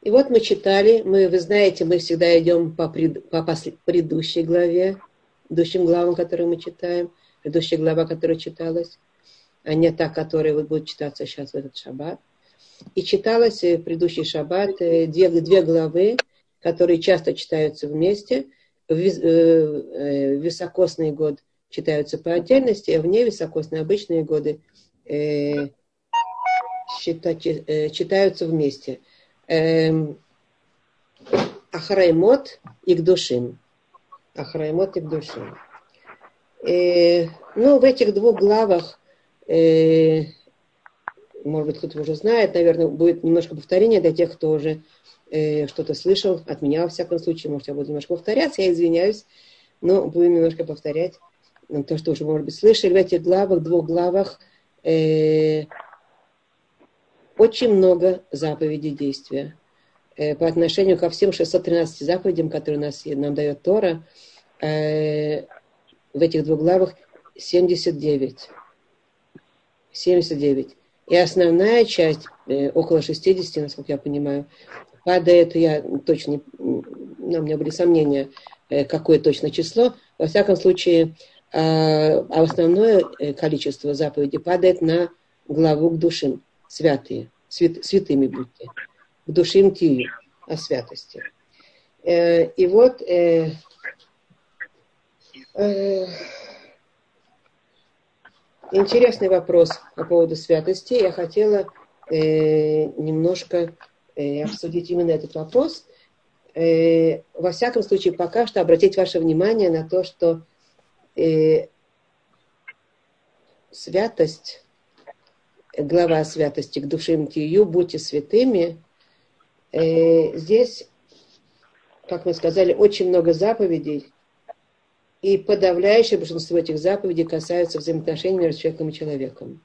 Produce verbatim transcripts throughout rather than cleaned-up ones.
И вот мы читали, мы, вы знаете, мы всегда идем по, пред, по предыдущей главе, предыдущим главам, которые мы читаем, предыдущая глава, которая читалась, а не та, которая будет читаться сейчас в этот шаббат. И читалась в предыдущий шаббат две, две главы, которые часто читаются вместе. В високосный год читаются по отдельности, а вне високосные обычные годы э, считать, э, читаются вместе. Ахраймот и Кдушим. Ахраймот и Кдушим. Э, ну, в этих двух главах, э, может быть, кто-то уже знает, наверное, будет немножко повторения для тех, кто уже э, что-то слышал, от меня, во всяком случае, может, я буду немножко повторяться, я извиняюсь, но будем немножко повторять то, что уже, может быть, слышали. В этих главах, двух главах э, очень много заповедей действия. Э, по отношению ко всем шестьсот тринадцати заповедям, которые у нас, нам дает Тора, э, в этих двух главах семьдесят девять. семьдесят девять. И основная часть, э, около шестьдесят, насколько я понимаю, падает, я точно, ну, у меня были сомнения, э, какое точно число. Во всяком случае, э, а основное количество заповедей падает на главу к душим, святые, свят, святыми будьте, к душим тию, о святости. Э, и вот э, э, интересный вопрос по поводу святости. Я хотела э, немножко э, обсудить именно этот вопрос. Э, во всяком случае, пока что обратить ваше внимание на то, что э, святость, глава святости к душим тию, будьте святыми, э, здесь, как мы сказали, очень много заповедей, и подавляющее большинство этих заповедей касаются взаимоотношений между человеком и человеком.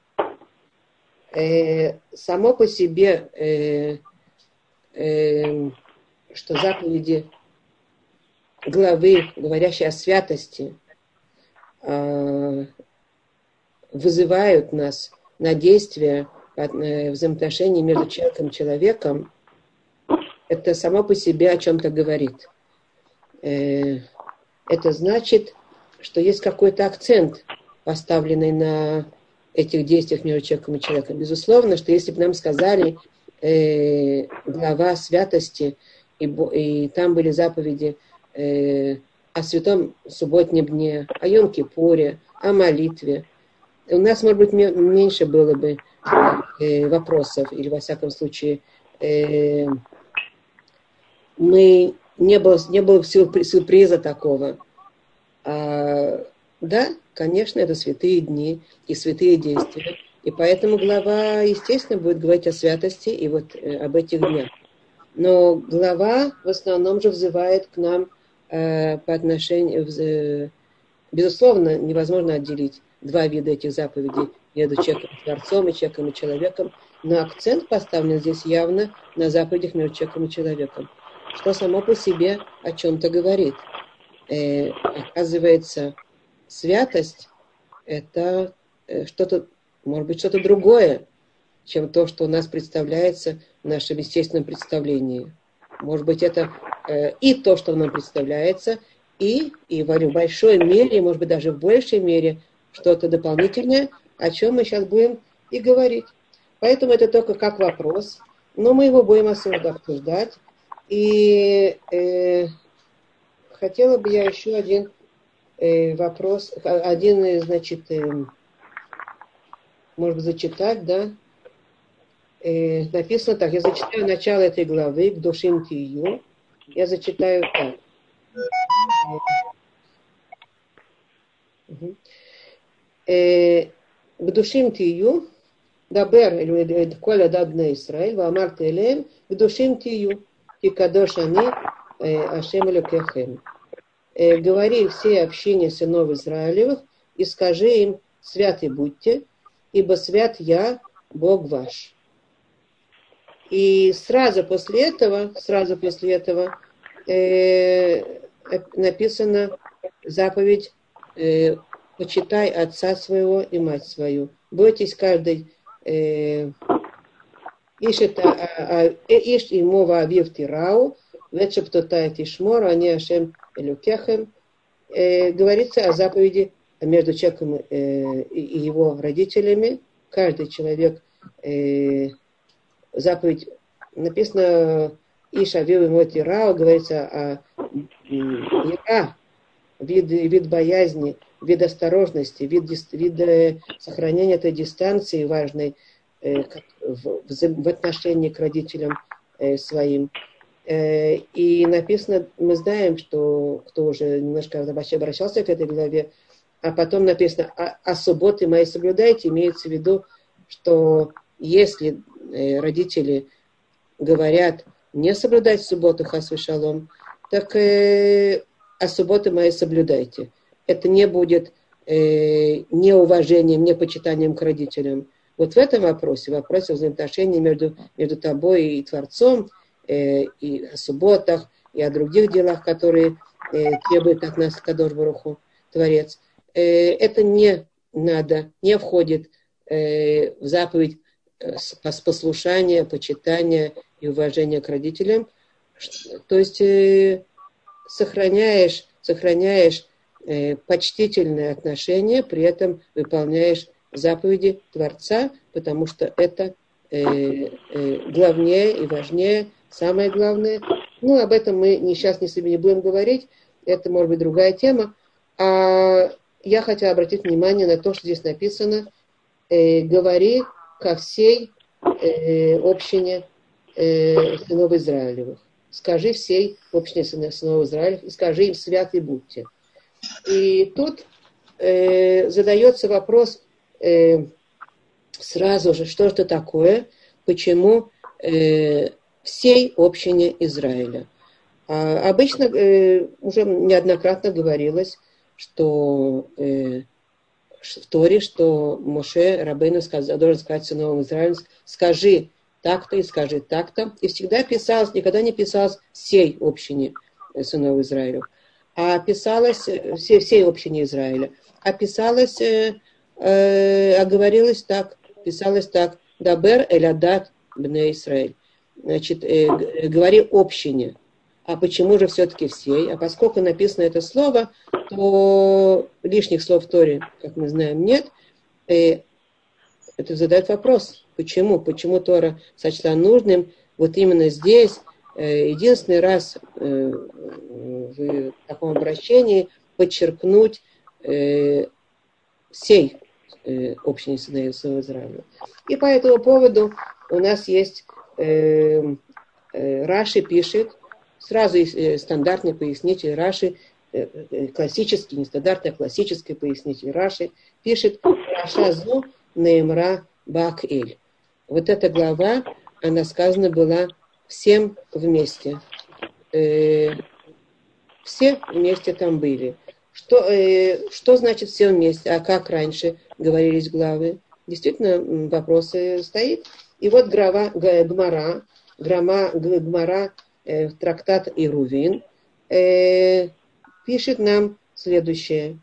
Э, само по себе, э, э, что заповеди главы, говорящие о святости, э, вызывают нас на действия э, взаимоотношений между человеком и человеком, это само по себе о чем-то говорит. Э, Это значит, что есть какой-то акцент, поставленный на этих действиях между человеком и человеком. Безусловно, что если бы нам сказали э, глава святости, и, и там были заповеди э, о святом субботнем дне, о Йом-Кипуре, о молитве, у нас, может быть, меньше было бы э, вопросов, или, во всяком случае, э, мы не было, не было сюрприза такого. А, да, конечно, это святые дни и святые действия. И поэтому глава, естественно, будет говорить о святости и вот э, об этих днях. Но глава в основном же взывает к нам э, по отношению... Э, безусловно, невозможно отделить два вида этих заповедей между человеком и Творцом и человеком и человеком. Но акцент поставлен здесь явно на заповедях между человеком и человеком, что само по себе о чем-то говорит. Э, оказывается, святость – это что-то, может быть, что-то другое, чем то, что у нас представляется в нашем естественном представлении. Может быть, это э, и то, что нам представляется, и, и в большой мере, может быть, даже в большей мере, что-то дополнительное, о чем мы сейчас будем и говорить. Поэтому это только как вопрос, но мы его будем особо обсуждать. И э, хотела бы я еще один э, вопрос, один, значит, э, может быть, зачитать, да? Э, написано так, я зачитаю начало этой главы, к душим тию, я зачитаю так. к душим тию, дабер эль коль адат бней Исраэль, ваамарт элеем, к душим тию, и кадош ани ашем элокехем. Говори все общения сынов Израилевых и скажи им: святы будьте, ибо свят я, Бог ваш. И сразу после этого, сразу после этого э, написана заповедь: э, почитай отца своего и мать свою. Бойтесь каждой э, Иш и мова авив тирау, вече птота тишмор, они ашем элюкехем. Говорится о заповеди между человеком и его родителями. Каждый человек, заповедь, написано Иш авив ему тирау, говорится о ира, вид, вид боязни, вид осторожности, вид, вид сохранения этой дистанции важной в, в отношении к родителям своим. И написано, мы знаем, что кто уже немножко обращался к этой главе, а потом написано, а, а субботы мои соблюдайте, имеется в виду, что если родители говорят не соблюдать субботу, хас вешалом, так э, а субботы мои соблюдайте. Это не будет э, неуважением, непочитанием к родителям. Вот в этом вопросе, в вопросе взаимоотношений между, между тобой и Творцом, э, и о субботах, и о других делах, которые э, требует от нас Кадош Барух Ху, Творец, э, это не надо, не входит э, в заповедь э, послушания, почитания и уважения к родителям. То есть э, сохраняешь, сохраняешь э, почтительные отношения, при этом выполняешь заповеди Творца, потому что это э, э, главнее и важнее, самое главное. Ну, об этом мы не, сейчас не себе не будем говорить, это может быть другая тема. А я хотела обратить внимание на то, что здесь написано: э, говори ко всей э, общине э, сынов Израилевых. Скажи всей общине сынов Израилевых и скажи им: святы будьте. И тут э, задается вопрос, Э, сразу же, что это такое, почему э, всей общине Израиля. А обычно э, уже неоднократно говорилось, что э, в Торе, что Моше Рабейну сказал, должен сказать сыновам Израиля: скажи так-то и скажи так-то. И всегда писалось, никогда не писалось всей общине сынов Израиля, а писалось всей, всей общине Израиля, а писалось а говорилось так, писалось так: Дабер элядат бне Исраэль. Значит, э, говори общине. А почему же все-таки всей? А поскольку написано это слово, то лишних слов в Торе, как мы знаем, нет. Э, это задает вопрос, почему? Почему Тора сочла нужным вот именно здесь, э, единственный раз э, в таком обращении подчеркнуть э, всей общине сынов Израиля. И по этому поводу у нас есть э, э, Раши пишет, сразу э, стандартный пояснитель Раши, э, э, классический, не стандартный, а классический пояснитель Раши, пишет: Рашазу Неймра Бак-Эль. Вот эта глава, она сказана была всем вместе. Э, все вместе там были. Что, э, что значит все вместе? А как раньше говорились главы? Действительно, вопросы стоит. И вот глава Гмара, грама, Гмара, э, трактат Ирувин, э, пишет нам следующее.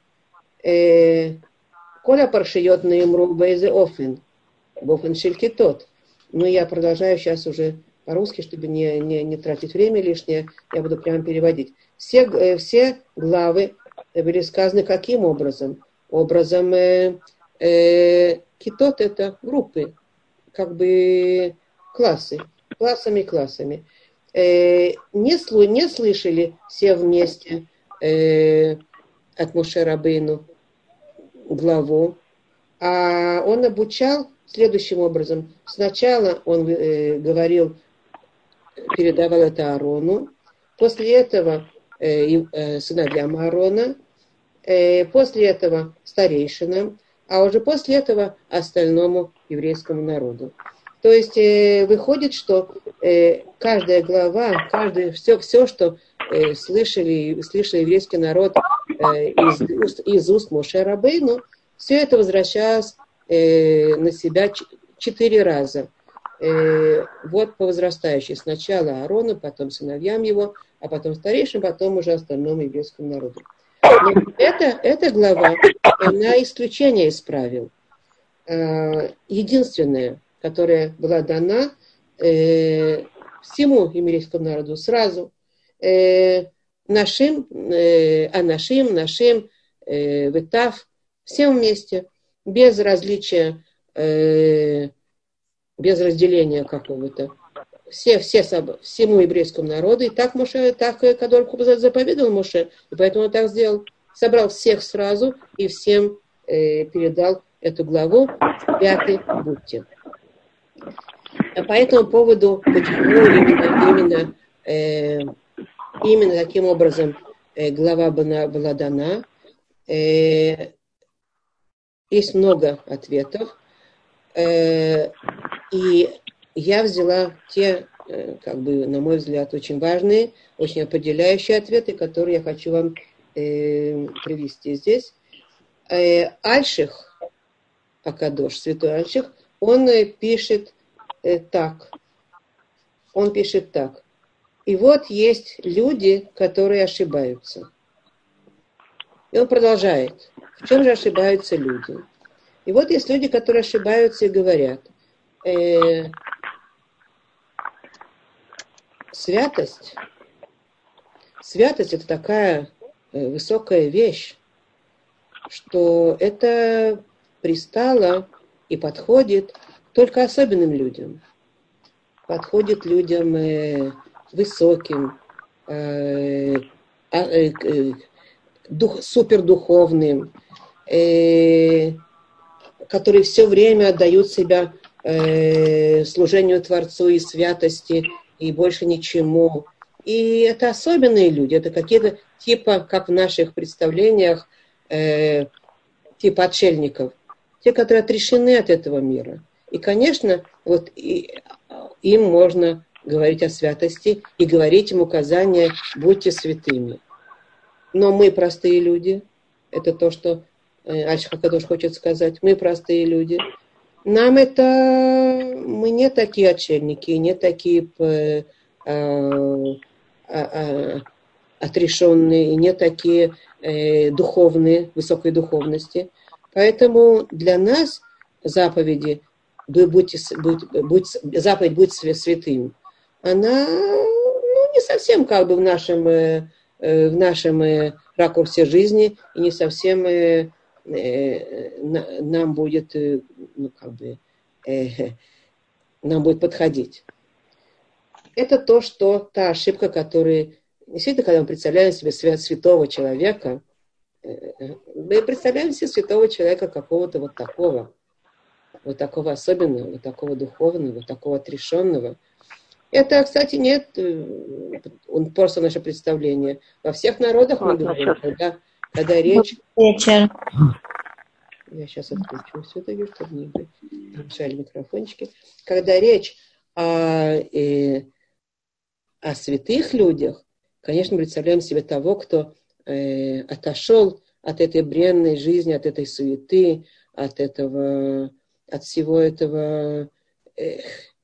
Коля паршиот наимру бейзе офен, бофен шелькитот. Но я продолжаю сейчас уже по-русски, чтобы не, не, не тратить время лишнее, я буду прямо переводить. Все, э, все главы были сказаны каким образом? Образом э, э, китот — это группы, как бы классы, классами классами. Э, не, слу, не слышали все вместе э, от Моше Рабейну главу, а он обучал следующим образом. Сначала он э, говорил, передавал это Аарону, после этого э, э, сыновьям Аарона, э, после этого старейшинам, а уже после этого остальному еврейскому народу. То есть э, выходит, что э, каждая глава, каждое, все, все, что э, слышали, слышал еврейский народ э, из, уст, из уст Моше Рабейну, все это возвращалось э, на себя ч- четыре раза. Э, вот по возрастающей. Сначала Аарону, потом сыновьям его, а потом старейшим, потом уже остальному еврейскому народу. Но это, эта глава, она исключение из правил. Э, единственное, которая была дана, э, всему еврейскому народу сразу. Э, нашим, э, анашим, нашим, э, витав, всем вместе, без различия, э, без разделения какого-то. Все, все, всему еврейскому народу. И так Моше, так Кадош заповедовал Моше, и поэтому он так сделал. Собрал всех сразу и всем э, передал эту главу «Святы будьте». А по этому поводу, почему именно, именно, э, именно таким образом э, глава была, была дана, э, есть много ответов. Э, и я взяла те, э, как бы, на мой взгляд, очень важные, очень определяющие ответы, которые я хочу вам э, привести здесь. Э, Альших, Акадош, святой Альших, он э, пишет э, так. Он пишет так. И вот есть люди, которые ошибаются. И он продолжает. В чем же ошибаются люди? И вот есть люди, которые ошибаются и говорят, э, святость, святость это такая э, высокая вещь, что это пристало и подходит только особенным людям. Подходит людям э, высоким, э, э, э, дух, супердуховным, э, которые все время отдают себя э, служению Творцу и святости, и больше ничему. И это особенные люди, это какие-то типа, как в наших представлениях, э, типа отшельников, те, которые отрешены от этого мира. И, конечно, вот и, им можно говорить о святости и говорить им указания «будьте святыми». Но мы простые люди, это то, что Альших Акадош хочет сказать, мы простые люди. Нам это, мы не такие отшельники, не такие э, э, э, отрешенные, не такие э, духовные, высокой духовности. Поэтому для нас заповеди будьте, будь, будь, заповедь «будь святым», она ну, не совсем как бы в нашем, э, в нашем э, ракурсе жизни и не совсем э, э, на, нам будет, э, ну, как бы, э, нам будет подходить. Это то, что та ошибка, которая действительно, когда мы представляем себе святого человека, мы представляем себе святого человека какого-то вот такого, вот такого особенного, вот такого духовного, вот такого отрешенного. Это, кстати, нет, он просто наше представление. Во всех народах мы говорим, когда, когда речь... Вечер. Я сейчас отключу все-таки, чтобы не мешали микрофончики. Когда речь о, э, о святых людях, конечно, мы представляем себе того, кто э, отошел от этой бренной жизни, от этой суеты, от этого, от всего этого э,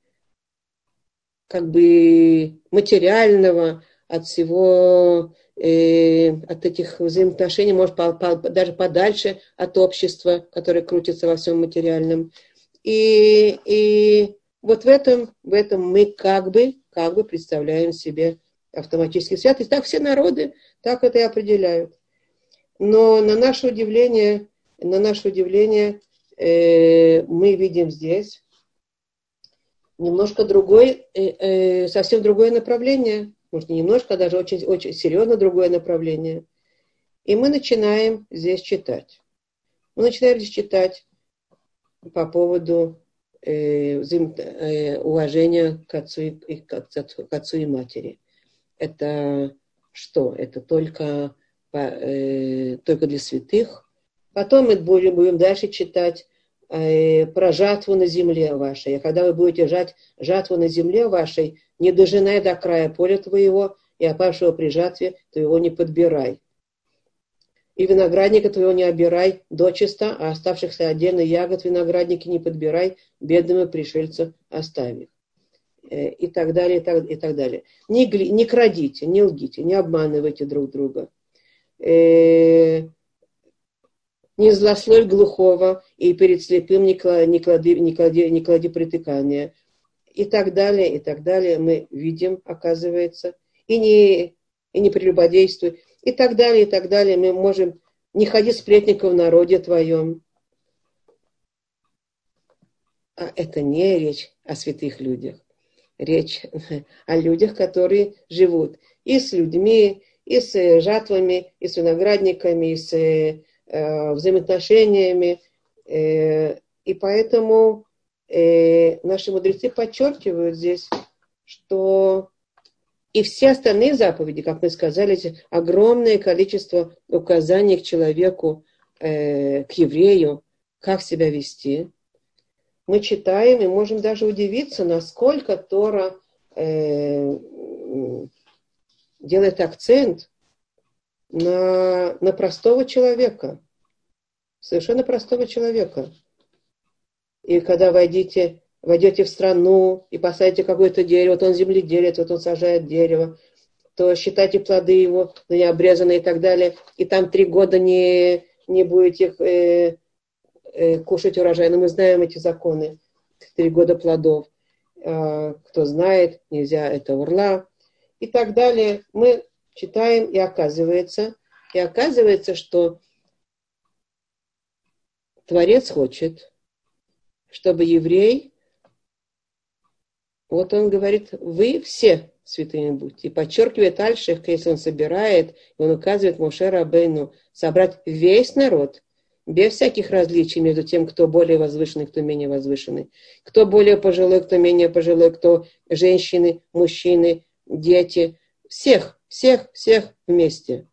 как бы материального, от всего, э, от этих взаимоотношений, может, по, по, даже подальше от общества, которое крутится во всем материальном. И, и вот в этом, в этом мы как бы, как бы представляем себе автоматически святость. Так все народы так это и определяют. Но на наше удивление, на наше удивление э, мы видим здесь немножко другой, э, э, совсем другое направление. Может, не немножко, а даже очень, очень серьезно другое направление. И мы начинаем здесь читать. Мы начинаем здесь читать по поводу э, взаим, э, уважения к отцу, и, к, отцу, к отцу и матери. Это что? Это только, по, э, только для святых. Потом мы будем, будем дальше читать э, про жатву на земле вашей. А когда вы будете жать жатву на земле вашей, не дожинай до края поля твоего, и опавшего при жатве, то его не подбирай. И виноградника твоего не обирай дочисто, а оставшихся отдельно ягод виноградники не подбирай, бедным и пришельцам оставь их. И так далее, и так, и так далее. Не, не крадите, не лгите, не обманывайте друг друга. Не злословь глухого, и перед слепым не клади, не клади, не клади притыкания. и так далее, и так далее. Мы видим, оказывается, и не, и не прелюбодействуй, и так далее, и так далее. Мы можем не ходить сплетников в народе твоем. А это не речь о святых людях. Речь о людях, которые живут и с людьми, и с жатвами, и с виноградниками, и с э, взаимоотношениями. Э, и поэтому э, наши мудрецы подчеркивают здесь, что и все остальные заповеди, как мы сказали, огромное количество указаний к человеку, э, к еврею, как себя вести. Мы читаем и можем даже удивиться, насколько Тора э, делает акцент на, на простого человека, совершенно простого человека. И когда войдете, войдете в страну и посадите какое-то дерево, вот он земледелец, вот он сажает дерево, то считайте плоды его, не обрезанные и так далее, и там три года не, не будете э, э, кушать урожай. Но мы знаем эти законы. Три года плодов. Э, кто знает, нельзя, это урла. И так далее. Мы читаем, и оказывается, и оказывается, что Творец хочет, чтобы еврей, вот он говорит, вы все святыми будьте. И подчеркивает Аль-Шех, если он собирает, он указывает Моше Рабейну собрать весь народ, без всяких различий между тем, кто более возвышенный, кто менее возвышенный, кто более пожилой, кто менее пожилой, кто женщины, мужчины, дети, всех, всех, всех вместе.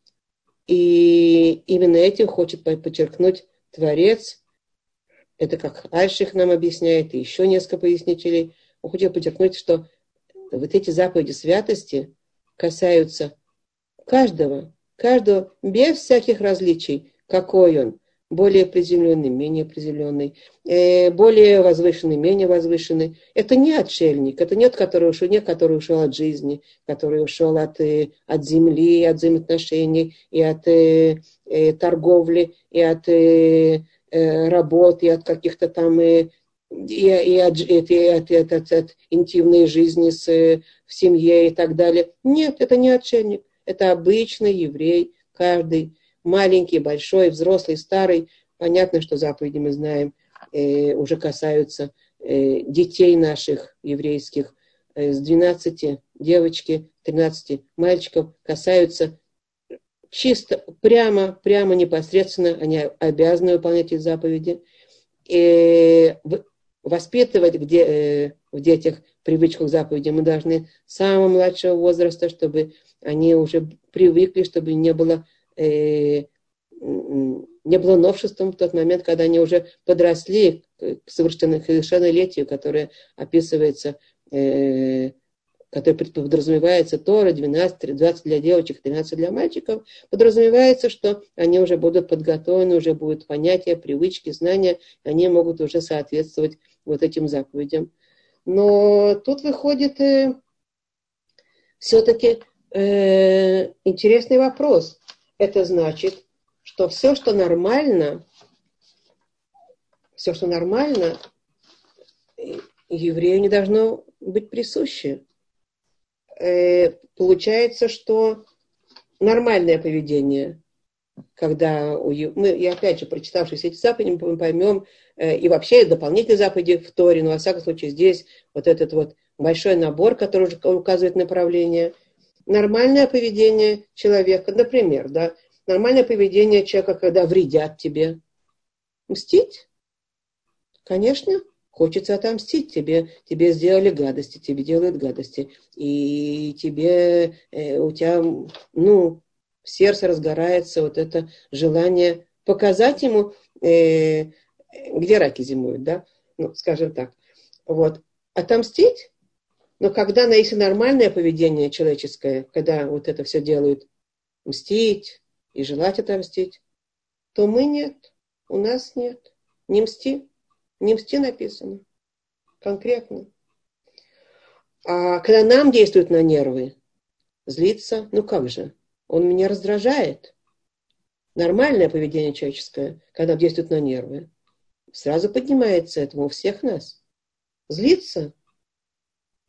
И именно этим хочет подчеркнуть Творец. Это как Альших нам объясняет, и еще несколько пояснителей. Он хочет подчеркнуть, что вот эти заповеди святости касаются каждого, каждого без всяких различий, какой он, более приземленный, менее приземленный, э, более возвышенный, менее возвышенный. Это не отшельник, это нет, который ушел, нет, который ушел от жизни, который ушел от, э, от земли, от взаимоотношений, и от э, э, торговли, и от э, э, работ, и от каких-то там э, и, и, от, и, от, и от, от, от, от интимной жизни с, в семье и так далее. Нет, это не отшельник. Это обычный еврей, каждый, маленький, большой, взрослый, старый. Понятно, что заповеди мы знаем, э, уже касаются э, детей наших еврейских, э, с двенадцати девочки, тринадцати мальчиков, касаются чисто, прямо, прямо непосредственно, они обязаны выполнять эти заповеди. И воспитывать где, э, в детях привычку к заповедям мы должны с самого младшего возраста, чтобы они уже привыкли, чтобы не было, э, не было новшеством в тот момент, когда они уже подросли к совершеннолетию, которое описывается, э, которое подразумевается Тора, двенадцать, двадцать для девочек, тринадцать для мальчиков, подразумевается, что они уже будут подготовлены, уже будут понятия, привычки, знания, они могут уже соответствовать вот этим заповедям. Но тут выходит э, все-таки э, интересный вопрос. Это значит, что все, что нормально, все, что нормально, еврею не должно быть присуще. Э, получается, что нормальное поведение, когда у, мы, и опять же, прочитавши все эти заповеди, мы поймем, э, и вообще дополнительные заповеди в Торе, но во всяком случае здесь вот этот вот большой набор, который уже указывает направление. Нормальное поведение человека, например, да, нормальное поведение человека, когда вредят тебе. Мстить? Конечно, хочется отомстить. Тебе, тебе сделали гадости, тебе делают гадости. И тебе, э, у тебя, ну, в сердце разгорается вот это желание показать ему, э, где раки зимуют, да, ну, скажем так. Вот. Отомстить? Но когда, если нормальное поведение человеческое, когда вот это все делают, мстить и желать отомстить, то мы нет, у нас нет. Не мсти. Не мсти написано. Конкретно. А когда нам действует на нервы, злиться, ну как же, он меня раздражает. Нормальное поведение человеческое, когда действует на нервы, сразу поднимается этому у всех нас. Злиться,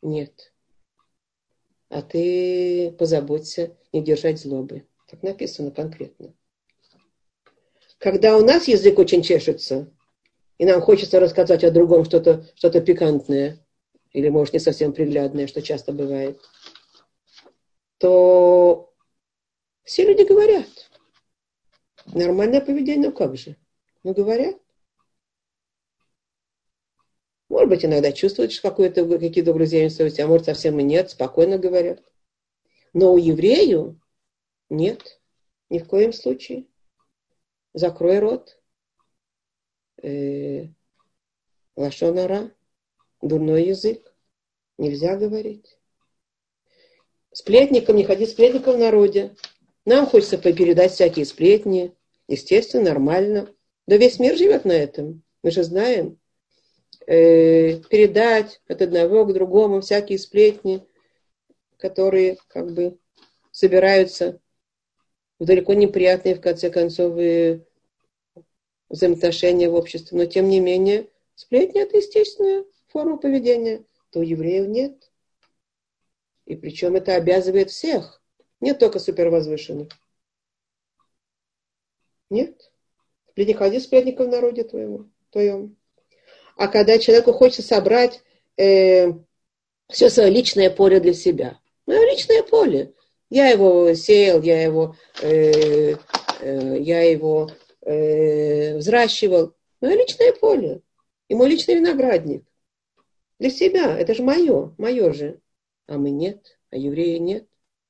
Нет. А ты позаботься не держать злобы. Так написано конкретно. Когда у нас язык очень чешется, и нам хочется рассказать о другом что-то, что-то пикантное, или, может, не совсем приглядное, что часто бывает, то все люди говорят. Нормальное поведение, ну как же? Ну, говорят. Может быть, иногда чувствуешь какое-то, какие-то угрызения совести, а может, совсем и нет, спокойно говорят. Но у еврею нет, ни в коем случае. Закрой рот. Э, лашон ара, дурной язык. Нельзя говорить. Сплетникам, не ходи сплетникам в народе. Нам хочется передать всякие сплетни. Естественно, нормально. Да весь мир живет на этом. Мы же знаем. Э, передать от одного к другому всякие сплетни, которые как бы собираются в далеко неприятные, в конце концов, и взаимоотношения в обществе. Но, тем не менее, сплетни – это естественная форма поведения. То у евреев нет. И причем это обязывает всех. Не только супервозвышенных. Нет. Не ходи сплетников в народе твоему, твоем. А когда человеку хочется собрать э, все свое личное поле для себя. Мое личное поле. Я его сеял, я его, э, э, я его э, взращивал. Мое личное поле. И мой личный виноградник. Для себя. Это же мое. Мое же. А мы нет. А евреи нет.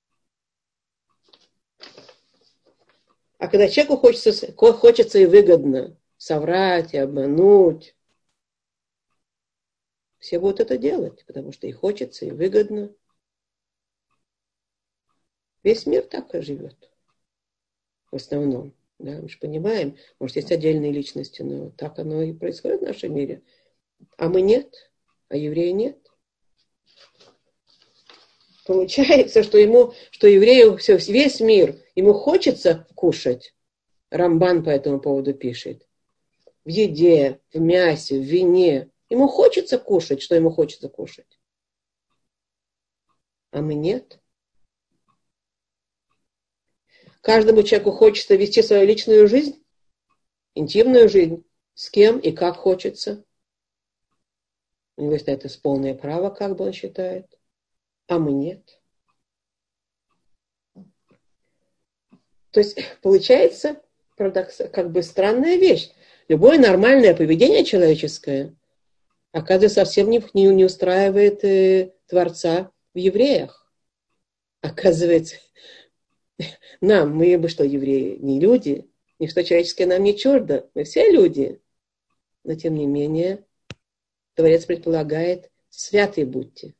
А когда человеку хочется, хочется и выгодно соврать и обмануть, все будут это делать, потому что и хочется, и выгодно. Весь мир так и живет. В основном. Да? Мы же понимаем, может, есть отдельные личности, но так оно и происходит в нашем мире. А мы нет, а евреи нет. Получается, что ему, что еврею все, весь мир, ему хочется кушать. Рамбан по этому поводу пишет. В еде, в мясе, в вине. Ему хочется кушать, что ему хочется кушать. А мы нет. Каждому человеку хочется вести свою личную жизнь, интимную жизнь, с кем и как хочется. У него есть на это полное право, как бы он считает. А мы нет. То есть получается парадокс, как бы странная вещь. Любое нормальное поведение человеческое, оказывается, совсем не, не, не устраивает э, Творца в евреях. Оказывается, нам, мы бы что, евреи, не люди, ничто человеческое нам не чуждо, мы все люди. Но тем не менее, Творец предполагает, святы будьте.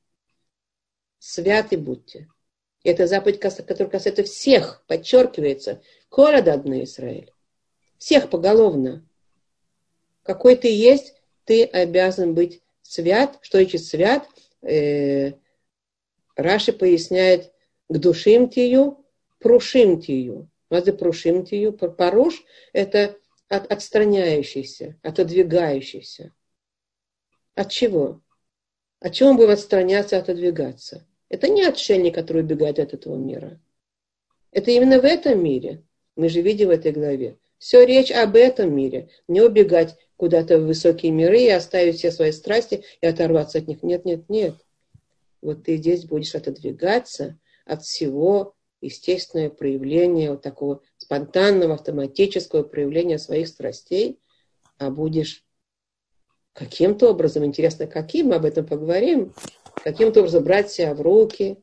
Святы будьте. И это заповедь, которая касается всех, подчеркивается, Коля одна Израиль. Всех поголовно. Какой ты есть, ты обязан быть свят. Что значит свят? Э, Раши поясняет к душим тию, прушим тию. Мазы прушим тию. Паруш – это от, отстраняющийся, отодвигающийся. От чего? От чего мы будем отстраняться, отодвигаться? Это не отшельник, который убегает от этого мира. Это именно в этом мире. Мы же видим в этой главе. Все речь об этом мире. Не убегать куда-то в высокие миры и оставить все свои страсти и оторваться от них. Нет, нет, нет. Вот ты здесь будешь отодвигаться от всего естественного проявления, вот такого спонтанного, автоматического проявления своих страстей, а будешь каким-то образом, интересно, каким, мы об этом поговорим, каким-то образом брать себя в руки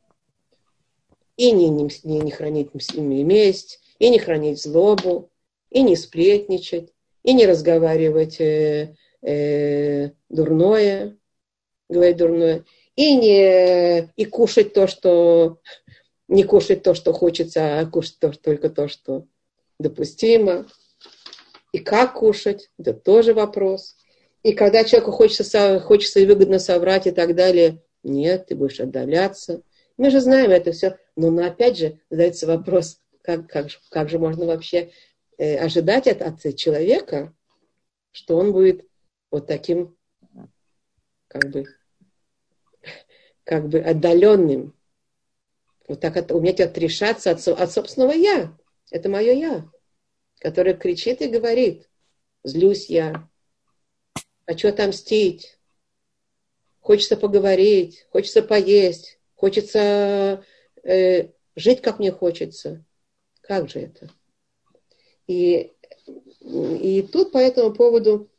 и не, не, не хранить месть, и не хранить злобу, и не сплетничать, и не разговаривать э, э, дурное, говорить дурное, и не и кушать то, что не кушать то, что хочется, а кушать то, только то, что допустимо. И как кушать, это тоже вопрос. И когда человеку хочется, хочется и выгодно соврать и так далее, нет, ты будешь отдаляться. Мы же знаем это все. Но, но опять же задается вопрос, как, как, как же можно вообще э, ожидать от, от человека, что он будет вот таким, как бы, как бы отдаленным. Вот так от, уметь отрешаться от, от собственного «я». Это мое «я», которое кричит и говорит: злюсь я, хочу отомстить, хочется поговорить, хочется поесть, хочется э, жить, как мне хочется. Как же это? И, и тут по этому поводу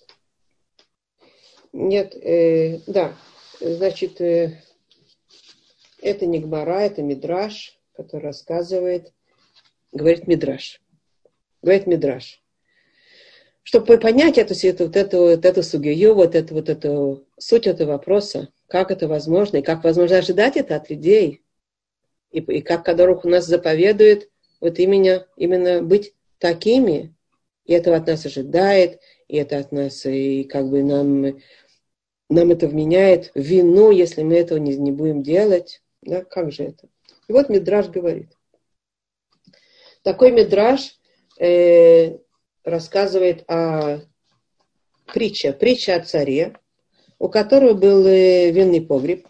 нет, э, да, значит, э, это не Гмара, это Мидраш, который рассказывает, говорит Мидраш. Говорит Мидраш. Чтобы понять эту, эту, вот эту, вот эту сугию, вот эту, вот эту суть этого вопроса, как это возможно, и как возможно ожидать это от людей, и, и как которых у нас заповедует вот именно, именно быть такими, и этого от нас ожидает, и это от нас, и как бы нам, нам это вменяет в вину, если мы этого не, не будем делать. Да, как же это? И вот Мидраш говорит. Такой Мидраш э, рассказывает о притче, притча о царе, у которого был э, винный погреб.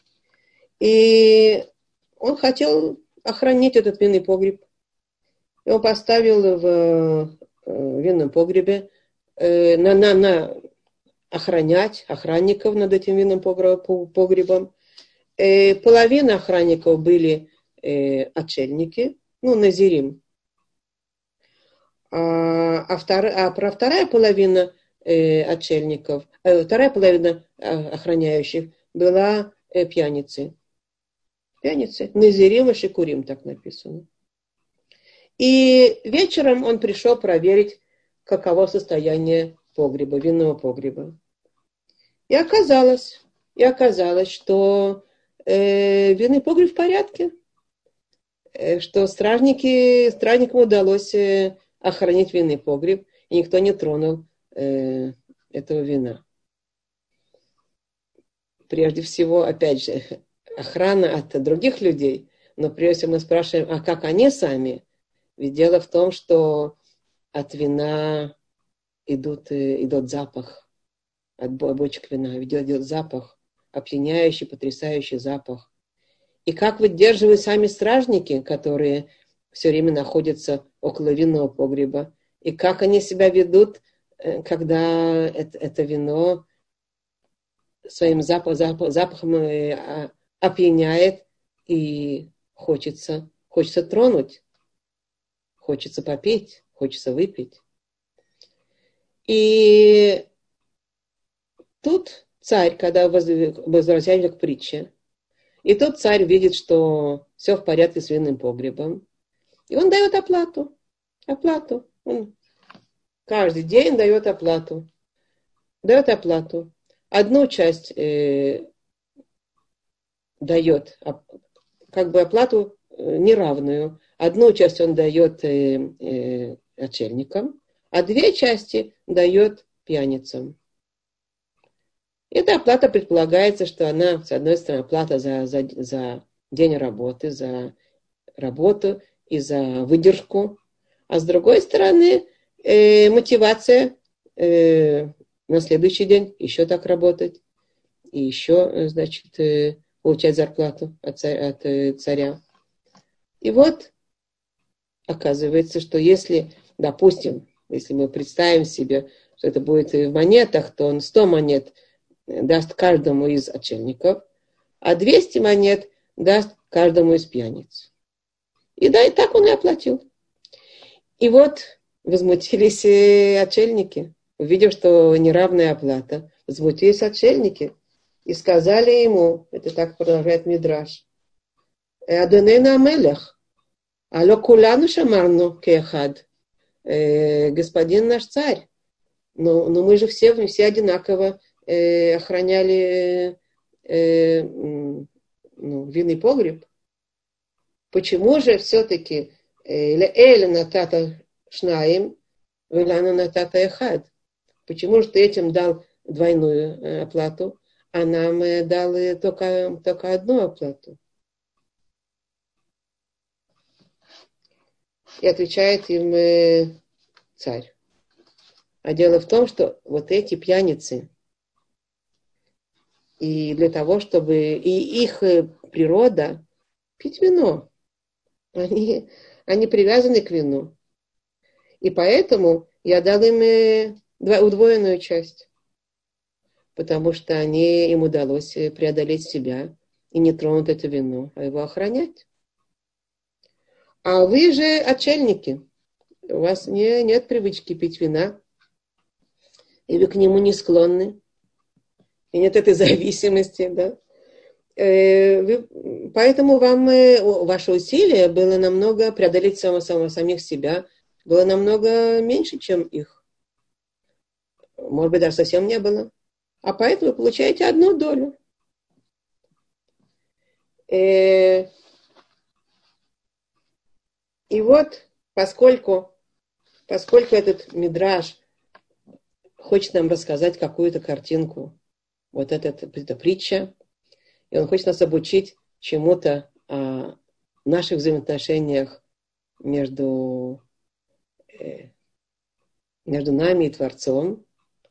И он хотел охранить этот винный погреб. И он поставил в э, винном погребе э, на, на, на охранять охранников над этим винным погребом. Э, половина охранников были э, отшельники, ну, назирим. А, а, втор, а про вторая половина э, отшельников, э, вторая половина э, охраняющих была э, пьяницы. Пьяницы. Назирим и Шикурим, так написано. И вечером он пришел проверить, каково состояние погреба, винного погреба. И оказалось, и оказалось, что э, винный погреб в порядке, э, что стражники, стражникам удалось э, охранить винный погреб, и никто не тронул э, этого вина. Прежде всего, опять же, охрана от других людей, но прежде всего мы спрашиваем, а как они сами? Ведь дело в том, что от вина идут, идет запах, от бочек вина идет, идет запах, опьяняющий, потрясающий запах. И как выдерживают сами стражники, которые все время находятся около винного погреба, и как они себя ведут, когда это, это вино своим запах, запах, запахом опьяняет, и хочется, хочется тронуть. Хочется попить, хочется выпить. И тут царь, когда возвращается к притче, и тут царь видит, что все в порядке с винным погребом, и он дает оплату. Оплату. Он каждый день дает оплату. Дает оплату. Одну часть э, дает, как бы оплату неравную. Одну часть он дает э, э, отшельникам, а две части дает пьяницам. Эта оплата предполагается, что она, с одной стороны, оплата за, за, за день работы, за работу и за выдержку, а с другой стороны, э, мотивация э, на следующий день еще так работать и еще, значит, э, получать зарплату от, царя, от э, царя. И вот оказывается, что если, допустим, если мы представим себе, что это будет в монетах, то он сто монет даст каждому из отшельников, а двести монет даст каждому из пьяниц. И да, и так он и оплатил. И вот возмутились отшельники, увидев, что неравная оплата. Возмутились отшельники и сказали ему, это так продолжает Мидраш, «Адонейна амелех, алло кулану шамарну кеахад». Господин наш царь, но, но мы же все, все одинаково э, охраняли э, ну, винный погреб. Почему же все-таки эль натата шнаим, велану натата эхад? Почему же ты этим дал двойную э, оплату, а нам э, дал э, только, только одну оплату? И отвечает им э, царь. А дело в том, что вот эти пьяницы, И для того, чтобы... И их природа пить вино. Они, они привязаны к вину. И поэтому я дал им удвоенную часть. Потому что они, им удалось преодолеть себя и не тронуть это вино, а его охранять. А вы же отшельники. У вас не, нет привычки пить вина. И вы к нему не склонны. И нет этой зависимости, да. Вы, поэтому вам ваше усилие было намного преодолеть само, само, самих себя, было намного меньше, чем их. Может быть, даже совсем не было. А поэтому вы получаете одну долю. И вот, поскольку, поскольку этот мидраж хочет нам рассказать какую-то картинку, вот эта, эта притча, и он хочет нас обучить чему-то о наших взаимоотношениях между, э, между нами и Творцом.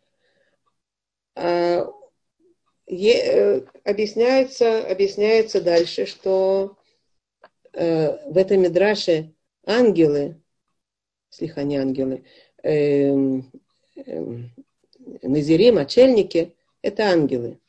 А, е, э, объясняется, объясняется дальше, что э, в этом мидраше ангелы, слегка не ангелы, э, э, назирим, отшельники, это ангелы.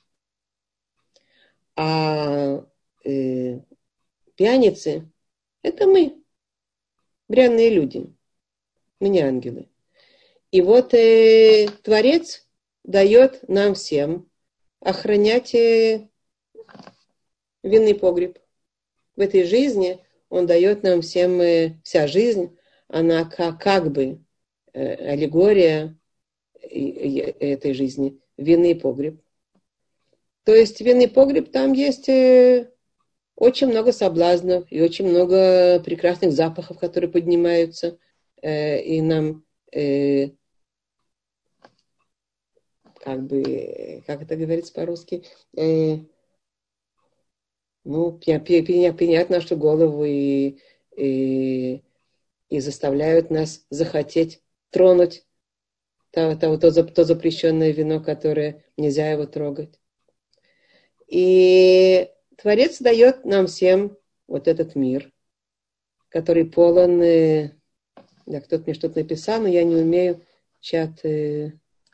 А э, пьяницы это мы, бренные люди. Мы не ангелы. И вот э, Творец дает нам всем охранять э, винный погреб. В этой жизни он дает нам всем, э, вся жизнь, она как, как бы э, аллегория э, э, этой жизни, винный погреб. То есть винный погреб, там есть э, очень много соблазнов и очень много прекрасных запахов, которые поднимаются, э, и нам э, как бы, как это говорится по-русски, э, ну, пьянят нашу голову и, и, и заставляют нас захотеть тронуть то, то, то, то запрещенное вино, которое нельзя его трогать. И Творец дает нам всем вот этот мир, который полон... Э, да, кто-то мне что-то написал, но я не умею чат... Э,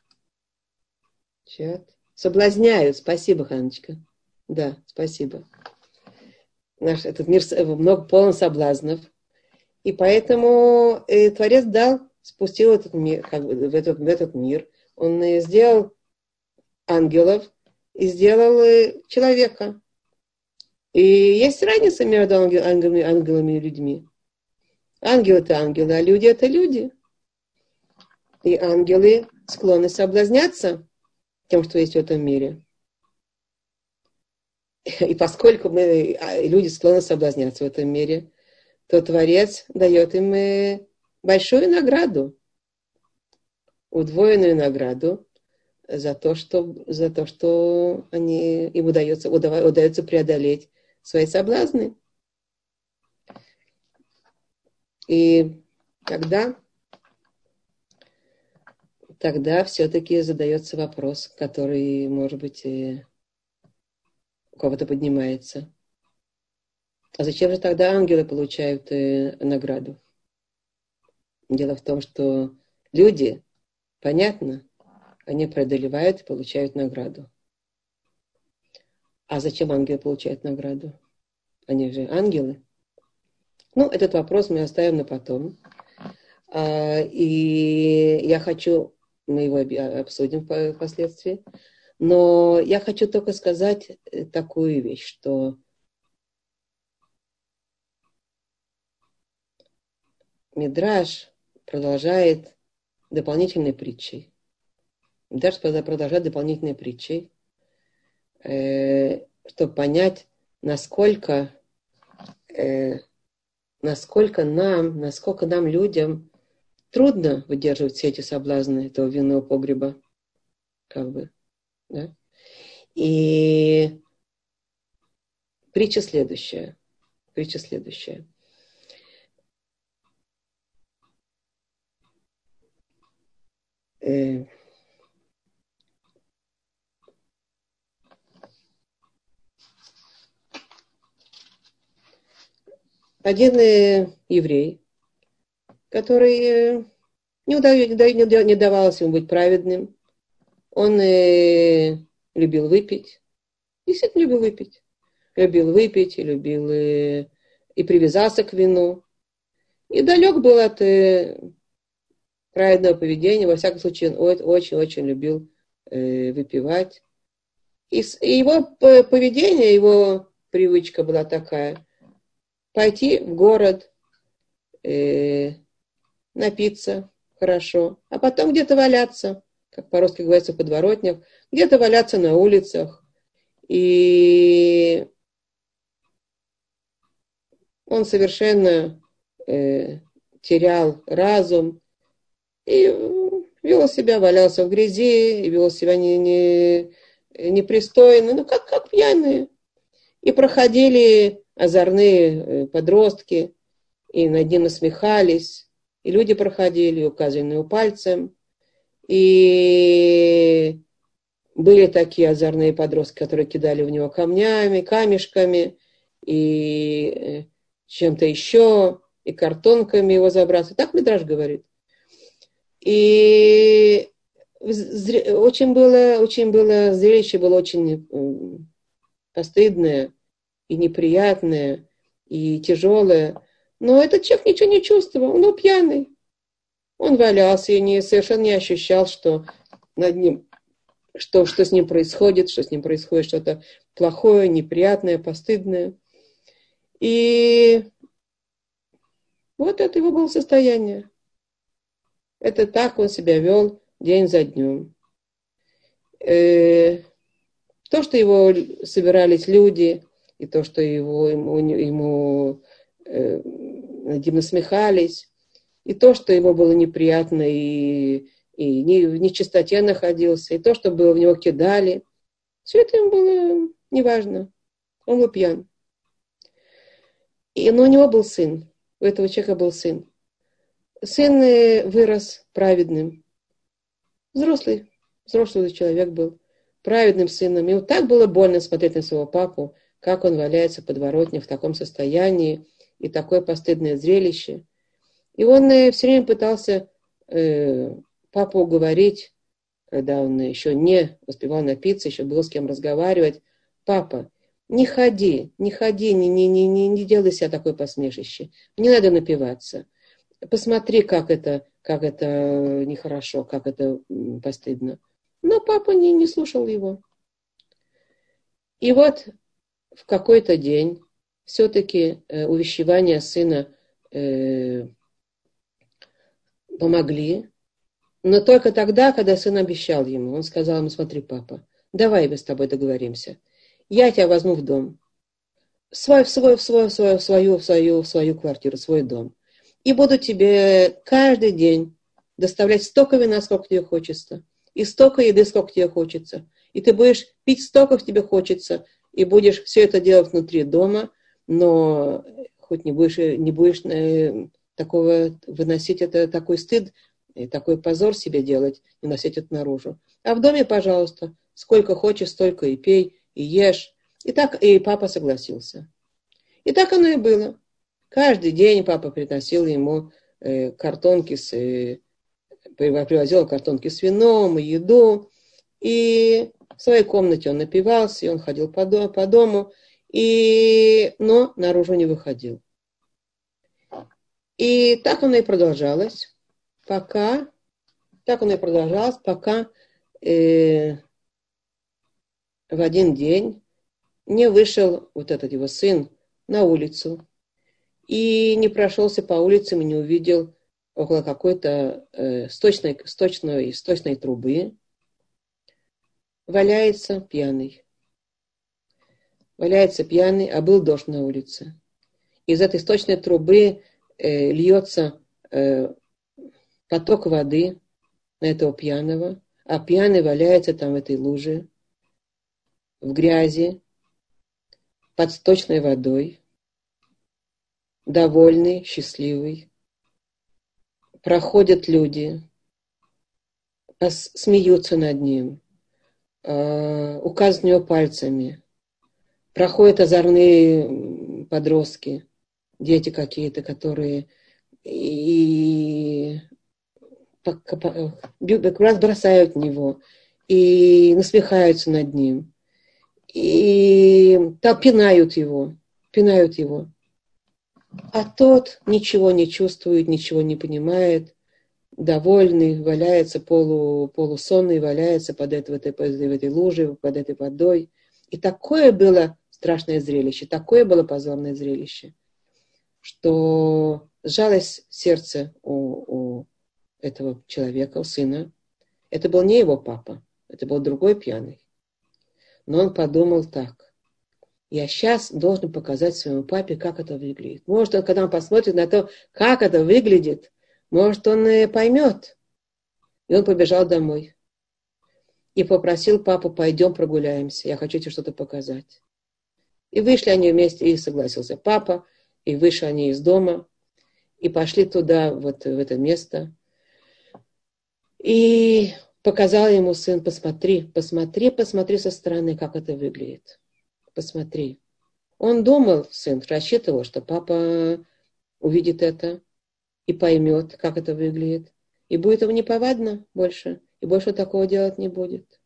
чат... Соблазняют. Спасибо, Ханочка. Да, спасибо. Наш этот мир много полон соблазнов. И поэтому э, Творец дал, спустил этот мир, как бы, в, этот, в этот мир. Он э, сделал ангелов и сделал э, человека. И есть разница между ангел, ангелами, ангелами и людьми. Ангелы это ангелы, а люди это люди. И ангелы склонны соблазняться тем, что есть в этом мире. И поскольку мы, люди склонны соблазняться в этом мире, то Творец дает им большую награду, удвоенную награду за то, что, за то, что они, им удается, удается преодолеть свои соблазны. И тогда, тогда все-таки задается вопрос, который, может быть, у кого-то поднимается. А зачем же тогда ангелы получают э, награду? Дело в том, что люди, понятно, они преодолевают и получают награду. А зачем ангелы получают награду? Они же ангелы. Ну, этот вопрос мы оставим на потом. А, и я хочу, мы его обсудим впоследствии, но я хочу только сказать такую вещь, что Мидраш продолжает дополнительной притчей. Мидраш продолжает дополнительной притчей, э, чтобы понять, насколько, э, насколько нам, насколько нам, людям, трудно выдерживать все эти соблазны этого винного погреба. Как бы, да? И притча следующая. Притча следующая. Э, один э, еврей, который э, не, удав, не, не, не давалось ему быть праведным. Он э, любил выпить. Действительно любил выпить. Любил выпить, и любил э, и привязался к вину. И далек был от э, праведного поведения. Во всяком случае, он очень-очень любил э, выпивать. И, и его поведение, его привычка была такая. Пойти в город, э, напиться хорошо, а потом где-то валяться, как по-русски говорится, в подворотнях, где-то валяться на улицах. И он совершенно э, терял разум и вел себя, валялся в грязи, и вел себя не, не, непристойно, ну как, как пьяные. И проходили озорные подростки, и над ним насмехались, и люди проходили, указывали на его пальцем, и были такие озорные подростки, которые кидали в него камнями, камешками, и чем-то еще, и картонками его забрасывать. Так Мидраш говорит. И очень было, очень было, зрелище было очень постыдное, и неприятное, и тяжелое. Но этот человек ничего не чувствовал, он был пьяный. Он валялся и не, совершенно не ощущал, что над ним, что, что с ним происходит, что с ним происходит что-то плохое, неприятное, постыдное. И вот это его было состояние. Это так он себя вел день за днем. Э, то, что его собирались люди, и то, что его, ему, ему э, над ним насмехались, и то, что ему было неприятно, и, и не, в нечистоте находился, и то, что было в него кидали, все это ему было неважно. Он был пьян. И, но у него был сын. У этого человека был сын. Сын вырос праведным. Взрослый, взрослый человек был. Праведным сыном. Ему так было больно смотреть на своего папу, как он валяется в подворотне в таком состоянии, и такое постыдное зрелище. И он э, все время пытался э, папу уговорить, когда он еще не успевал напиться, еще было с кем разговаривать. Папа, не ходи, не ходи, не, не, не, не, не делай себя такое посмешище. Не надо напиваться. Посмотри, как это, как это нехорошо, как это постыдно. Но папа не, не слушал его. И вот в какой-то день все-таки э, увещевания сына э, помогли. Но только тогда, когда сын обещал ему, он сказал ему: смотри, папа, давай мы с тобой договоримся. Я тебя возьму в дом. В свой, в свой, в свой, в свою, в свою, в свою, в свою квартиру, в свой дом. И буду тебе каждый день доставлять столько вина, сколько тебе хочется. И столько еды, сколько тебе хочется. И ты будешь пить столько, как тебе хочется. И будешь все это делать внутри дома. Но хоть не будешь, не будешь э, такого выносить, это такой стыд, и такой позор себе делать, и носить это наружу. А в доме, пожалуйста, сколько хочешь, столько и пей, и ешь. И так и папа согласился. И так оно и было. Каждый день папа приносил ему э, картонки с... Э, привозил картонки с вином и еду. И в своей комнате он напивался, и он ходил по, дому, по дому, и, но наружу не выходил. И так оно и продолжалось, пока... Так оно и продолжалось, пока э, в один день не вышел вот этот его сын на улицу и не прошелся по улицам и не увидел около какой-то э, сточной, сточной, сточной трубы. Валяется пьяный. Валяется пьяный, а был дождь на улице. Из этой сточной трубы э, льется э, поток воды на этого пьяного, а пьяный валяется там в этой луже, в грязи, под сточной водой, довольный, счастливый. Проходят люди, смеются над ним, указывают на него пальцами. Проходят озорные подростки, дети какие-то, которые и раз бросают в него, и насмехаются над ним, и там пинают его, пинают его. А тот ничего не чувствует, ничего не понимает, довольный, валяется полу, полусонный, валяется под этой, в, этой, в этой луже, под этой водой. И такое было страшное зрелище, такое было позорное зрелище, что сжалось сердце у, у этого человека, у сына. Это был не его папа, это был другой пьяный. Но он подумал так: я сейчас должен показать своему папе, как это выглядит. Может, он, когда он посмотрит на то, как это выглядит, может, он и поймет. И он побежал домой. И попросил папу: пойдем прогуляемся, я хочу тебе что-то показать. И вышли они вместе, и согласился папа, и вышли они из дома, и пошли туда, вот в это место. И показал ему сын: посмотри, посмотри, посмотри со стороны, как это выглядит. Посмотри. Он думал, сын, рассчитывал, что папа увидит это и поймет, как это выглядит. И будет ему неповадно больше. И больше такого делать не будет.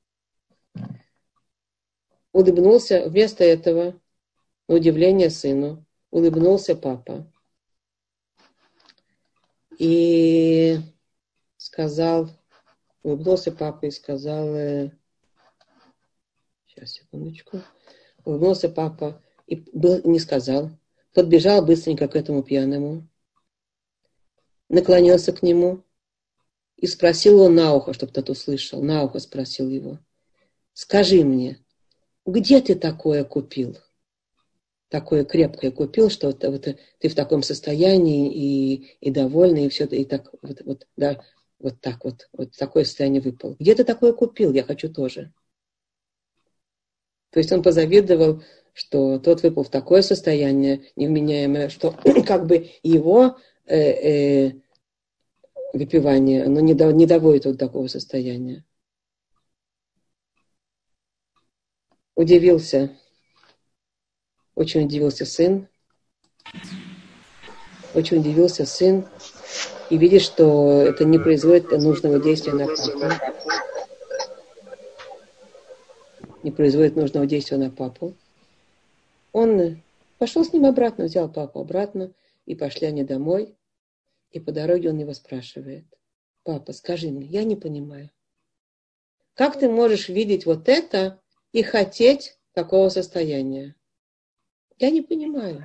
Улыбнулся. Вместо этого, на удивление сыну, улыбнулся папа. И сказал, улыбнулся папа и сказал, э, сейчас, секундочку. Улыбнулся папа и был, не сказал. Подбежал быстренько к этому пьяному. Наклонился к нему и спросил его на ухо, чтобы тот услышал. На ухо спросил его: скажи мне, где ты такое купил? Такое крепкое купил, что это, вот, ты в таком состоянии и, и довольный, и все, и так вот, вот, да, вот так вот, вот в такое состояние выпал. Где ты такое купил? Я хочу тоже. То есть он позавидовал, что тот выпал в такое состояние невменяемое, что как бы его э, э, выпивание, оно не, до, не доводит до такого состояния. Удивился, очень удивился сын, очень удивился сын, и видит, что это не производит нужного действия на папу. Не производит нужного действия на папу. Он пошел с ним обратно, взял папу обратно, и пошли они домой. И по дороге он его спрашивает: папа, скажи мне, я не понимаю, как ты можешь видеть вот это и хотеть такого состояния? Я не понимаю.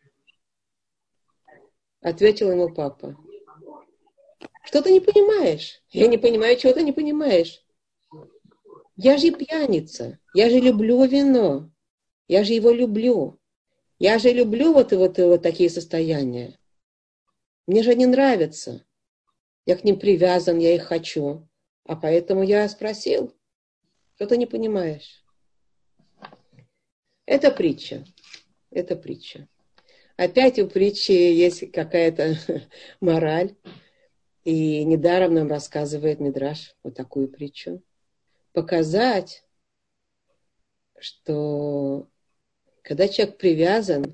Ответил ему папа: что ты не понимаешь? Я не понимаю, чего ты не понимаешь. Я же пьяница, я же люблю вино, я же его люблю. Я же люблю вот, вот, вот такие состояния. Мне же они нравятся. Я к ним привязан, я их хочу. А поэтому я спросил, что ты не понимаешь. Это притча. Это притча. Опять у притчи есть какая-то мораль. И недаром нам рассказывает Мидраш вот такую притчу. Показать, что когда человек привязан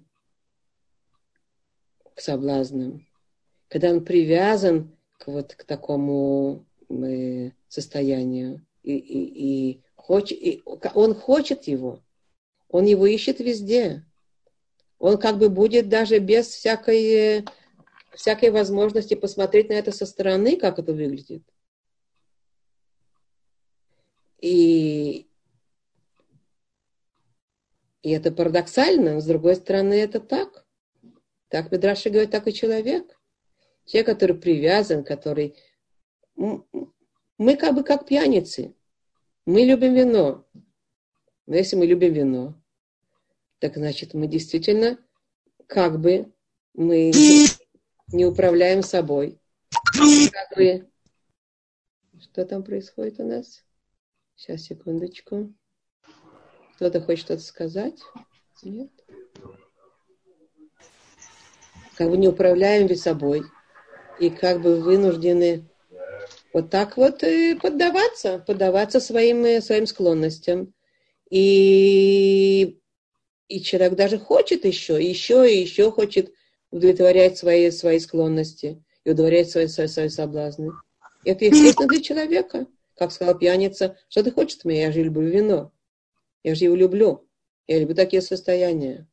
к соблазнам, когда он привязан к, вот, к такому э, состоянию, и, и, и, хоч, и он хочет его, он его ищет везде. Он как бы будет даже без всякой, всякой возможности посмотреть на это со стороны, как это выглядит. И, и это парадоксально, но с другой стороны это так. Так Мидраш говорит, так и человек. Человек, который привязан, который... Мы как бы как пьяницы. Мы любим вино. Но если мы любим вино, так значит мы действительно как бы мы не управляем собой. Как бы... Что там происходит у нас? Сейчас, секундочку. Кто-то хочет что-то сказать? Нет? Как бы не управляем ведь собой. И как бы вынуждены вот так вот поддаваться, поддаваться своим, своим склонностям. И, и человек даже хочет еще, еще и еще хочет удовлетворять свои, свои склонности и удовлетворять свои, свои, свои соблазны. Это естественно для человека. Как сказала пьяница, что ты хочешь от меня? Я же люблю вино. Я же его люблю. Я люблю такие состояния.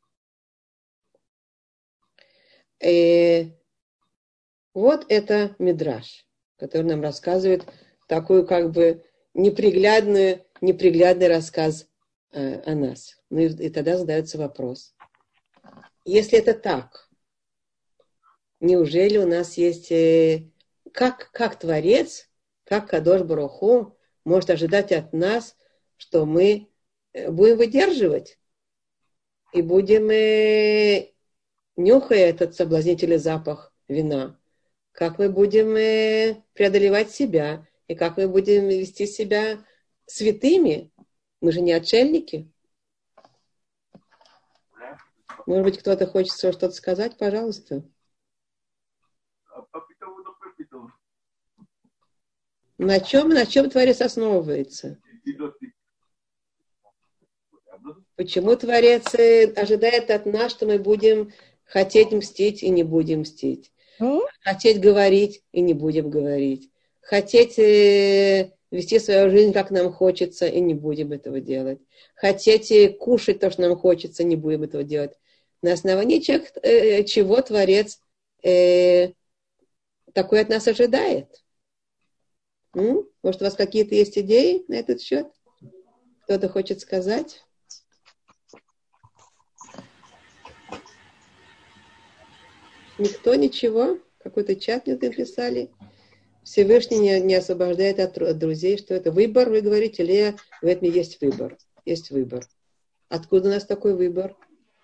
И вот это мидраш, который нам рассказывает такой как бы неприглядный, неприглядный рассказ э, о нас. Ну и, и тогда задается вопрос. Если это так, неужели у нас есть... Э, как, как Творец, как Кадош Барух Ху может ожидать от нас, что мы будем выдерживать и будем, э, нюхая этот соблазнительный запах вина, как мы будем э, преодолевать себя и как мы будем вести себя святыми. Мы же не отшельники. Может быть, кто-то хочет что-то сказать, пожалуйста. На чем, на чем Творец основывается? Почему Творец ожидает от нас, что мы будем хотеть мстить и не будем мстить? Хотеть говорить и не будем говорить? Хотеть э, вести свою жизнь, как нам хочется, и не будем этого делать? Хотеть э, кушать то, что нам хочется, не будем этого делать? На основании чего, э, чего Творец э, такой от нас ожидает? М? Может, у вас какие-то есть идеи на этот счет? Кто-то хочет сказать? Никто, ничего? Какой-то чат мне написали. Всевышний не, не освобождает от, от друзей. Что это? Выбор, вы говорите? Или в этом есть выбор? Есть выбор. Откуда у нас такой выбор?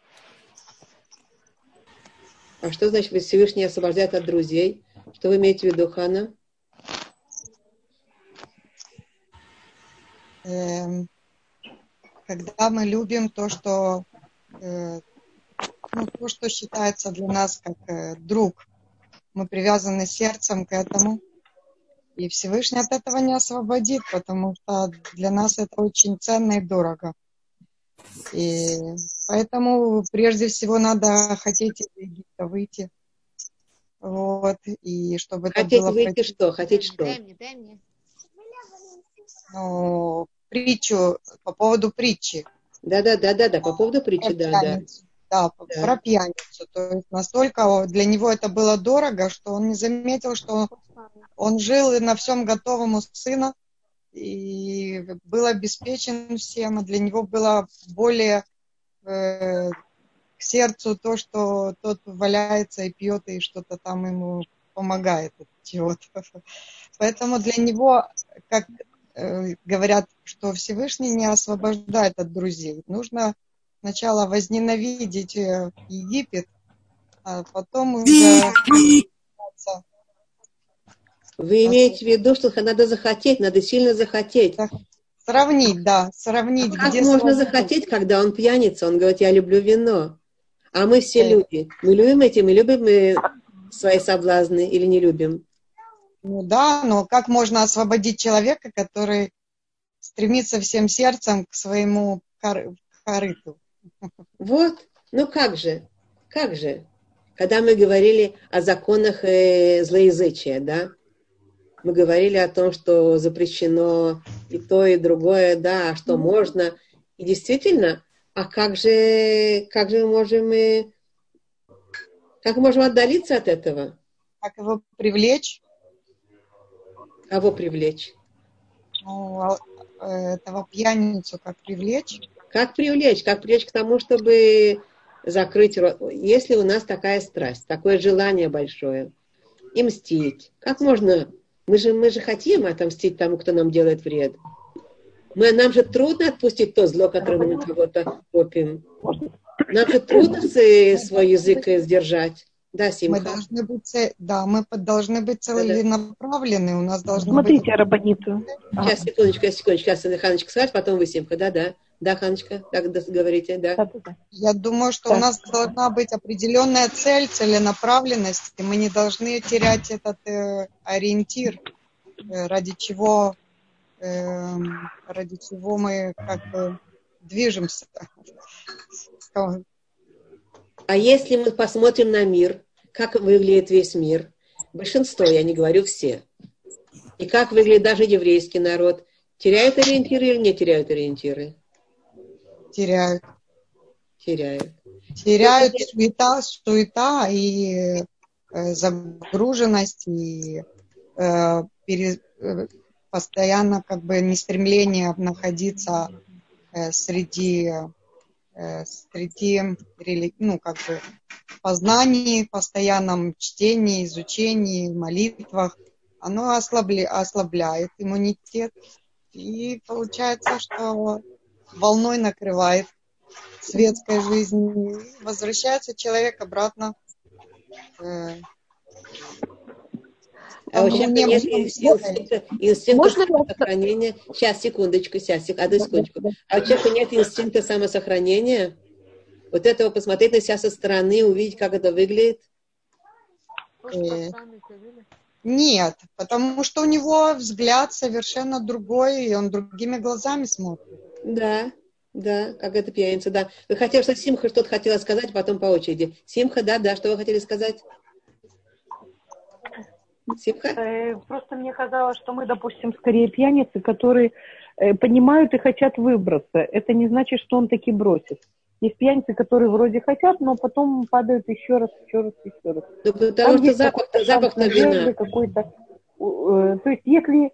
А что значит Всевышний освобождает от друзей? Что вы имеете в виду, Хана? Когда мы любим то, что, э, ну, то, что считается для нас как э, друг, мы привязаны сердцем к этому, и Всевышний от этого не освободит, потому что для нас это очень ценно и дорого. И поэтому прежде всего надо хотеть из Египта выйти. Вот, и чтобы это Хотеть было... выйти пройти... что? Хотеть что? Дай мне, дай мне. Ну, притчу, по поводу притчи. Да-да-да-да-да, по поводу притчи, да-да. Да, Да. про пьяницу. То есть настолько для него это было дорого, что он не заметил, что он жил и на всем готовом у сына, и был обеспечен всем, а для него было более э, к сердцу то, что тот валяется и пьет, и что-то там ему помогает от чего-то. Поэтому для него, как э, говорят, что Всевышний не освобождает от друзей. Нужно сначала возненавидеть Египет, а потом уже... Вы имеете в виду, что надо захотеть, надо сильно захотеть. Сравнить, да, сравнить. Как где можно свобода. захотеть, когда он пьяница? Он говорит, я люблю вино. А мы все Да. люди. Мы любим эти, мы любим мы свои соблазны или не любим? Ну да, но как можно освободить человека, который стремится всем сердцем к своему кор- корыту? Вот, ну как же, как же. Когда мы говорили о законах э, злоязычия, да, мы говорили о том, что запрещено и то, и другое, да, а что можно. И действительно, а как же, как же мы можем, э, как мы можем отдалиться от этого? Как его привлечь? Кого привлечь? Ну, а, э, этого пьяницу как привлечь? Как привлечь? Как привлечь к тому, чтобы закрыть рот? Если у нас такая страсть, такое желание большое, и мстить, как можно... Мы же, мы же хотим отомстить тому, кто нам делает вред. Мы, нам же трудно отпустить то зло, которое мы на кого-то копим. Нам же трудно свой язык сдержать. Да, Симха? Мы должны быть, да, мы должны быть целенаправлены. У нас должны Смотрите, быть... Рабаницу. Сейчас, секундочку, секундочку. Сейчас Ханочка скажет, потом вы, Симха. Да, да. Да, Ханочка, так говорите, да. Я думаю, что Да. у нас должна быть определенная цель, целенаправленность, и мы не должны терять этот э, ориентир, э, ради чего, э, ради чего мы как бы движемся. А если мы посмотрим на мир, как выглядит весь мир. Большинство, я не говорю все. И как выглядит даже еврейский народ. Теряют ориентиры или не теряют ориентиры? Теряют. Теряют. Теряют суета, суета и э, загруженность, и э, пере, э, постоянно как бы нестремление находиться э, среди, э, среди ну, как бы познаний, постоянном чтении, изучении, молитвах. Оно ослабля, ослабляет иммунитет. И получается, что волной накрывает светской жизни. Возвращается человек обратно. Э, А у человека нет инстинкта, инстинкта самосохранения. Сейчас, секундочку, сейчас, одну секундочку. А у человека нет инстинкта самосохранения? Вот этого посмотреть на себя со стороны, увидеть, как это выглядит? Э, нет, потому что у него взгляд совершенно другой, и он другими глазами смотрит. Да, да, как это пьяница, да. Вы хотели, что Симха что-то хотела сказать, потом по очереди. Симха, да, да, что вы хотели сказать? Симха? Просто мне казалось, что мы, допустим, скорее пьяницы, которые понимают и хотят выбраться. Это не значит, что он таки бросит. Есть пьяницы, которые вроде хотят, но потом падают еще раз, еще раз, еще раз. Ну, потому что запах, запах на вина. Какой-то, э, то есть, если,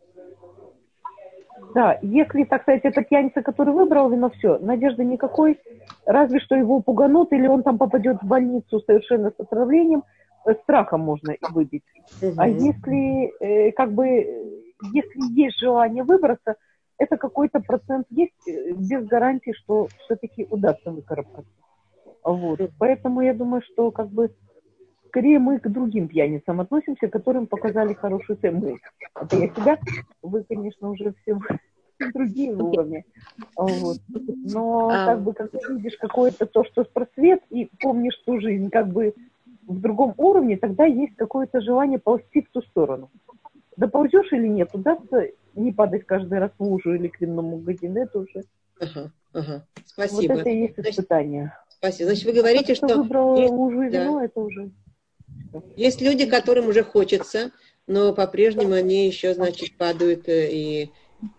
да, если, так сказать, это пьяница, который выбрал вино, все, надежды никакой, разве что его пуганут, или он там попадет в больницу совершенно с отравлением, э, страхом можно выбить. Угу. А если, э, как бы, если есть желание выбраться, это какой-то процент есть, без гарантии, что все-таки удастся выкарабкаться. Вот. Поэтому я думаю, что как бы скорее мы к другим пьяницам относимся, которым показали хорошую цену. Это я себя, вы, конечно, уже все другие уровни. Вот. Но как бы, когда видишь какое-то то, что просвет, и помнишь ту жизнь как бы в другом уровне, тогда есть какое-то желание ползти в ту сторону. Да ползешь или нет, удастся не падать каждый раз в лужу или к винному магазину, это уже... Ага, ага. Спасибо. Вот это и есть испытание. Значит, спасибо. Значит, вы говорите, а что... что выбрал есть, лужу и вино, да. Это уже... Есть люди, которым уже хочется, но по-прежнему они еще, значит, падают и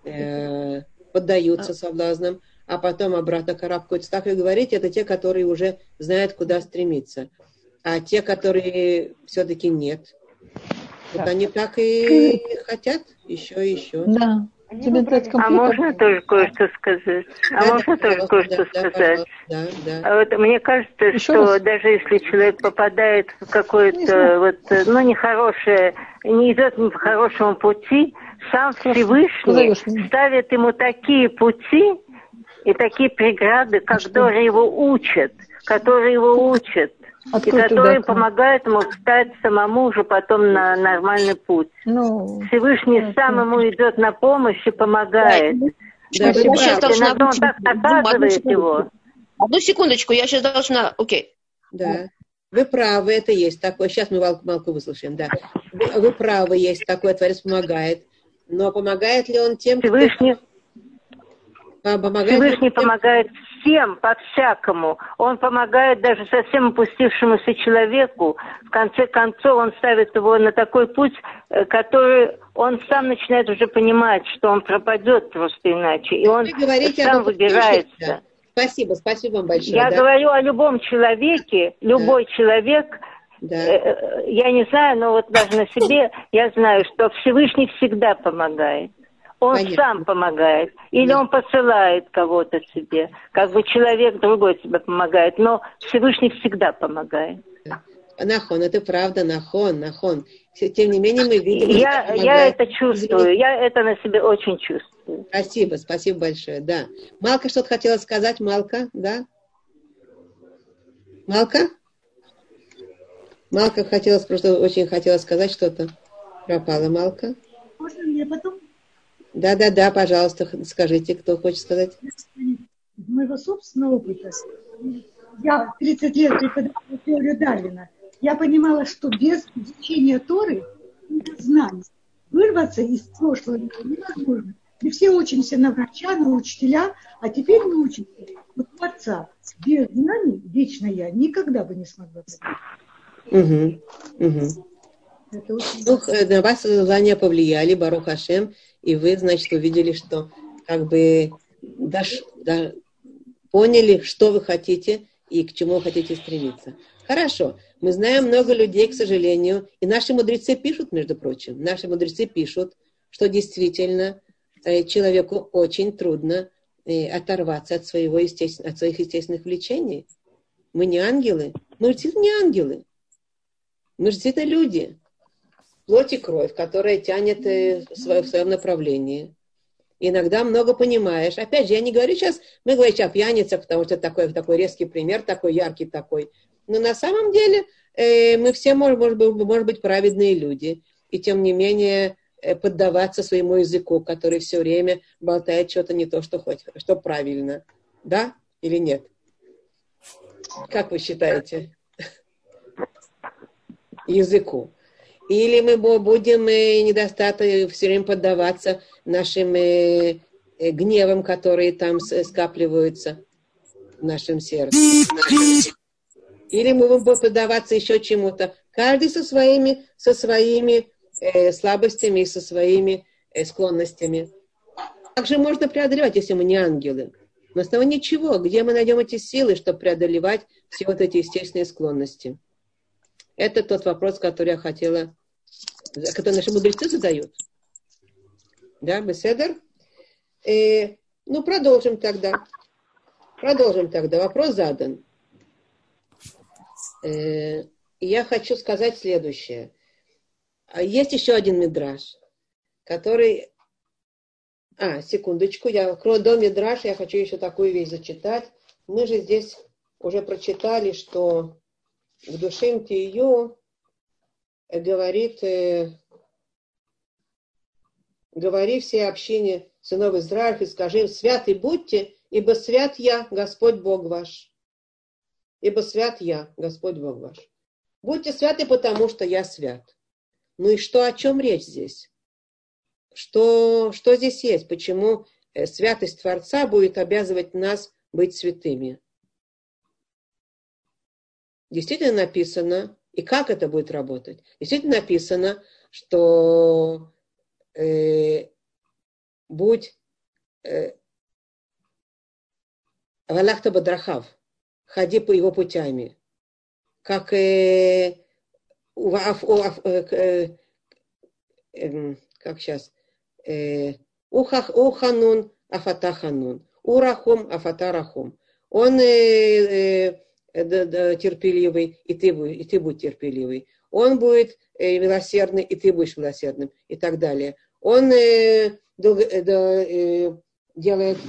э, поддаются соблазнам, а потом обратно карабкаются. Так вы говорите, это те, которые уже знают, куда стремиться. А те, которые все-таки нет, вот да. Они так и хотят еще и еще. Да. А можно тоже кое-что сказать? А да, можно да, тоже кое-что да, сказать? Да, да. А вот мне кажется, еще что раз. Даже если человек попадает в какое-то вот, ну, нехорошее, не идет по хорошему пути, сам Всевышний ставит ему такие пути и такие преграды, которые его учат, которые его учат. Откуда и которые помогают ему встать самому уже потом на нормальный путь. Ну, Всевышний да, сам ему идет на помощь и помогает. Да, я сейчас должна... Он так наказывает его. Одну секундочку, я сейчас должна... Окей. Да, вы правы, это есть такое. Сейчас мы Малку, Малку выслушаем, да. Вы, вы правы, есть такое, Творец помогает. Но помогает ли он тем, Всевышний... кто... Помогает Всевышний помогает всем, по-всякому. Он помогает даже совсем опустившемуся человеку. В конце концов, он ставит его на такой путь, который он сам начинает уже понимать, что он пропадет просто иначе. И он сам выбирается. Спасибо, спасибо вам большое. Я да? говорю о любом человеке. Любой да. человек, да. э, я не знаю, но вот даже на себе я знаю, что Всевышний всегда помогает. Он Понятно. Сам помогает. Или да. он посылает кого-то себе. Как бы человек другой тебе помогает. Но Всевышний всегда помогает. Нахон, это правда, нахон, нахон. Тем не менее мы видим... Я, я это чувствую. Я это на себе очень чувствую. Спасибо, спасибо большое, да. Малка что-то хотела сказать, Малка, да? Малка? Малка хотела, просто очень хотела сказать что-то. Пропала Малка. Можно мне потом? Да, да, да, пожалуйста, скажите, кто хочет сказать. Из моего собственного опыта, я тридцать лет преподавала теорию Дарвина, я понимала, что без изучения Торы, знаний, вырваться из прошлого невозможно. Мы все учимся на врача, на учителя, а теперь мы учимся у Творца. Без знаний, вечно я никогда бы не смогла. Угу. Угу. Ну, на вас желания повлияли, Барух Ашем, и вы, значит, увидели, что как бы даш, да, поняли, что вы хотите и к чему вы хотите стремиться. Хорошо. Мы знаем много людей, к сожалению, и наши мудрецы пишут, между прочим, наши мудрецы пишут, что действительно человеку очень трудно оторваться от, своего естествен... от своих естественных влечений. Мы не ангелы. Мы действительно не ангелы. Мы же действительно люди. Плоть и кровь, которая тянет в своем направлении. И иногда много понимаешь. Опять же, я не говорю сейчас, мы говорим о пьяницах, потому что такой, такой резкий пример, такой яркий такой. Но на самом деле э, мы все, может, может, быть, может быть, праведные люди. И тем не менее э, поддаваться своему языку, который все время болтает что-то не то, что хочет, что правильно. Да или нет? Как вы считаете? Языку. Или мы будем э, недостаточно все время поддаваться нашим э, э, гневам, которые там скапливаются в нашем сердце. Или мы будем поддаваться еще чему-то. Каждый со своими, со своими э, слабостями и со своими э, склонностями. Как же можно преодолевать, если мы не ангелы? На основании чего? Где мы найдем эти силы, чтобы преодолевать все вот эти естественные склонности? Это тот вопрос, который я хотела, который наши мудрецы задают. Да, беседер? Э, ну, продолжим тогда. Продолжим тогда. Вопрос задан. Э, я хочу сказать следующее. Есть еще один мидраш, который... А, секундочку. Я до мидраша я хочу еще такую вещь зачитать. Мы же здесь уже прочитали, что в Душим Тию говорит, э, говори всей общине сынов Израиля и скажи им: святы будьте, ибо свят я, Господь Бог ваш. Ибо свят я, Господь Бог ваш. Будьте святы, потому что я свят. Ну и что, о чем речь здесь? Что, что здесь есть? Почему святость Творца будет обязывать нас быть святыми? Действительно написано, и как это будет работать? Действительно написано, что э, будь Валахта Бадрахав, ходи по его путями, как э, э, э, как сейчас э, Уханун Афатаханун, Урахум Афатарахум. Он э, э, терпеливый, и ты, и ты будь терпеливый. Он будет э, милосердный, и ты будешь милосердным, и так далее. Он э, долго, э, делает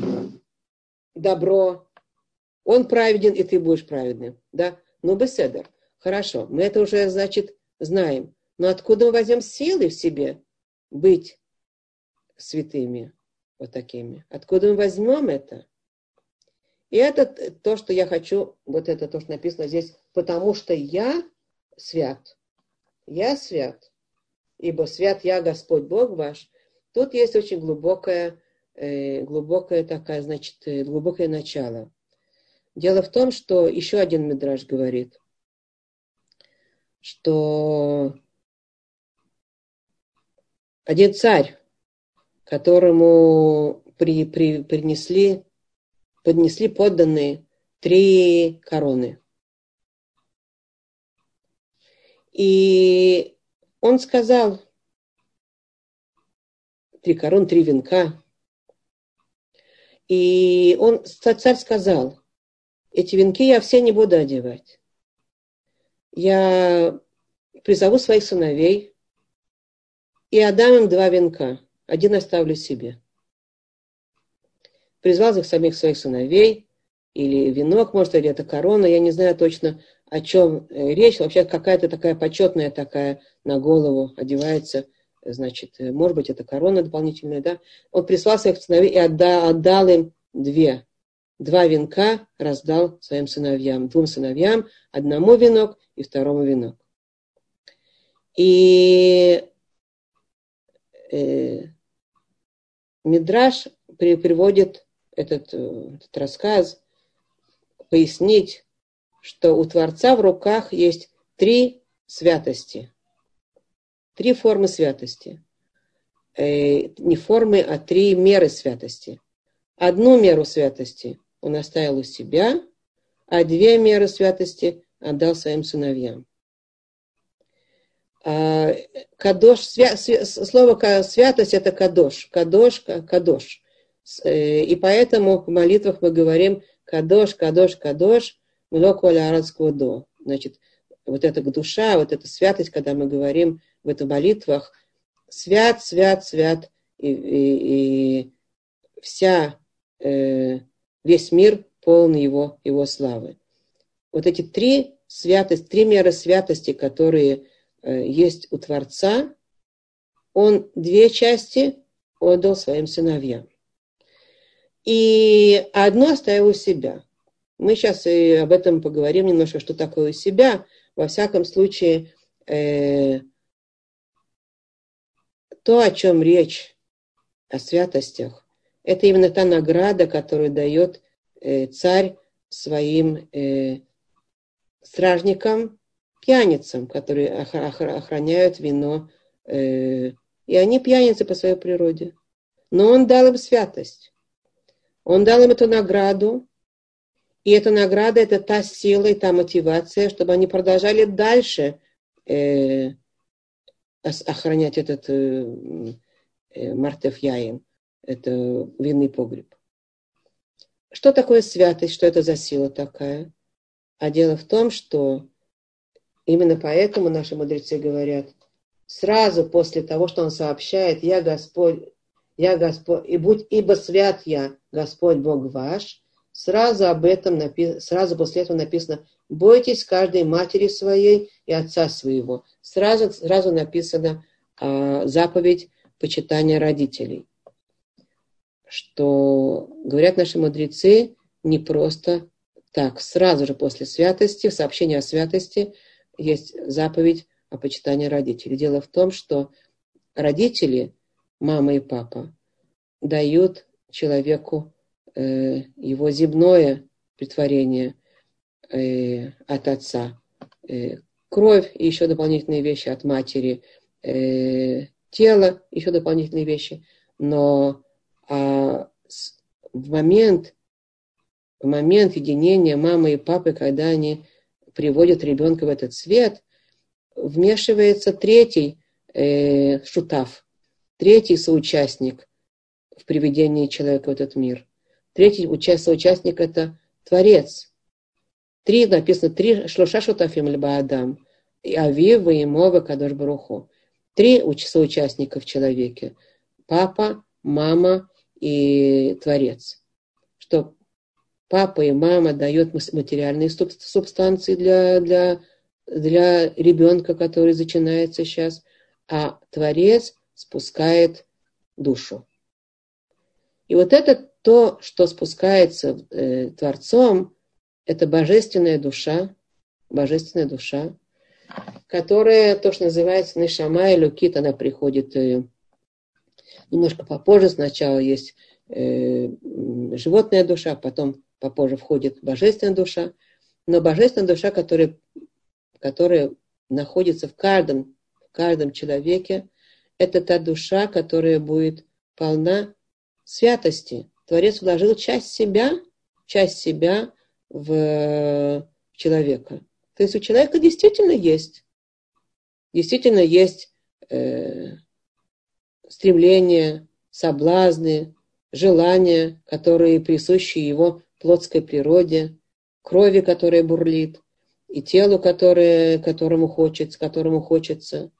добро, он праведен, и ты будешь праведным. Да? Ну, беседер. Хорошо, мы это уже, значит, знаем. Но откуда мы возьмем силы в себе быть святыми, вот такими? Откуда мы возьмем это? И это то, что я хочу, вот это то, что написано здесь, потому что я свят. Я свят. Ибо свят я, Господь Бог ваш. Тут есть очень глубокое, э, глубокое такая, значит, глубокое начало. Дело в том, что еще один мидраш говорит, что один царь, которому при, при, принесли поднесли подданные три короны. И он сказал, три короны, три венка. И он, царь сказал, эти венки я все не буду одевать. Я призову своих сыновей и отдам им два венка. Один оставлю себе. Призвал их самих своих сыновей, или венок, может, или это корона, я не знаю точно, о чем речь. Вообще какая-то такая почетная такая на голову одевается, значит, может быть, это корона дополнительная, да. Он прислал своих сыновей и отдал, отдал им две. Два венка раздал своим сыновьям, двум сыновьям, одному венок и второму венок. И э, Мидраш при, приводит Этот, этот рассказ, пояснить, что у Творца в руках есть три святости. Три формы святости. Э, не формы, а три меры святости. Одну меру святости он оставил у себя, а две меры святости отдал своим сыновьям. А, кадош, свя, свя, слово святость это кадош. Кадош, кадош. И поэтому в молитвах мы говорим кадош, кадош, кадош, млоку аль-арадского до. Значит, вот эта душа, вот эта святость, когда мы говорим в этих молитвах, свят, свят, свят, и, и, и вся, э, весь мир полон его, его славы. Вот эти три святости, три меры святости, которые э, есть у Творца, он две части отдал своим сыновьям. И одну оставил у себя. Мы сейчас и об этом поговорим немножко, что такое у себя. Во всяком случае, э, то, о чем речь, о святостях, это именно та награда, которую дает э, царь своим э, стражникам, пьяницам, которые охраняют вино. Э, и они пьяницы по своей природе. Но он дал им святость. Он дал им эту награду. И эта награда – это та сила и та мотивация, чтобы они продолжали дальше э, охранять этот э, э, мартеф яин, это винный погреб. Что такое святость? Что это за сила такая? А дело в том, что именно поэтому наши мудрецы говорят, сразу после того, что он сообщает, «Я Господь, я Господь, и будь, ибо свят я, Господь Бог ваш», сразу об этом написано, сразу после этого написано, «Бойтесь каждой матери своей и отца своего». Сразу, сразу написано э, заповедь почитания родителей. Что говорят наши мудрецы не просто так. Сразу же после святости, в сообщении о святости, есть заповедь о почитании родителей. Дело в том, что родители, мама и папа, дают человеку э, его земное претворение э, от отца. Э, кровь и еще дополнительные вещи от матери. Э, тело, еще дополнительные вещи. Но а, с, в момент в момент единения мамы и папы, когда они приводят ребенка в этот свет, вмешивается третий э, шутав, третий соучастник в приведении человека в этот мир. Третий соучастник – это Творец. Три, написано, три шлоша шутафим льба Адам, и Авив, и Мова, Кадош Баруху. Три соучастника в человеке. Папа, мама и Творец. Что папа и мама дают материальные субстанции для, для, для ребенка, который зачинается сейчас, а Творец спускает душу. И вот это то, что спускается э, Творцом, это божественная душа, божественная душа, которая, то, что называется нешама элокит, она приходит э, немножко попозже. Сначала есть э, животная душа, потом попозже входит божественная душа, но божественная душа, которая, которая находится в каждом, в каждом человеке, это та душа, которая будет полна святости. Творец вложил часть себя, часть себя в человека. То есть у человека действительно есть, действительно есть э, стремления, соблазны, желания, которые присущи его плотской природе, крови, которая бурлит, и телу, которое, которому хочется, которому хочется.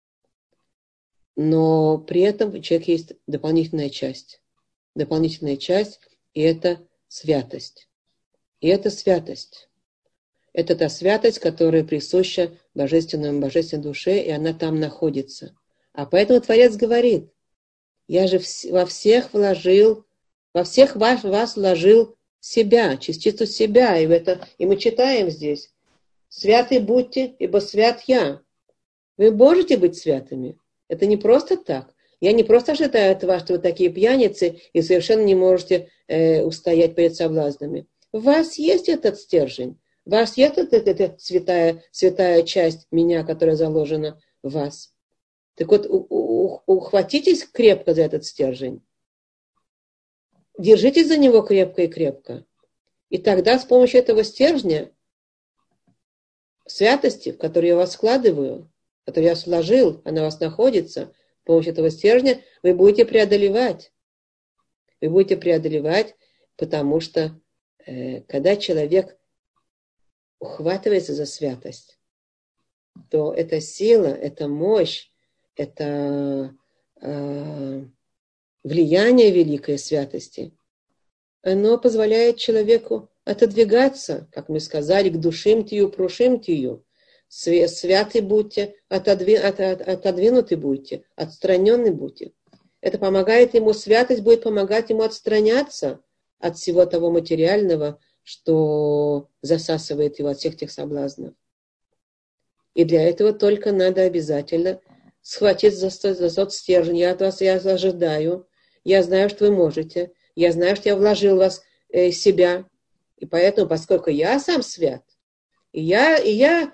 Но при этом у человека есть дополнительная часть. Дополнительная часть, и это святость. И это святость. Это та святость, которая присуща божественному, божественной душе, и она там находится. А поэтому Творец говорит, я же во всех вложил, во всех вас, вас вложил себя, частицу себя. И, это, и мы читаем здесь, святы будьте, ибо свят я. Вы можете быть святыми. Это не просто так. Я не просто ожидаю от вас, что вы такие пьяницы и совершенно не можете э, устоять перед соблазнами. У вас есть этот стержень. У вас есть эта, эта святая, святая часть меня, которая заложена в вас. Так вот, у, у, ухватитесь крепко за этот стержень. Держитесь за него крепко и крепко. И тогда с помощью этого стержня, святости, в которую я вас складываю, которую я сложил, она у вас находится, с помощью этого стержня вы будете преодолевать. Вы будете преодолевать, потому что э, когда человек ухватывается за святость, то эта сила, эта мощь, это э, влияние великой святости, оно позволяет человеку отодвигаться, как мы сказали, к душимтию, прушимтию. Святы будьте, отодви, от, от, отодвинуты будьте, отстранены будьте. Это помогает ему, святость будет помогать ему отстраняться от всего того материального, что засасывает его от всех тех соблазнов. И для этого только надо обязательно схватить за, за тот стержень. Я от вас я ожидаю, я знаю, что вы можете, я знаю, что я вложил в вас э, себя. И поэтому, поскольку я сам свят, и я, и я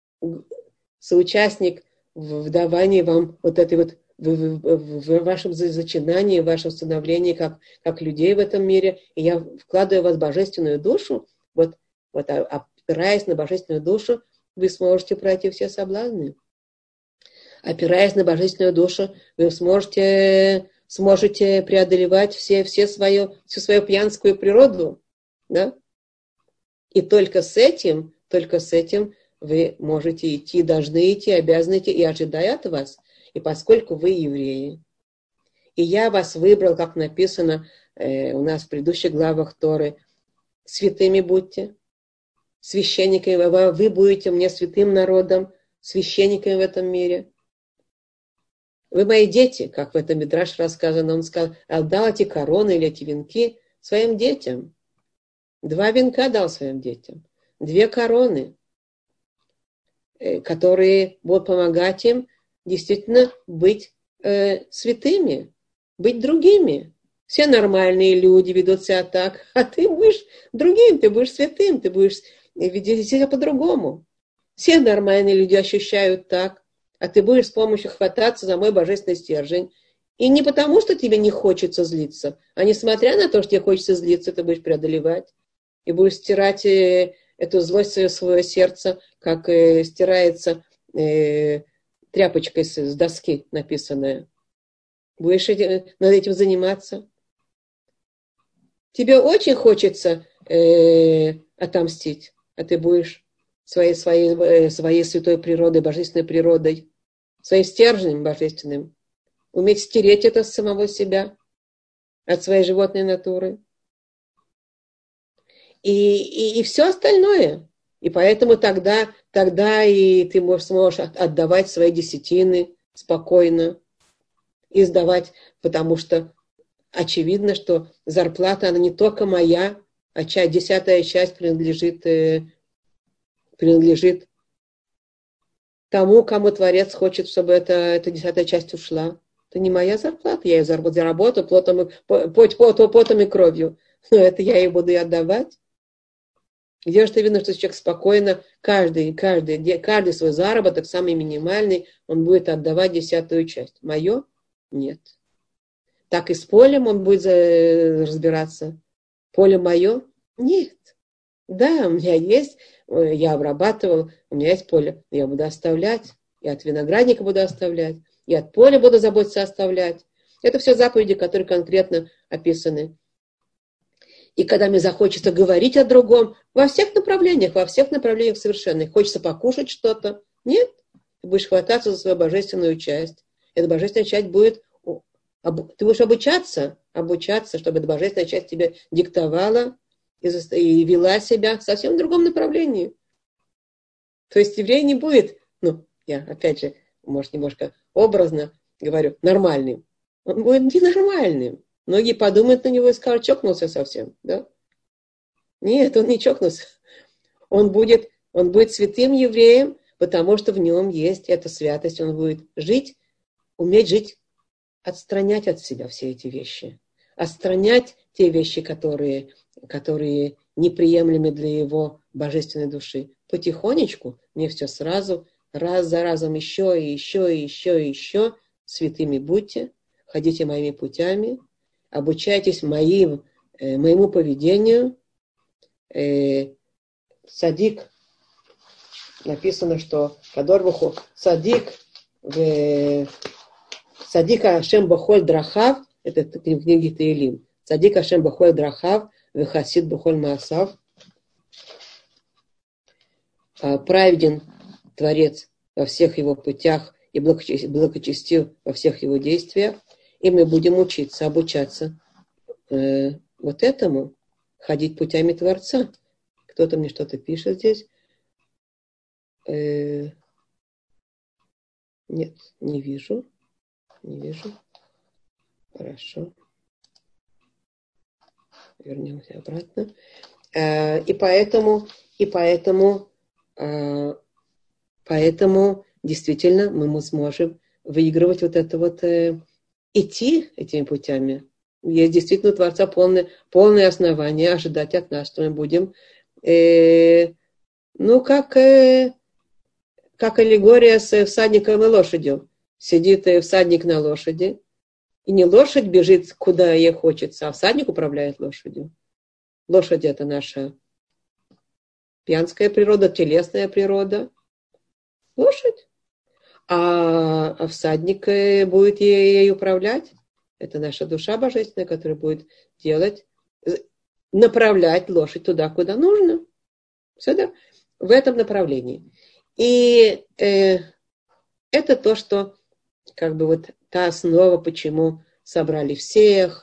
соучастник в, в давании вам вот этой вот, в, в, в вашем зачинании, в вашем становлении как, как людей в этом мире, и я вкладываю в вас божественную душу, вот, вот опираясь на божественную душу, вы сможете пройти все соблазны. Опираясь на божественную душу, вы сможете, сможете преодолевать все, все свою, всю свою пьянскую природу. Да? И только с этим, только с этим вы можете идти, должны идти, обязаны идти, и ожидают вас. И поскольку вы евреи, и я вас выбрал, как написано э, у нас в предыдущих главах Торы, святыми будьте, священниками, вы будете мне святым народом, священниками в этом мире. Вы мои дети, как в этом Мидраш рассказано, он сказал, отдал эти короны или эти венки своим детям. Два венка дал своим детям, две короны, которые будут помогать им действительно быть э, святыми, быть другими. Все нормальные люди ведут себя так, а ты будешь другим, ты будешь святым, ты будешь вести себя по-другому. Все нормальные люди ощущают так, а ты будешь с помощью хвататься за мой божественный стержень. И не потому, что тебе не хочется злиться, а несмотря на то, что тебе хочется злиться, ты будешь преодолевать. И будешь стирать э, эту злость в свое сердце, как э, стирается э, тряпочкой с, с доски написанная. Будешь эти, над этим заниматься. Тебе очень хочется э, отомстить, а ты будешь своей, своей, э, своей святой природой, божественной природой, своим стержнем божественным, уметь стереть это с самого себя, от своей животной натуры. И, и, и все остальное. И поэтому тогда, тогда и ты можешь, сможешь отдавать свои десятины спокойно и сдавать, потому что очевидно, что зарплата, она не только моя, а часть, десятая часть принадлежит, э, принадлежит тому, кому Творец хочет, чтобы эта, эта десятая часть ушла. Это не моя зарплата, я ее заработаю потом, потом, потом и кровью. Но это я ей буду и отдавать. Где же ты видно, что человек спокойно, каждый, каждый, каждый свой заработок, самый минимальный, он будет отдавать десятую часть. Мое? Нет. Так и с полем он будет разбираться. Поле мое? Нет. Да, у меня есть, я обрабатывал, у меня есть поле, я буду оставлять, и от виноградника буду оставлять, и от поля буду заботиться оставлять. Это все заповеди, которые конкретно описаны. И когда мне захочется говорить о другом, во всех направлениях, во всех направлениях совершенно. Хочется покушать что-то. Нет. Ты будешь хвататься за свою божественную часть. Эта божественная часть будет... Ты будешь обучаться, обучаться, чтобы эта божественная часть тебе диктовала и, и вела себя в совсем другом направлении. То есть еврей не будет, ну, я опять же, может, немножко образно говорю, нормальным. Он будет ненормальным. Многие подумают на него и скажут, чокнулся совсем, да? Нет, он не чокнулся. Он будет, он будет святым евреем, потому что в нем есть эта святость. Он будет жить, уметь жить, отстранять от себя все эти вещи. Отстранять те вещи, которые, которые неприемлемы для его божественной души. Потихонечку, не все сразу, раз за разом еще и еще и еще и еще, святыми будьте, ходите моими путями, обучайтесь моим, э, моему поведению. Э, садик, написано, что Кадор-Буху, садик, в, садик Ашем Бахоль Драхав, это в книге Теилим, садик Ашем Бахоль Драхав, вехасид Бахоль Маасав, праведен Творец во всех его путях и благочестив во всех его действиях, и мы будем учиться, обучаться э, вот этому, ходить путями Творца. Кто-то мне что-то пишет здесь. Э, нет, не вижу. Не вижу. Хорошо. Вернемся обратно. Э, и поэтому, и поэтому, э, поэтому действительно мы сможем выигрывать вот это вот, э, идти этими путями. Есть действительно у Творца полное, полное основание ожидать от нас, что мы будем, э, ну, как, э, как аллегория с всадником и лошадью. Сидит всадник на лошади, и не лошадь бежит, куда ей хочется, а всадник управляет лошадью. Лошадь — это наша пьянская природа, телесная природа. Лошадь. А, а всадник будет ей, ей управлять. Это наша душа божественная, которая будет делать, направлять лошадь туда, куда нужно. Сюда, в этом направлении. И э, это то, что как бы вот та основа, почему собрали всех,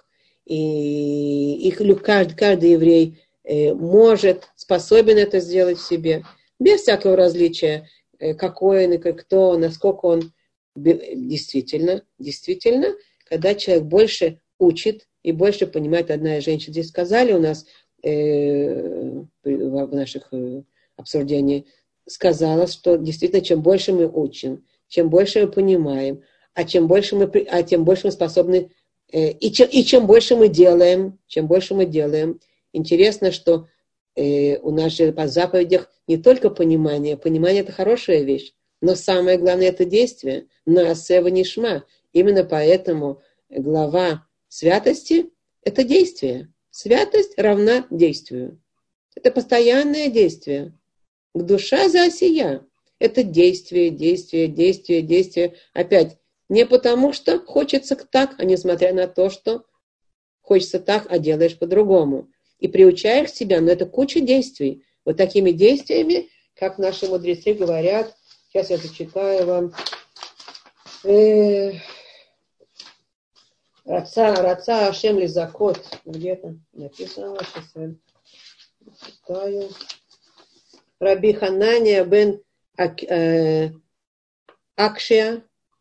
и их каждый, каждый еврей э, может, способен это сделать в себе, без всякого различия, э, какой он и кто, насколько он действительно, действительно, когда человек больше учит и больше понимает. Одна из женщин здесь сказали у нас э, в наших э, обсуждениях, сказала, что действительно, чем больше мы учим, чем больше мы понимаем, а чем больше мы, а тем больше мы способны, э, и, чем, и чем больше мы делаем, чем больше мы делаем. Интересно, что э, у нас же по заповедях не только понимание, понимание — это хорошая вещь, но самое главное — это действие. Наасе венишма. Именно поэтому глава святости — это действие. Святость равна действию. Это постоянное действие. Душа за осия. Это действие, действие, действие, действие. Опять, не потому что хочется так, а несмотря на то, что хочется так, а делаешь по-другому. И приучаешь себя, но это куча действий. Вот такими действиями, как наши мудрецы говорят, сейчас я зачитаю вам, э, Раца, Раца Ашем Лизакот, где-то написано, сейчас я читаю. Раби Ханания бен Ак, э, Акшия,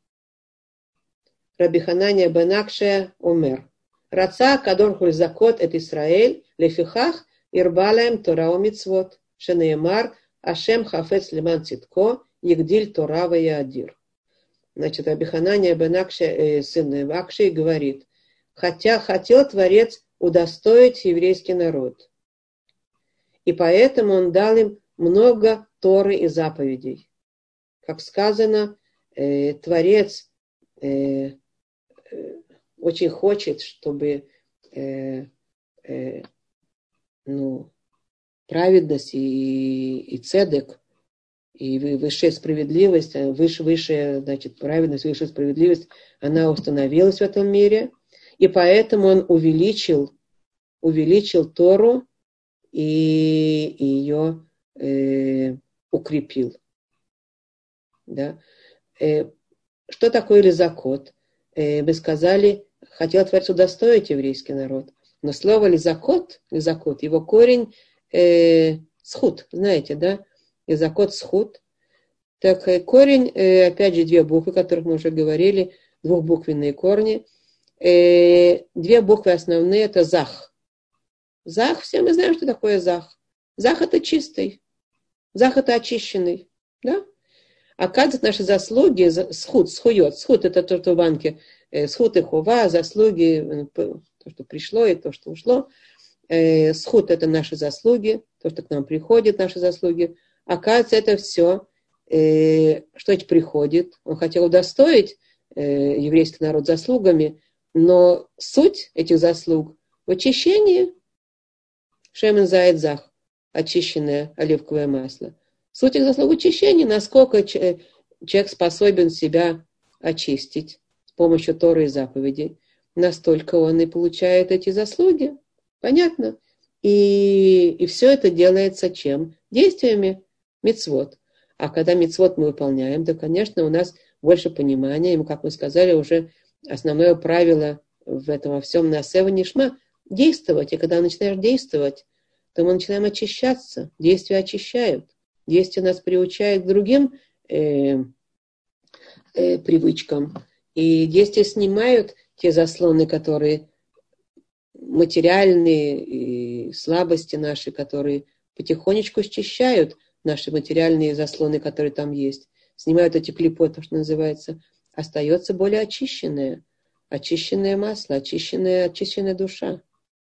Раби Ханания бен Акшия умер. Раца Кадор Хульзакот эт Исраэль, лефихах ирбалаем Тора мицвот, шенеемар Ашем хафец лиман цитко, егдиль Тора ваядир. Значит, Раби Ханания бен Акшия, э, сын Акшии, говорит, хотя хотел Творец удостоить еврейский народ, и поэтому он дал им много Торы и заповедей. Как сказано, э, Творец э, э, очень хочет, чтобы э, э, ну, праведность и, и цедек, и высшая справедливость, выше, высшая, значит, праведность, высшая справедливость, она установилась в этом мире, и поэтому он увеличил, увеличил Тору и, и ее э, укрепил. Да? Э, что такое лизакот? Э, мы сказали, хотел Творец удостоить еврейский народ, но слово лизакот, лизакот, его корень э, схут, знаете, да? Лизакот схут. Так, корень, э, опять же, две буквы, о которых мы уже говорили, двухбуквенные корни. Э, две буквы основные — это зах. Зах, все мы знаем, что такое зах. Зах — это чистый. Зах — это очищенный. Да? Оказывается, наши заслуги, схут, схует. Схут — это то, что в банке. Э, схут и хува, заслуги, то, что пришло, и то, что ушло. э, схуд – это наши заслуги, то, что к нам приходит, наши заслуги. Оказывается, это все, э, что это приходит. Он хотел удостоить э, еврейский народ заслугами, но суть этих заслуг в очищении шемен заэдзах, очищенное оливковое масло. Суть их заслуг в очищении, насколько человек способен себя очистить с помощью Торы и заповедей, настолько он и получает эти заслуги. Понятно? И, и все это делается чем? Действиями мицвот. А когда мицвот мы выполняем, то, конечно, у нас больше понимания. И, как мы сказали, уже основное правило в этом во всем насева нишма – действовать. И когда начинаешь действовать, то мы начинаем очищаться. Действия очищают. Действия нас приучают к другим э, э, привычкам. И действия снимают те заслоны, которые материальные, и слабости наши, которые потихонечку счищают наши материальные заслоны, которые там есть. Снимают эти клипоты, что называется. Остается более очищенное. Очищенное масло, очищенная, очищенная душа.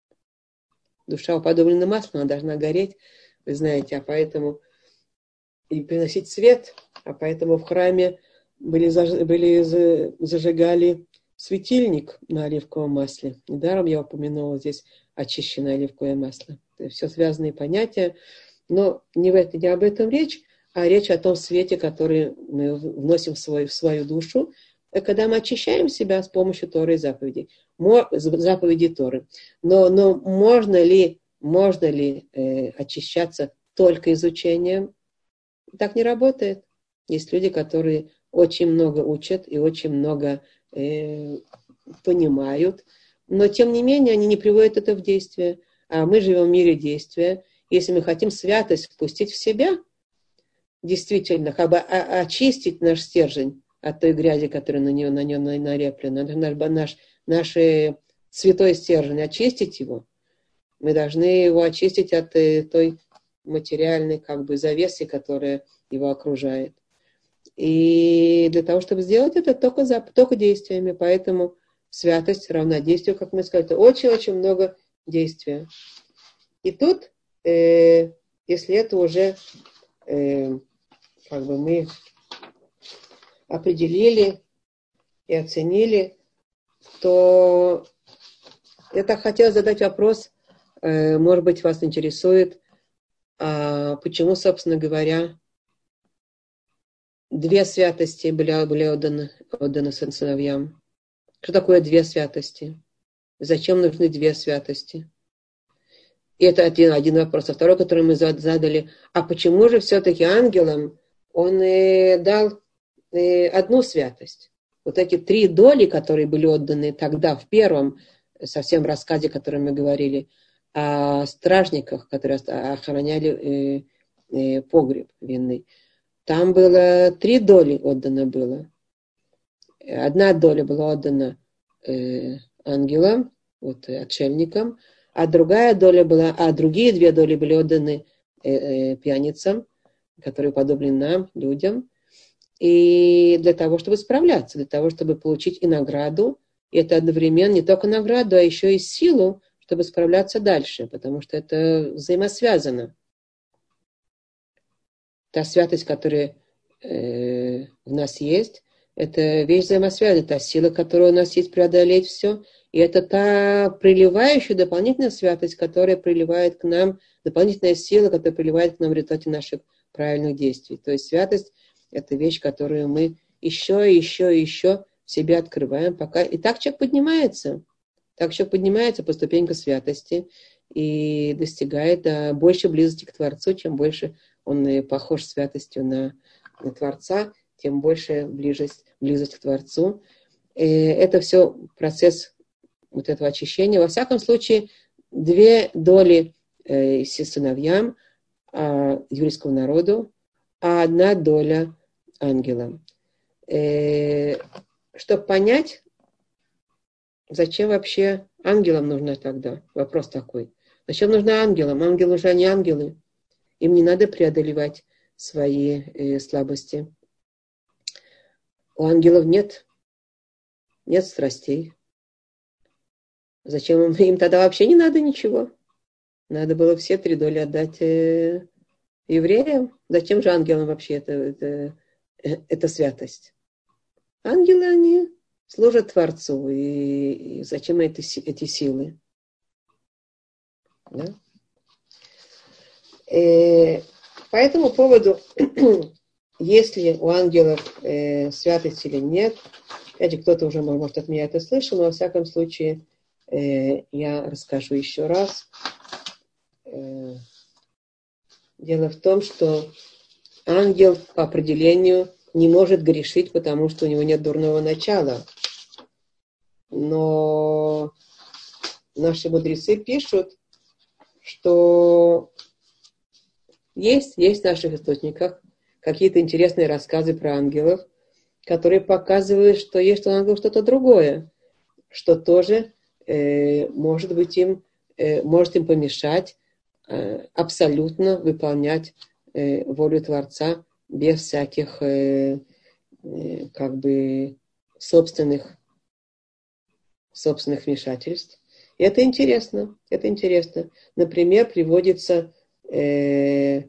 Душа уподоблена маслу, она должна гореть, вы знаете, а поэтому и приносить свет, а поэтому в храме были, заж... были зажигали светильник на оливковом масле. Недаром я упомянула здесь очищенное оливковое масло. Это все связанные понятия, но не, в это, не об этом речь, а речь о том свете, который мы вносим в свою, в свою душу, когда мы очищаем себя с помощью Торы и заповедей. Заповеди Торы. Но, но можно ли, можно ли э, очищаться только изучением? Так не работает. Есть люди, которые очень много учат и очень много э, понимают, но тем не менее они не приводят это в действие. А мы живем в мире действия. Если мы хотим святость впустить в себя, действительно, как бы очистить наш стержень от той грязи, которая на нее, на нем налеплена, наш, наш, наш святой стержень, очистить его, мы должны его очистить от той материальной как бы завесы, которая его окружает. И для того, чтобы сделать это, только, за, только действиями. Поэтому святость равна действию, как мы сказали, это очень-очень много действия. И тут, э, если это уже э, как бы мы определили и оценили, то я так хотела задать вопрос, э, может быть, вас интересует, а почему, собственно говоря, две святости были, были отданы, отданы сыновьям. Что такое две святости? Зачем нужны две святости? И это один, один вопрос. А второй, который мы задали, а почему же все-таки ангелам он э, дал э, одну святость? Вот эти три доли, которые были отданы тогда, в первом совсем рассказе, о котором мы говорили, о стражниках, которые охраняли э, э, погреб винный. Там было три доли отдано было. Одна доля была отдана э, ангелам, вот, отшельникам, а другая доля была, а другие две доли были отданы э, э, пьяницам, которые подобны нам, людям, и для того, чтобы справляться, для того, чтобы получить и награду, и это одновременно не только награду, а еще и силу, чтобы справляться дальше, потому что это взаимосвязано. Та святость, которая э, в нас есть, это вещь взаимосвязана, та сила, которая у нас есть, преодолеть все. И это та приливающая дополнительная святость, которая приливает к нам, дополнительная сила, которая приливает к нам в результате наших правильных действий. То есть святость – это вещь, которую мы еще и еще и еще в себе открываем. Пока... И так человек поднимается. Так человек поднимается по ступенькам святости и достигает да, больше близости к Творцу. Чем больше он похож святостью на, на Творца, тем больше близость, близость к Творцу. И это все процесс вот этого очищения. Во всяком случае, две доли э, сыновьям э, еврейскому народу, а одна доля ангелам. Э, чтобы понять, зачем вообще ангелам нужна тогда? Вопрос такой. Зачем нужна ангелам? Ангелы уже не ангелы. Им не надо преодолевать свои э, слабости. У ангелов нет, нет страстей. Зачем им, им тогда вообще не надо ничего? Надо было все три доли отдать э, евреям. Зачем же ангелам вообще это, это, это святость? Ангелы, они служат Творцу. И, и зачем эти, эти силы? Да? Э, по этому поводу, если у ангелов э, святость или нет, опять же, кто-то уже, может, от меня это слышал, но во всяком случае э, я расскажу еще раз. Э, дело в том, что ангел по определению не может грешить, потому что у него нет дурного начала. Но наши мудрецы пишут, что есть, есть в наших источниках какие-то интересные рассказы про ангелов, которые показывают, что есть у ангелов что-то другое, что тоже э, может быть им, э, может им помешать э, абсолютно выполнять э, волю Творца без всяких э, э, как бы собственных, собственных вмешательств. И это интересно, это интересно. Например, приводится э,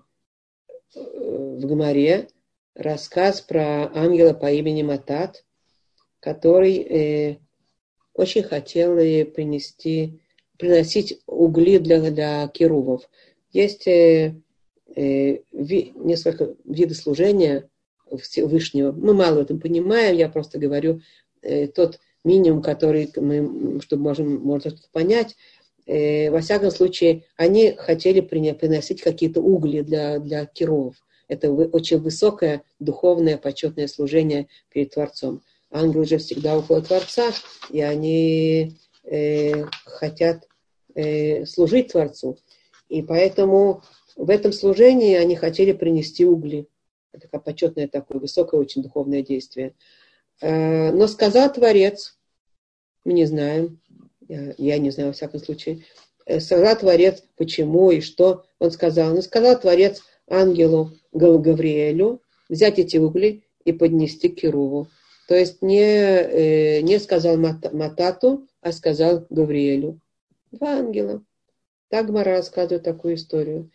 в Гемаре рассказ про ангела по имени Матат, который э, очень хотел принести, приносить угли для, для керувов. Есть э, э, ви, несколько видов служения Всевышнего. Мы мало в этом понимаем, я просто говорю э, тот минимум, который мы, чтобы можем, можно что-то понять. Э, во всяком случае, они хотели приносить какие-то угли для, для керувов. Это очень высокое духовное почетное служение перед Творцом. Ангелы же всегда около Творца, и они э, хотят э, служить Творцу. И поэтому в этом служении они хотели принести угли. Это такое почетное такое высокое очень духовное действие. Э, но сказал Творец, мы не знаем, я, я не знаю во всяком случае, э, сказал Творец, почему и что он сказал. Но сказал Творец ангелу Гавриэлю взять эти угли и поднести к керуву. То есть не, э, не сказал Матату, а сказал Гавриэлю. Два ангела. Так Гмара рассказывает такую историю.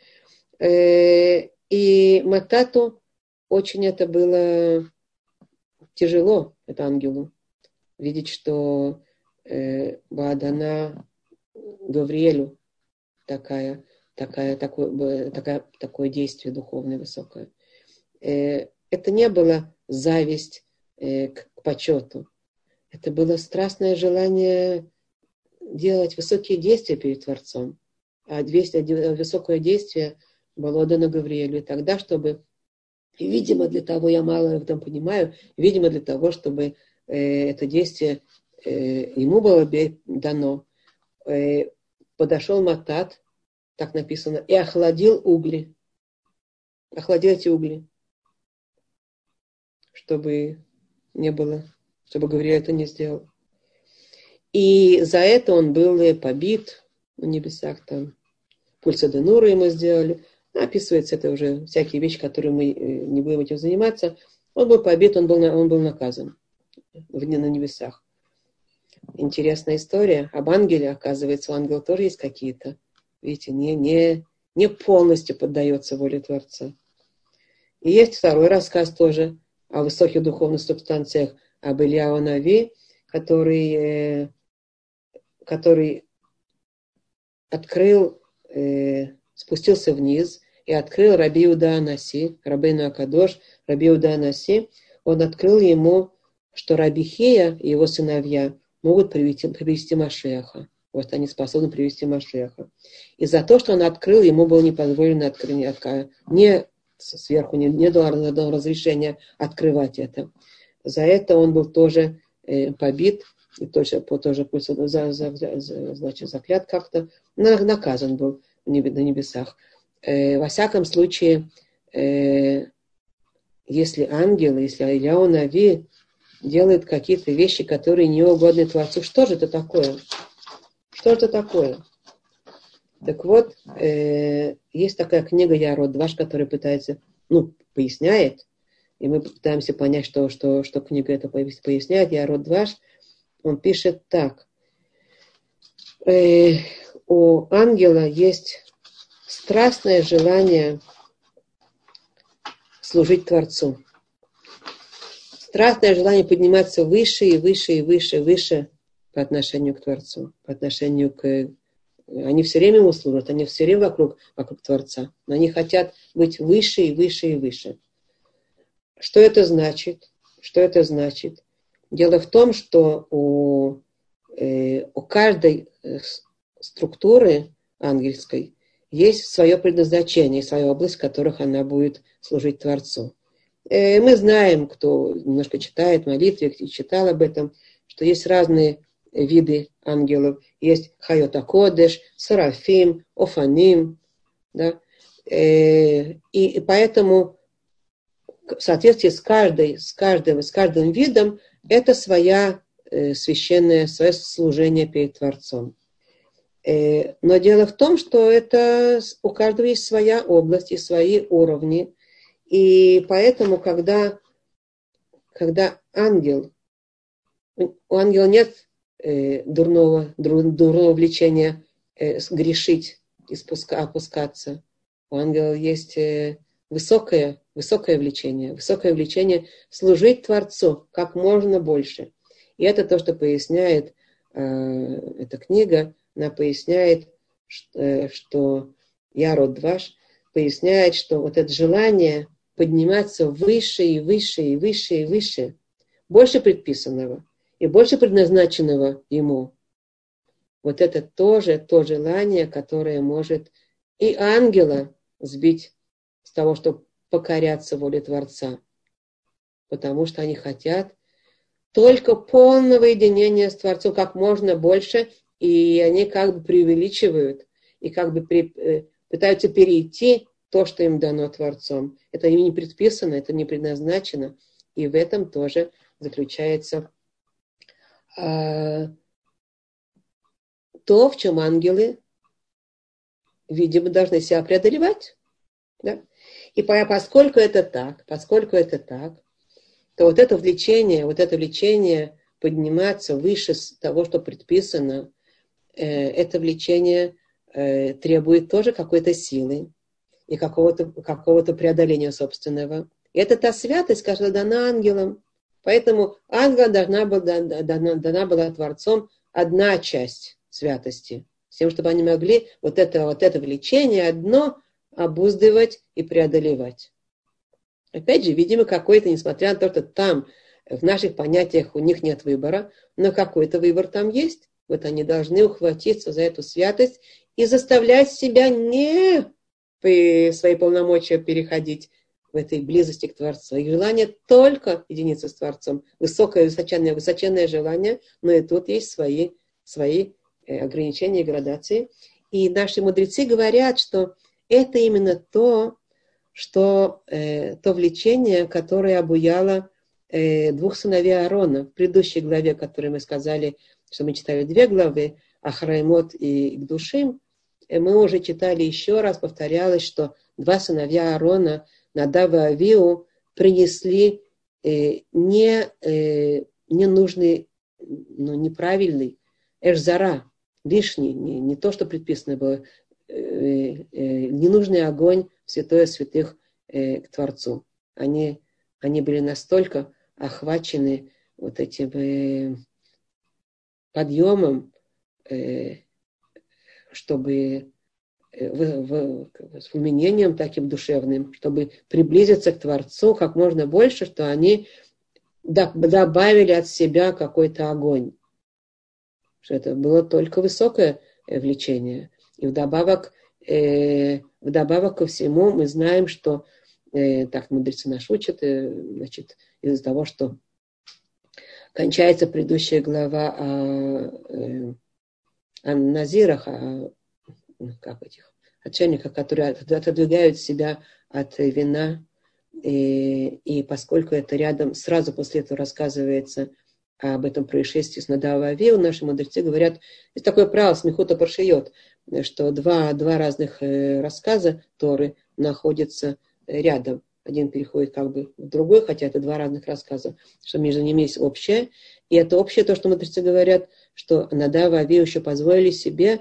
Э, и Матату очень это было тяжело, это ангелу, видеть, что э, Баадана Гавриэлю такая, такая, такое, такая, такое действие духовное высокое. Э, это не было зависть э, к, к почету. Это было страстное желание делать высокие действия перед Творцом. А действие, высокое действие было отдано Гавриэлю. И тогда, чтобы, и, видимо, для того, я мало в этом понимаю, видимо, для того, чтобы э, это действие э, ему было дано, э, подошел Матат, так написано, и охладил угли. Охладил эти угли. Чтобы не было, чтобы Гавриэль это не сделал. И за это он был побит на небесах, там пульса Денура ему сделали. Описывается это уже всякие вещи, которые мы не будем этим заниматься. Он был побит, он был, он был наказан на небесах. Интересная история. Об ангеле, оказывается, у ангела тоже есть какие-то, видите, не, не, не полностью поддается воле Творца. И есть второй рассказ тоже о высоких духовных субстанциях, об Ильяу Нави, который, э, который открыл, э, спустился вниз и открыл Раби Иуда Анаси, Рабейну Акадош, Раби Иуда Анаси. Он открыл ему, что Раби Хия и его сыновья могут привести, привести Машеха. Вот они способны привести Машеха. И за то, что он открыл, ему было не позволено открыть, не сверху, не, не дал разрешения открывать это. За это он был тоже э, побит, и тоже, тоже за, за, за, значит, заклят как-то, наказан был на небесах. Э, во всяком случае, э, если ангел, если Ильяу Нави делает какие-то вещи, которые не угодны Творцу, что же это такое? Что это такое? Так вот, э, есть такая книга Ярод Дваш, которая пытается, ну, поясняет, и мы пытаемся понять, что, что, что книга это поясняет. Ярод Дваш, он пишет так. Э, у ангела есть страстное желание служить Творцу. Страстное желание подниматься выше и выше и выше и выше по отношению к Творцу, по отношению к... Они все время ему служат, они все время вокруг, вокруг Творца, но они хотят быть выше и выше и выше. Что это значит? Что это значит? Дело в том, что у, э, у каждой структуры ангельской есть свое предназначение, своя область, в которых она будет служить Творцу. Э, мы знаем, кто немножко читает молитвы, кто читал об этом, что есть разные виды ангелов. Есть Хайот ха-Кодеш, Серафим, Офаним. Да? Э, и, и поэтому в соответствии с, каждой, с, каждым, с каждым видом это своя э, священное, свое служение перед Творцом. Э, но дело в том, что это, у каждого есть своя область и свои уровни. И поэтому, когда, когда ангел, у ангела нет э, дурного, дурного влечения э, грешить и спуска, опускаться. У ангела есть э, высокое, высокое влечение, высокое влечение служить Творцу как можно больше. И это то, что поясняет э, эта книга. Она поясняет, что, э, что Ярод Дваш поясняет, что вот это желание подниматься выше и выше и выше и выше, больше предписанного и больше предназначенного ему. Вот это тоже то желание, которое может и ангела сбить с того, чтобы покоряться воле Творца. Потому что они хотят только полного единения с Творцом как можно больше, и они как бы преувеличивают и как бы при, пытаются перейти то, что им дано Творцом. Это им не предписано, это не предназначено. И в этом тоже заключается э, то, в чем ангелы, видимо, должны себя преодолевать. Да? И поскольку это так, поскольку это так, то вот это влечение, вот это влечение подниматься выше того, что предписано, э, это влечение э, требует тоже какой-то силы и какого-то, какого-то преодоления собственного. И это та святость, которая дана ангелам. Поэтому ангелам должна была, дана, дана была Творцом одна часть святости. С тем, чтобы они могли вот это, вот это влечение одно обуздывать и преодолевать. Опять же, видимо, какой-то, несмотря на то, что там в наших понятиях у них нет выбора, но какой-то выбор там есть. Вот они должны ухватиться за эту святость и заставлять себя не свои полномочия переходить в этой близости к Творцу. Их желание только единиться с Творцом. Высокое, высоченное, высоченное желание, но и тут есть свои, свои ограничения и градации. И наши мудрецы говорят, что это именно то, что, э, то влечение, которое обуяло э, двух сыновей Аарона. В предыдущей главе, в которой мы сказали, что мы читали две главы, Ахраймот и Гдушим, мы уже читали еще раз, повторялось, что два сыновья Аарона, Надав и Авиу, принесли э, не, э, ненужный, ну, неправильный эшзара, лишний, не, не то, что предписано было, э, э, ненужный огонь в святое святых э, к Творцу. Они, они были настолько охвачены вот этим э, подъемом, э, чтобы э, в, в, с уменением таким душевным, чтобы приблизиться к Творцу как можно больше, что они до, добавили от себя какой-то огонь. Что это было только высокое влечение. И вдобавок, э, вдобавок ко всему мы знаем, что э, так мудрецы нас учат, э, значит, из-за того, что кончается предыдущая глава о, э, о назирах, о как этих отшельниках, которые отодвигают себя от вина. И, и поскольку это рядом, сразу после этого рассказывается об этом происшествии с Надав и Авиу, наши мудрецы говорят, есть такое правило, смехута паршиот, что два, два разных рассказа Торы находятся рядом. Один переходит как бы в другой, хотя это два разных рассказа, что между ними есть общее. И это общее то, что мудрецы говорят, что Надав и Авиу еще позволили себе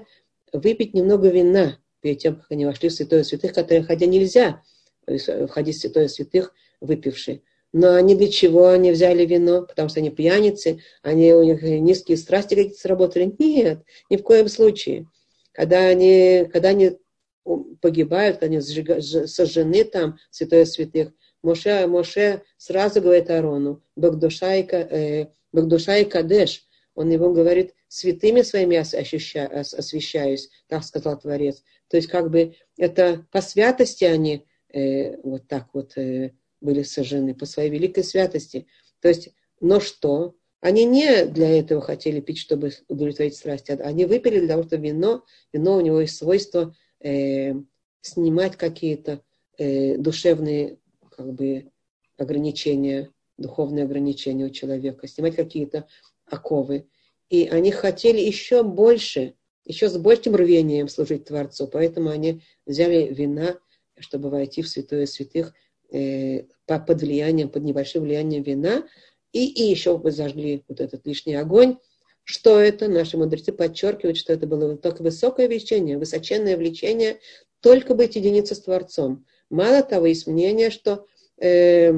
выпить немного вина перед тем, как они вошли в святое святых, которые, хотя нельзя входить в святое святых, выпившие. Но они для чего они взяли вино? Потому что они пьяницы, они, у них низкие страсти какие-то сработали? Нет, ни в коем случае. Когда они, когда они погибают, когда они сжига, сожжены там, в святое святых, Моше, Моше сразу говорит Аарону, Багдуша и, э, Багдуша и Кадеш. Он ему говорит, святыми своими ощущаю, освящаюсь, так сказал Творец. То есть как бы это по святости они э, вот так вот э, были сожжены, по своей великой святости. То есть, но что? Они не для этого хотели пить, чтобы удовлетворить страсти. Они выпили для того, что вино, вино у него есть свойство э, снимать какие-то э, душевные как бы ограничения, духовные ограничения у человека, снимать какие-то оковы. И они хотели еще больше, еще с большим рвением служить Творцу. Поэтому они взяли вина, чтобы войти в святое святых э, под влиянием, под небольшим влиянием вина. И, и еще зажгли вот этот лишний огонь. Что это? Наши мудрецы подчеркивают, что это было только высокое влечение, высоченное влечение, только быть единицей с Творцом. Мало того, есть мнение, что, э,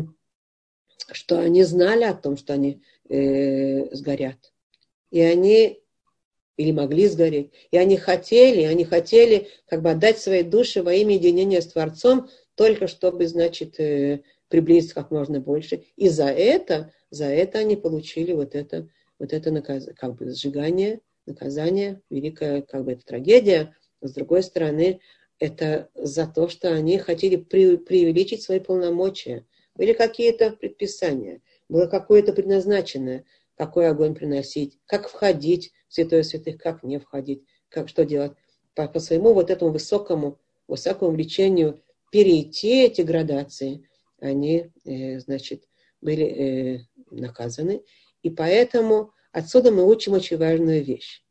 что они знали о том, что они э, сгорят. И они, или могли сгореть, и они хотели, они хотели как бы отдать свои души во имя единения с Творцом, только чтобы, значит, э, приблизиться как можно больше. И за это, за это они получили вот это, вот это наказ, как бы сжигание, наказание, великая как бы это трагедия. Но с другой стороны, это за то, что они хотели при, преувеличить свои полномочия. Были какие-то предписания, было какое-то предназначенное, какой огонь приносить, как входить в святое святых, как не входить, как, что делать. По, по своему вот этому высокому, высокому влечению перейти эти градации, они, э, значит, были э, наказаны. И поэтому отсюда мы учим очень важную вещь.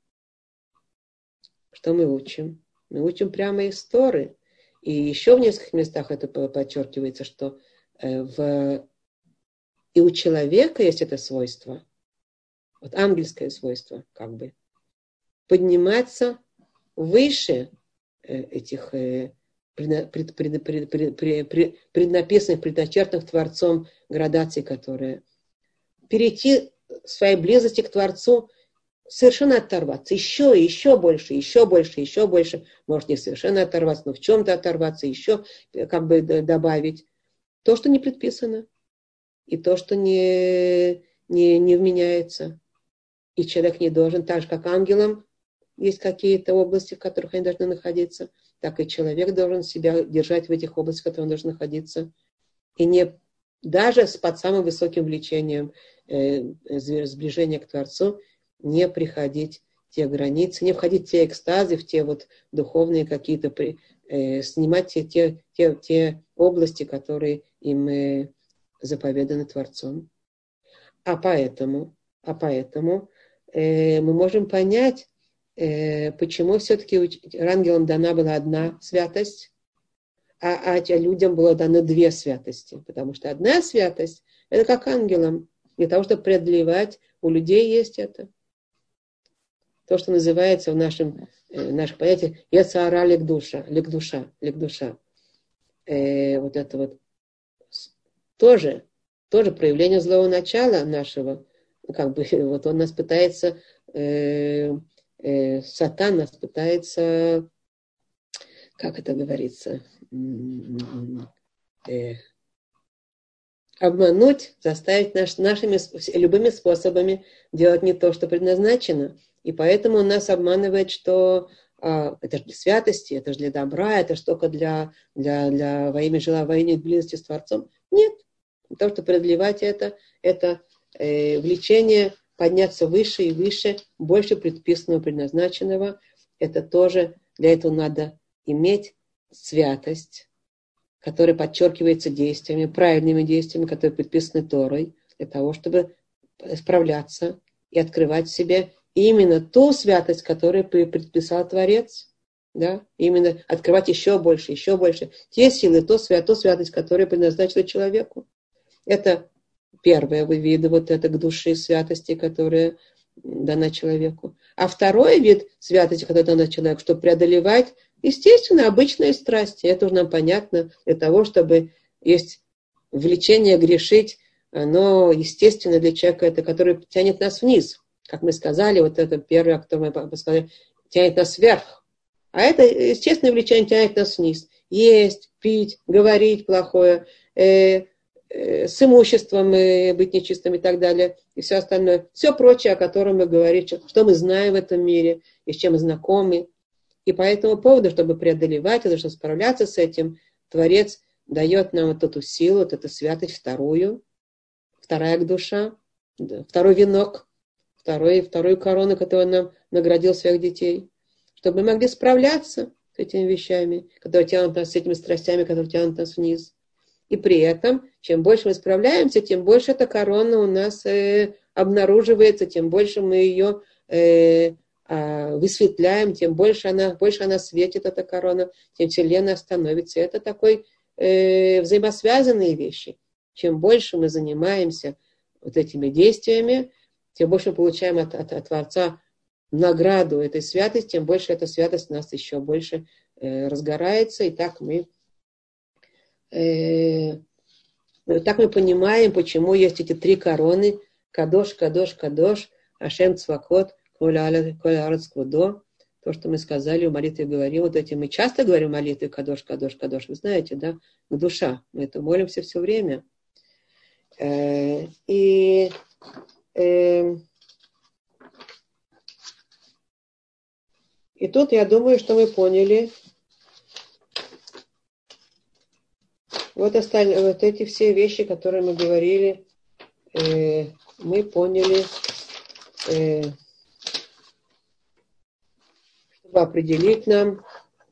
Что мы учим? Мы учим прямо из Торы. И еще в нескольких местах это подчеркивается, что э, в... и у человека есть это свойство, вот ангельское свойство, как бы, подниматься выше э, этих э, пред, пред, пред, пред, пред, пред, пред, преднаписанных, предначертанных Творцом градаций, которые перейти в своей близости к Творцу, совершенно оторваться, еще, еще больше, еще больше, еще больше, может не совершенно оторваться, но в чем-то оторваться, еще как бы добавить то, что не предписано, и то, что не, не, не вменяется. И человек не должен, так же как ангелам, есть какие-то области, в которых они должны находиться, так и человек должен себя держать в этих областях, в которых он должен находиться. И не даже с под самым высоким влечением э, сближения к Творцу не приходить в те границы, не входить в те экстазы, в те вот духовные какие-то, э, снимать те, те, те, те области, которые им э, заповеданы Творцом. А поэтому, а поэтому э, мы можем понять, э, почему все-таки ангелам дана была одна святость, а, а людям было дано две святости. Потому что одна святость — это как ангелам. Для того, чтобы преодолевать, у людей есть это. То, что называется в нашем, э, наших понятиях «Ецаара ликдуша», ликдуша, ликдуша. Э, вот это вот тоже, тоже проявление злого начала нашего. Как бы вот он нас пытается, э, э, Сатан нас пытается, как это говорится, э, обмануть, заставить наш, нашими любыми способами делать не то, что предназначено. И поэтому он нас обманывает, что а, это же для святости, это же для добра, это же только для, для, для во имя жила, во имя близости с Творцом. Нет. То, что преодолевать это, это э, влечение подняться выше и выше, больше предписанного, предназначенного. Это тоже, для этого надо иметь святость, которая подчеркивается действиями, правильными действиями, которые предписаны Торой, для того, чтобы справляться и открывать в себе именно ту святость, которую предписал Творец. Да? Именно открывать еще больше, еще больше. Те силы, ту святость, святость, которая предназначена человеку. Это первое вид вот это к душе святости, которая дана человеку. А второй вид святости, который надо человек, чтобы преодолевать, естественно, обычные страсти. Это уже нам понятно для того, чтобы есть влечение грешить, оно естественно для человека, это которое тянет нас вниз. Как мы сказали, вот это первое, кто мы сказали, тянет нас вверх. А это естественное влечение тянет нас вниз. Есть, пить, говорить плохое, э, э, с имуществом э, быть нечистым и так далее, и все остальное. Все прочее, о котором мы говорим, что мы знаем в этом мире, и с чем мы знакомы. И по этому поводу, чтобы преодолевать это, чтобы справляться с этим, Творец дает нам вот эту силу, вот эту святость вторую, вторая душа, второй венок, второй, вторую корону, которую он нам наградил своих детей, чтобы мы могли справляться с этими вещами, которые тянут нас, с этими страстями, которые тянут нас вниз. И при этом, чем больше мы справляемся, тем больше эта корона у нас э, обнаруживается, тем больше мы ее э, э, высветляем, тем больше она, больше она светит, эта корона, тем Вселенная становится. Это такой э, взаимосвязанные вещи. Чем больше мы занимаемся вот этими действиями, тем больше мы получаем от, от, от Творца награду этой святости, тем больше эта святость у нас еще больше э, разгорается, и так мы, э, так мы понимаем, почему есть эти три короны: Кадош, Кадош, Кадош, Ашем Цвакот, Коля Арец Кводо. То, что мы сказали в молитве, говорим, вот эти мы часто говорим в молитве Кадош, Кадош, Кадош, вы знаете, да, к душа, мы это молимся все время. Э, и э, И тут я думаю, что мы поняли вот, осталь... вот эти все вещи, которые мы говорили, э, мы поняли, э, чтобы определить нам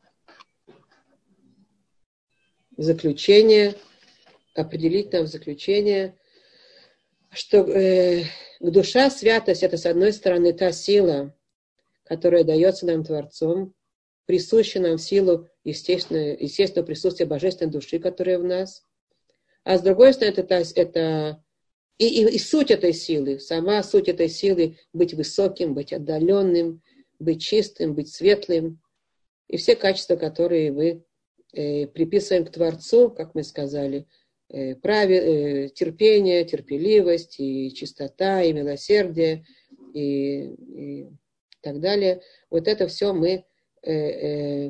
заключение, определить нам заключение, что э, душа, святость, это с одной стороны та сила, которая дается нам Творцом, присуща нам в силу естественного, естественного присутствия божественной души, которая в нас. А с другой стороны, это, это и, и, и суть этой силы, сама суть этой силы быть высоким, быть отдаленным, быть чистым, быть светлым. И все качества, которые мы э, приписываем к Творцу, как мы сказали, э, прави, э, терпение, терпеливость, и чистота, и милосердие, и... и и так далее. Вот это все мы, э, э,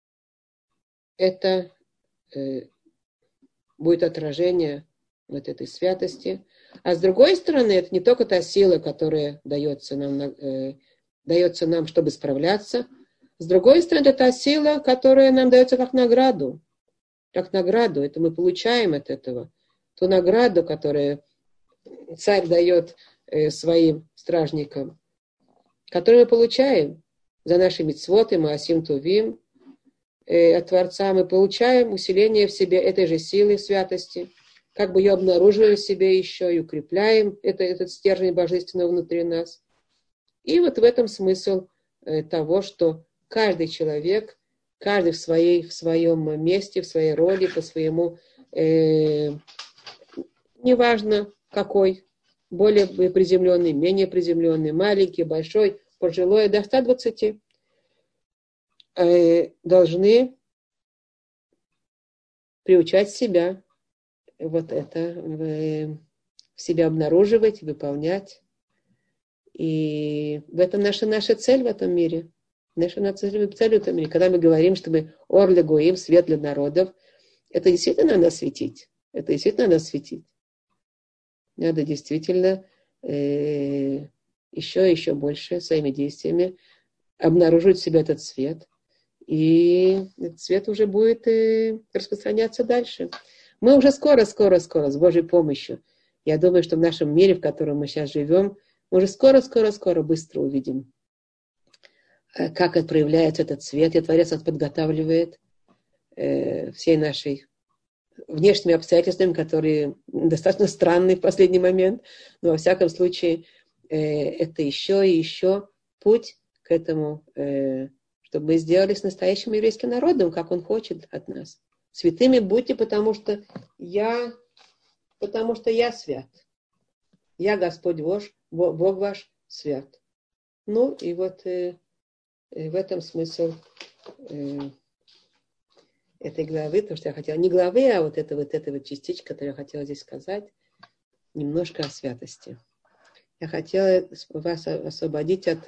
это э, будет отражение вот этой святости. А с другой стороны, это не только та сила, которая дается нам, э, дается нам, чтобы справляться. С другой стороны, это та сила, которая нам дается как награду. Как награду. Это мы получаем от этого. Ту награду, которую царь дает э, своим стражникам, которые мы получаем за наши мицвоты, маасим тувим, э, от Творца, мы получаем усиление в себе этой же силы святости, как бы ее обнаруживаем в себе еще и укрепляем это, этот стержень божественного внутри нас. И вот в этом смысл э, того, что каждый человек, каждый в, своей, в своем месте, в своей роли, по своему, э, неважно какой, более приземленный, менее приземленный, маленький, большой, пожилой, до ста двадцати, э, должны приучать себя вот это, в, в себя обнаруживать, выполнять. И в этом наша, наша цель в этом мире. Наша, наша цель в этом мире. Когда мы говорим, что мы ор ле гоим, свет для народов, это действительно надо светить. Это действительно надо светить. Надо действительно э, еще и еще больше своими действиями обнаружить в себе этот свет. И этот свет уже будет э, распространяться дальше. Мы уже скоро, скоро, скоро, с Божьей помощью, я думаю, что в нашем мире, в котором мы сейчас живем, мы уже скоро, скоро, скоро быстро увидим, э, как это проявляется этот свет. И Творец нас подготавливает э, всей нашей внешними обстоятельствами, которые достаточно странные в последний момент, но во всяком случае э, это еще и еще путь к этому, э, чтобы мы сделались настоящим еврейским народом, как Он хочет от нас. Святыми будьте, потому что я, потому что я свят. Я Господь ваш, Бог ваш свят. Ну, и вот э, в этом смысл э, этой главы, то, что я хотела, не главы, а вот эта вот, эта вот частичка, которую я хотела здесь сказать, немножко о святости. Я хотела вас освободить от,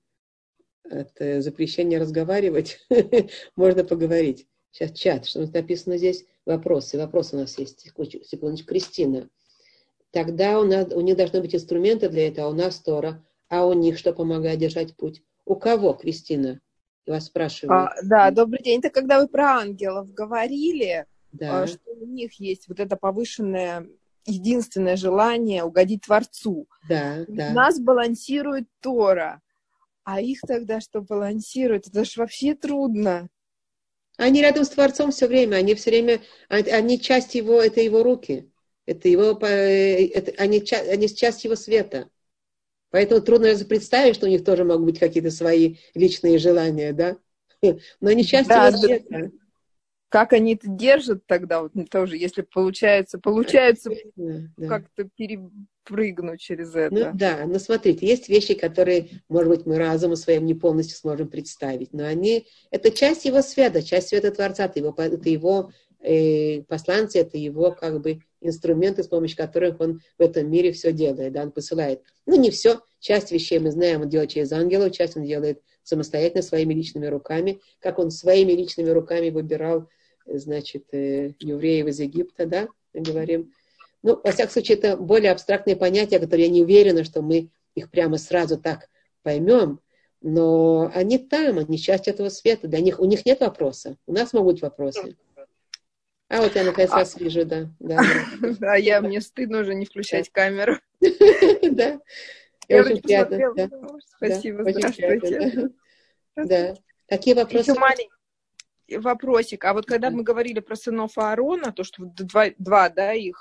от запрещения разговаривать. Можно поговорить. Сейчас чат, что написано здесь, вопросы. Вопросы у нас есть. Секундочку, Кристина. Тогда у, нас, у них должны быть инструменты для этого, а у нас Тора. А у них что помогает держать путь? У кого, Кристина? Я вас спрашиваю. А, да, добрый день. Это когда вы про ангелов говорили, да. что у них есть вот это повышенное, единственное желание угодить Творцу. Да, да. Нас балансирует Тора, а их тогда что балансирует? Это же вообще трудно. Они рядом с Творцом все время, они все время, они часть его, это его руки, это его, это, они, они часть его света. Поэтому трудно представить, что у них тоже могут быть какие-то свои личные желания, да? Но они часть да, его света. Как они это держат тогда, вот тоже, если получается, получается да, да. как-то перепрыгнуть через это. Ну, да, но смотрите, есть вещи, которые, может быть, мы разумом своим не полностью сможем представить, но они, это часть его света, часть света Творца, это его, это его э, посланцы, это его, как бы, инструменты, с помощью которых он в этом мире все делает, да, он посылает. Ну, не все, часть вещей мы знаем, он делает через ангелов, часть он делает самостоятельно, своими личными руками, как он своими личными руками выбирал, значит, э, евреев из Египта, да, мы говорим. Ну, во всяком случае, это более абстрактные понятия, которые я не уверена, что мы их прямо сразу так поймем, но они там, они часть этого света, для них, у них нет вопроса, у нас могут быть вопросы. А вот я наконец вас вижу, да. Да, я, мне стыдно уже не включать камеру. Да. Очень приятно. Спасибо, здравствуйте. Да. Какие вопросы? Еще маленький вопросик. А вот когда мы говорили про сынов Аарона, то, что два, два да, их,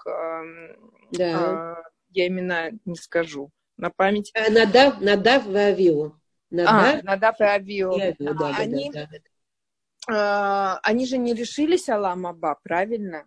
я имена не скажу на память. Надав, Надав и Авиу. А, Надав и Авиу. Они... Uh, они же не лишились Олам Аба, правильно?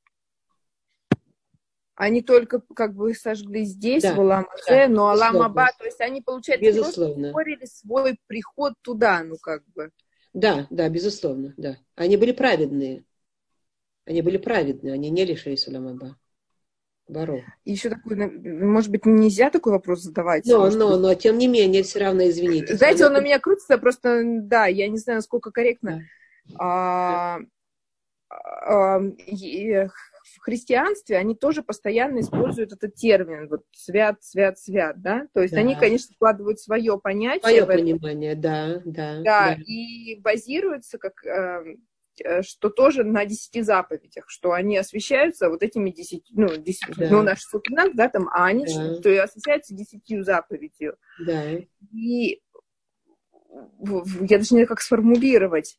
Они только как бы сожгли здесь, да, в Олам Азе, да, но Олам Аба, то есть они, получается, безусловно. Просто ускорили свой приход туда, ну как бы. Да, да, безусловно, да. Они были праведные. Они были праведные, они не лишились Олам Аба. Баро. Еще такой, может быть, нельзя такой вопрос задавать? Но, но, но, тем не менее, все равно, извините. Знаете, он на меня крутится, просто, да, я не знаю, насколько корректно. Да. А, а, и в христианстве они тоже постоянно используют этот термин, вот свят, свят, свят, да, то есть да. Они, конечно, вкладывают свое понятие. Свое понимание, да, да, да. Да, и базируются как, что тоже на десяти заповедях, что они освящаются вот этими десяти, ну, десяти, да. Ну, наш сутенак, да, там, а они, да. Что освящаются десятью заповедью. Да. И я даже не знаю, как сформулировать.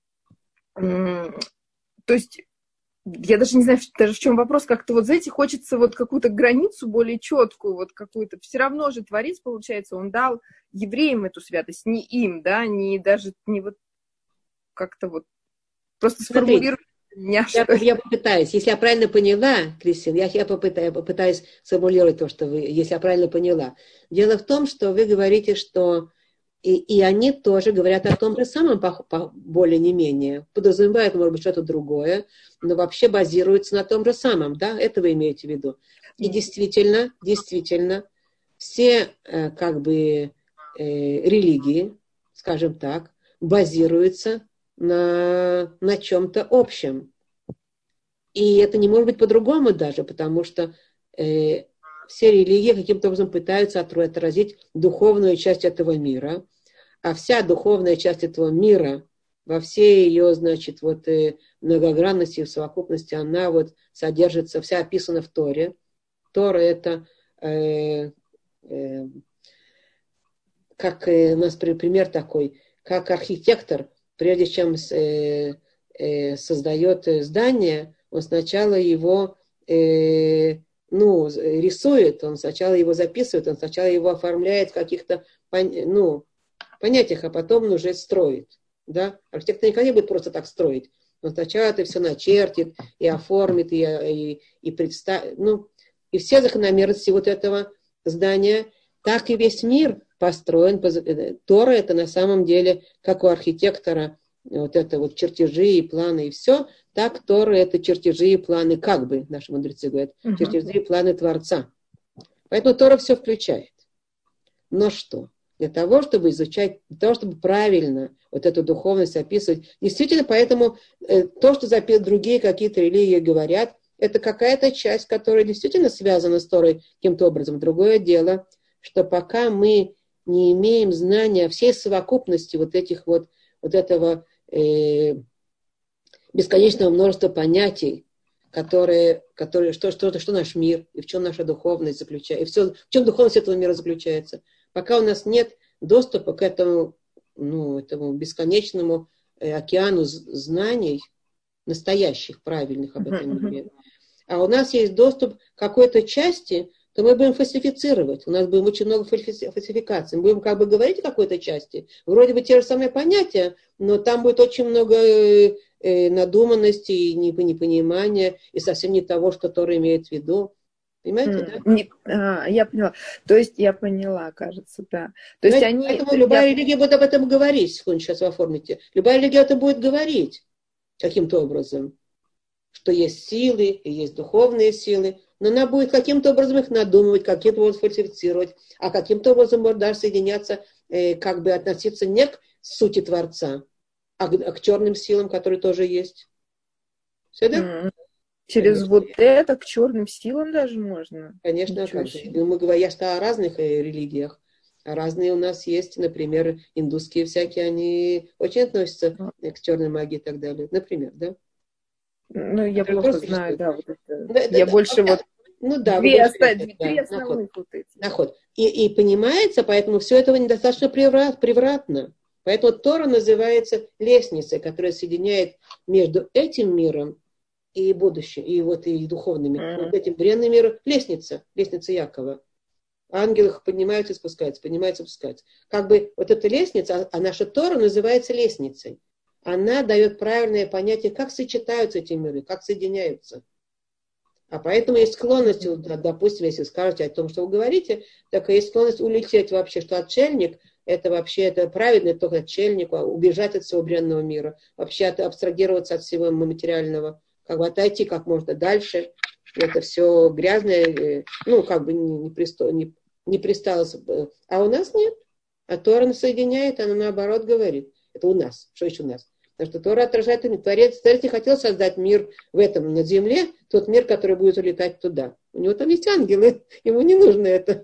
То есть, я даже не знаю, даже в чем вопрос, как-то вот, знаете, хочется вот какую-то границу более четкую, вот какую-то, все равно же Творец, получается, он дал евреям эту святость, не им, да, не даже, не вот как-то вот, просто сформулировать меня. Я, я попытаюсь, если я правильно поняла, Кристина, я, я попытаюсь, попытаюсь сформулировать то, что вы, если я правильно поняла. Дело в том, что вы говорите, что И, и они тоже говорят о том же самом, по, по, более не менее. Подразумевают, может быть, что-то другое, но вообще базируются на том же самом, да? Это вы имеете в виду. И действительно, действительно, все э, как бы э, религии, скажем так, базируются на, на чем-то общем. И это не может быть по-другому даже, потому что э, все религии каким-то образом пытаются отразить духовную часть этого мира, а вся духовная часть этого мира во всей ее, значит, вот многогранности и совокупности, она вот содержится, вся описана в Торе. Тора это э, э, как э, у нас пример такой, как архитектор, прежде чем э, э, создает здание, он сначала его э, ну, рисует, он сначала его записывает, он сначала его оформляет в каких-то ну, понятиях, а потом он уже строит. Да? Архитектор никогда не будет просто так строить. Он сначала это все начертит и оформит, и, и, и представит. Ну, и все закономерности вот этого здания, так и весь мир, построен. Тора это на самом деле, как у архитектора, вот это вот чертежи и планы и все, так Тора это чертежи и планы, как бы, наши мудрецы говорят, uh-huh. чертежи и планы Творца. Поэтому Тора все включает. Но что? Для того, чтобы изучать, для того, чтобы правильно вот эту духовность описывать, действительно, поэтому э, то, что записывают другие какие-то религии говорят, это какая-то часть, которая действительно связана с Торой каким-то образом. Другое дело, что пока мы не имеем знания о всей совокупности вот этих вот, вот этого э, бесконечного множества понятий, которые, которые что, что, что наш мир, и в чем наша духовность заключается, и все, в чем духовность этого мира заключается. Пока у нас нет доступа к этому, ну, этому бесконечному э, океану знаний, настоящих, правильных об этом мире, а у нас есть доступ к какой-то части, то мы будем фальсифицировать. У нас будет очень много фальсификаций. Мы будем как бы говорить о какой-то части. Вроде бы те же самые понятия, но там будет очень много э, э, надуманности и непонимания, и совсем не того, что Тора имеет в виду. Понимаете, mm, да? Не, а, я поняла. То есть я поняла, кажется, да. То есть они, поэтому любая я... религия будет об этом говорить, секунду, сейчас вы оформите. Любая религия это будет говорить каким-то образом, что есть силы и есть духовные силы, но она будет каким-то образом их надумывать, каким-то образом фальсифицировать, а каким-то образом может даже соединяться, э, как бы относиться не к сути Творца, а к, а к черным силам, которые тоже есть. Все, да? Mm. Через Конечно. Вот это к черным силам даже можно? Конечно, как же. Мы говорим, я что о разных э, религиях. А разные у нас есть, например, индусские всякие, они очень относятся к черной магии и так далее. Например, да? Ну, я это плохо знаю, да, вот это. Да, я да, больше да, вот ну, да, две, оста... да, три основных вот эти. Наход. И, и понимается, поэтому все это недостаточно преврат, превратно. Поэтому Тора называется лестницей, которая соединяет между этим миром и будущим, и вот и духовным миром. Mm-hmm. Вот этим бренным миром лестница, лестница Якова. Ангелы поднимаются и спускаются, поднимаются и спускаются. Как бы вот эта лестница, а наша Тора называется лестницей. Она дает правильное понятие, как сочетаются эти миры, как соединяются. А поэтому есть склонность, допустим, если скажете о том, что вы говорите, так есть склонность улететь вообще, что отшельник, это вообще это праведный только отшельник, убежать от всего бренного мира, вообще от, абстрагироваться от всего материального, как бы отойти как можно дальше. Это все грязное, ну, как бы не, присто, не, не пристало. А у нас нет. А Тора соединяет, она наоборот говорит. Это у нас. Что еще у нас? Потому что Тора отражает мир. Творец, Творец не хотел создать мир в этом, на земле, тот мир, который будет улетать туда. У него там есть ангелы, ему не нужно это.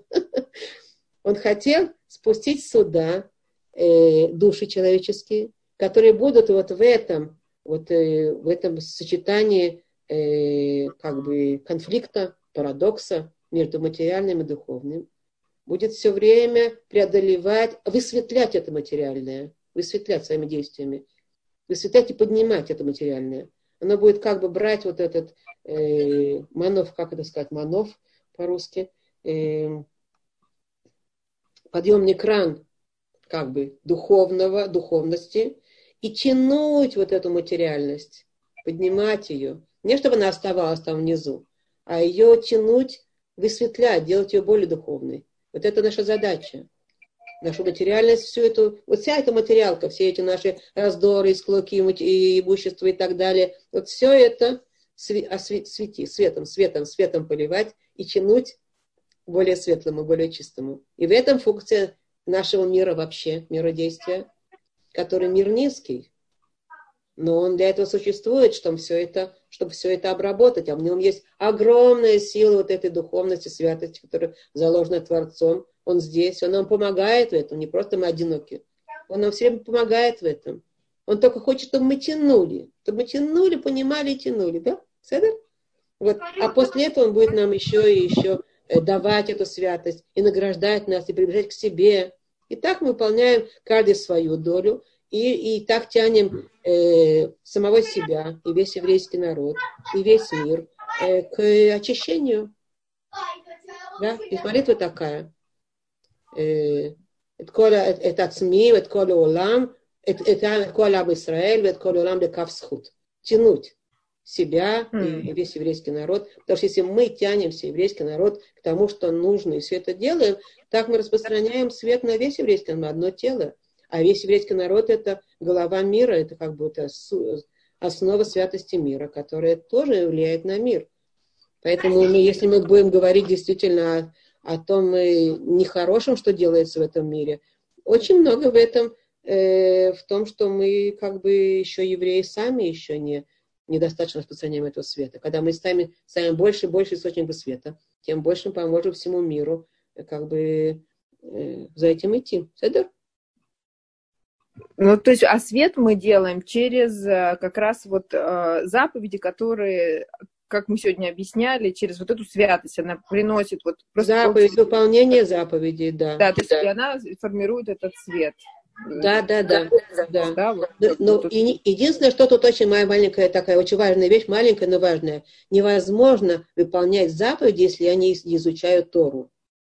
Он хотел спустить сюда э, души человеческие, которые будут вот в этом, вот, э, в этом сочетании э, как бы конфликта, парадокса между материальным и духовным. Будет все время преодолевать, высветлять это материальное, высветлять своими действиями, высветлять и поднимать это материальное. Оно будет как бы брать вот этот э, манов, как это сказать, манов по-русски, э, подъемный кран как бы духовного, духовности и тянуть вот эту материальность, поднимать ее. Не чтобы она оставалась там внизу, а ее тянуть, высветлять, делать ее более духовной. Вот это наша задача. Нашу материальность, всю эту, вот вся эта материалка, все эти наши раздоры, склоки, и имущество и так далее, вот все это свети, светом, светом, светом поливать и тянуть более светлому, более чистому. И в этом функция нашего мира вообще, мира действия, который мир низкий. Но он для этого существует, чтобы все это, чтобы все это обработать. А в нем есть огромная сила вот этой духовности, святости, которая заложена Творцом. Он здесь, он нам помогает в этом, не просто мы одиноки. Он нам все время помогает в этом. Он только хочет, чтобы мы тянули. Чтобы мы тянули, понимали и тянули. Да? Вот. А после этого он будет нам еще и еще давать эту святость и награждать нас, и приближать к себе. И так мы выполняем каждый свою долю. И, и так тянем э, самого себя, и весь еврейский народ, и весь мир э, к очищению. Да? И молитва такая. את כל, את, את עצמי ואת כל העולם, את, את כל עם ישראל ואת כל העולם לכף זכות. תינуть. себя mm. и весь еврейский народ. Потому что если мы тянемся, еврейский народ, к тому, что нужно, и все это делаем, так мы распространяем свет на весь еврейский народ, на одно тело. А весь еврейский народ — это голова мира, это как бы это основа святости мира, которая тоже влияет на мир. Поэтому мы, если мы будем говорить действительно о, о том нехорошем, что делается в этом мире, очень много в этом, э, в том, что мы как бы еще евреи сами еще не недостаточно распространяем этого света. Когда мы ставим, ставим больше и больше источников света, тем больше мы поможем всему миру как бы э, за этим идти. Седер? Ну, то есть, а свет мы делаем через как раз вот заповеди, которые, как мы сегодня объясняли, через вот эту святость, она приносит вот... Заповедь, вот, выполнение заповедей, да. Да, то есть, да. И она формирует этот свет. Да, да, да. да, да. да вот, но вот, и, единственное, что тут очень маленькая такая, очень важная вещь, маленькая, но важная. Невозможно выполнять заповеди, если они изучают Тору.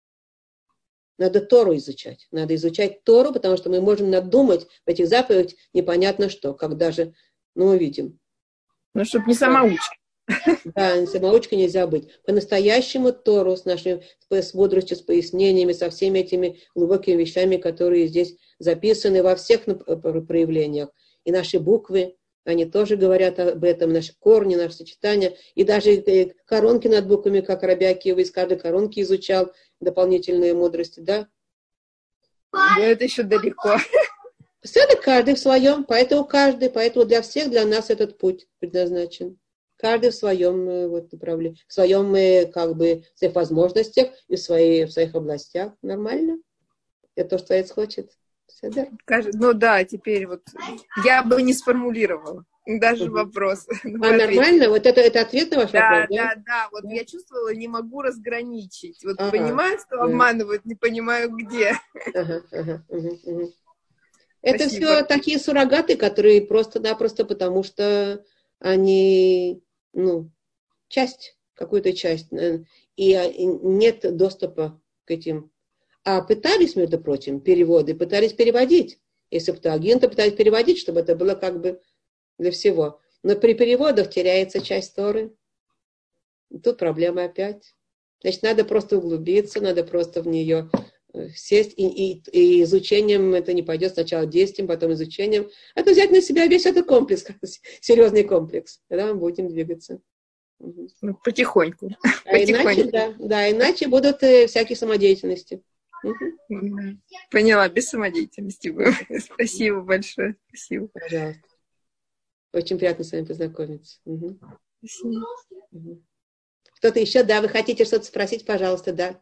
Надо Тору изучать. Надо изучать Тору, потому что мы можем надумать в этих заповедях непонятно что, как даже, ну, увидим. Ну, чтобы не самоучка. Да, самоучкой нельзя быть. По-настоящему Тору с нашей с мудростью, с пояснениями, со всеми этими глубокими вещами, которые здесь записаны во всех проявлениях. И наши буквы, они тоже говорят об этом, наши корни, наши сочетания. И даже коронки над буквами, как Раби Акива из каждой коронки изучал дополнительные мудрости, да? Да, это еще далеко. Это каждый в своем, поэтому каждый, поэтому для всех, для нас этот путь предназначен. Каждый в своем вот, направлении, в своем как бы, в своих возможностях и в, своей, в своих областях. Нормально? Это то, что Творец хочет. Ну да, теперь вот я бы не сформулировала даже вопрос. А нормально? Вот это, это ответ на ваш да, вопрос? Да, да, да. Вот я чувствовала, не могу разграничить. Вот ага, понимаю, что да. обманывают, не понимаю, где. Ага, ага, угу, угу. Это все такие суррогаты, которые просто-напросто потому, что они, ну, часть, какую-то часть, и нет доступа к этим. А пытались, между прочим, переводы, пытались переводить. Если Птуагин, то пытались переводить, чтобы это было как бы для всего. Но при переводах теряется часть Торы. И тут проблема опять. Значит, надо просто углубиться, надо просто в нее сесть. И, и, и изучением это не пойдет сначала действием, потом изучением. Это взять на себя весь этот комплекс, серьезный комплекс. Тогда мы будем двигаться. Ну, потихоньку. А потихоньку. Иначе, да, да, иначе будут э, всякие самодеятельности. Угу. Поняла, без самодеятельности будем. Спасибо большое. Спасибо. Пожалуйста. Очень приятно с вами познакомиться. Угу. Спасибо. Угу. Кто-то еще? Да, вы хотите что-то спросить, пожалуйста, да.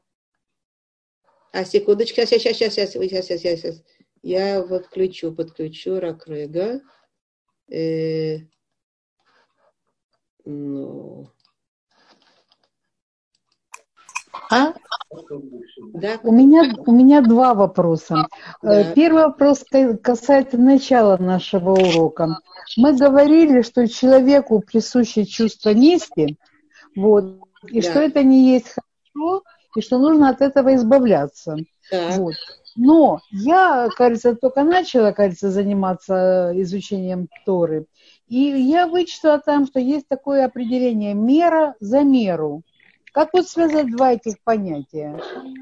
А, секундочку, сейчас, сейчас, сейчас, сейчас, сейчас, сейчас, сейчас, сейчас. Я вот включу, подключу Ракрега. Э, ну... А? Да. У меня, у меня два вопроса. Да. Первый вопрос касается начала нашего урока. Мы говорили, что человеку присуще чувство мести, вот, и да. что это не есть хорошо, и что нужно от этого избавляться. Да. Вот. Но я, кажется, только начала, кажется, заниматься изучением Торы, и я вычитала там, что есть такое определение «мера за меру». Как вот связать два этих понятия?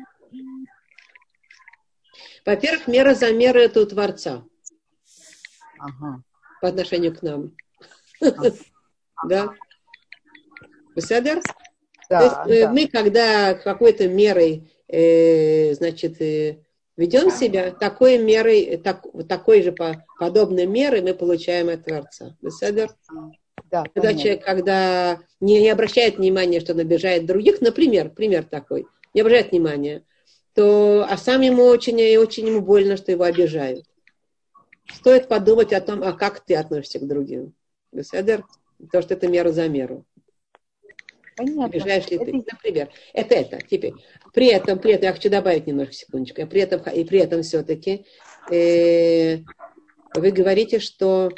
Во-первых, мера за меру — это у Творца. Ага. По отношению к нам. Да? Беседер? То есть мы, когда какой-то мерой, значит, ведем себя, такой мерой, такой же подобной мерой мы получаем от Творца. Беседер? Да, когда человек, когда не, не обращает внимания, что он обижает других, например, пример такой, не обращает внимания, то, а сам ему очень, очень ему больно, что его обижают. Стоит подумать о том, а как ты относишься к другим. Беседер? То, что это мера за меру. Понятно. Обижаешь ли ты? Например, это это. Теперь, при этом, при этом, я хочу добавить немножко, секундочку, при этом, и при этом все-таки э, вы говорите, что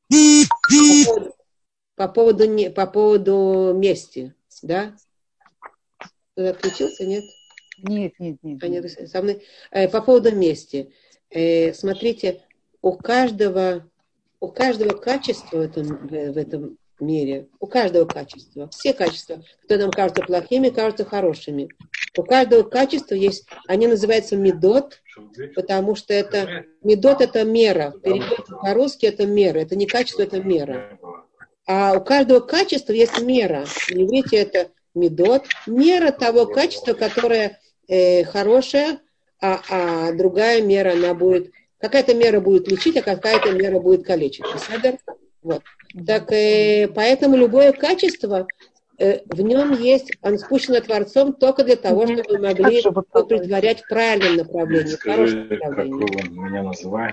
По поводу, не, по поводу мести, да? Ты отключился, нет? Нет, нет, нет. А, нет со мной. Э, по поводу мести. Э, смотрите, у каждого, у каждого качества в этом, в этом мере. У каждого качества. Все качества, которые нам кажутся плохими, кажутся хорошими. У каждого качества есть, они называются медот, потому что это, медот это мера. Перевод по-русски это мера. Это не качество, это мера. А у каждого качества есть мера. На иврите это медот. Мера того качества, которое э, хорошее, а, а другая мера, она будет... Какая-то мера будет лечить, а какая-то мера будет калечить. Вот. Так, э, поэтому любое качество, э, в нем есть, оно спущено Творцом только для того, чтобы мы могли его претворять в правильном направлении, в хорошем направлении. Как он меня называет,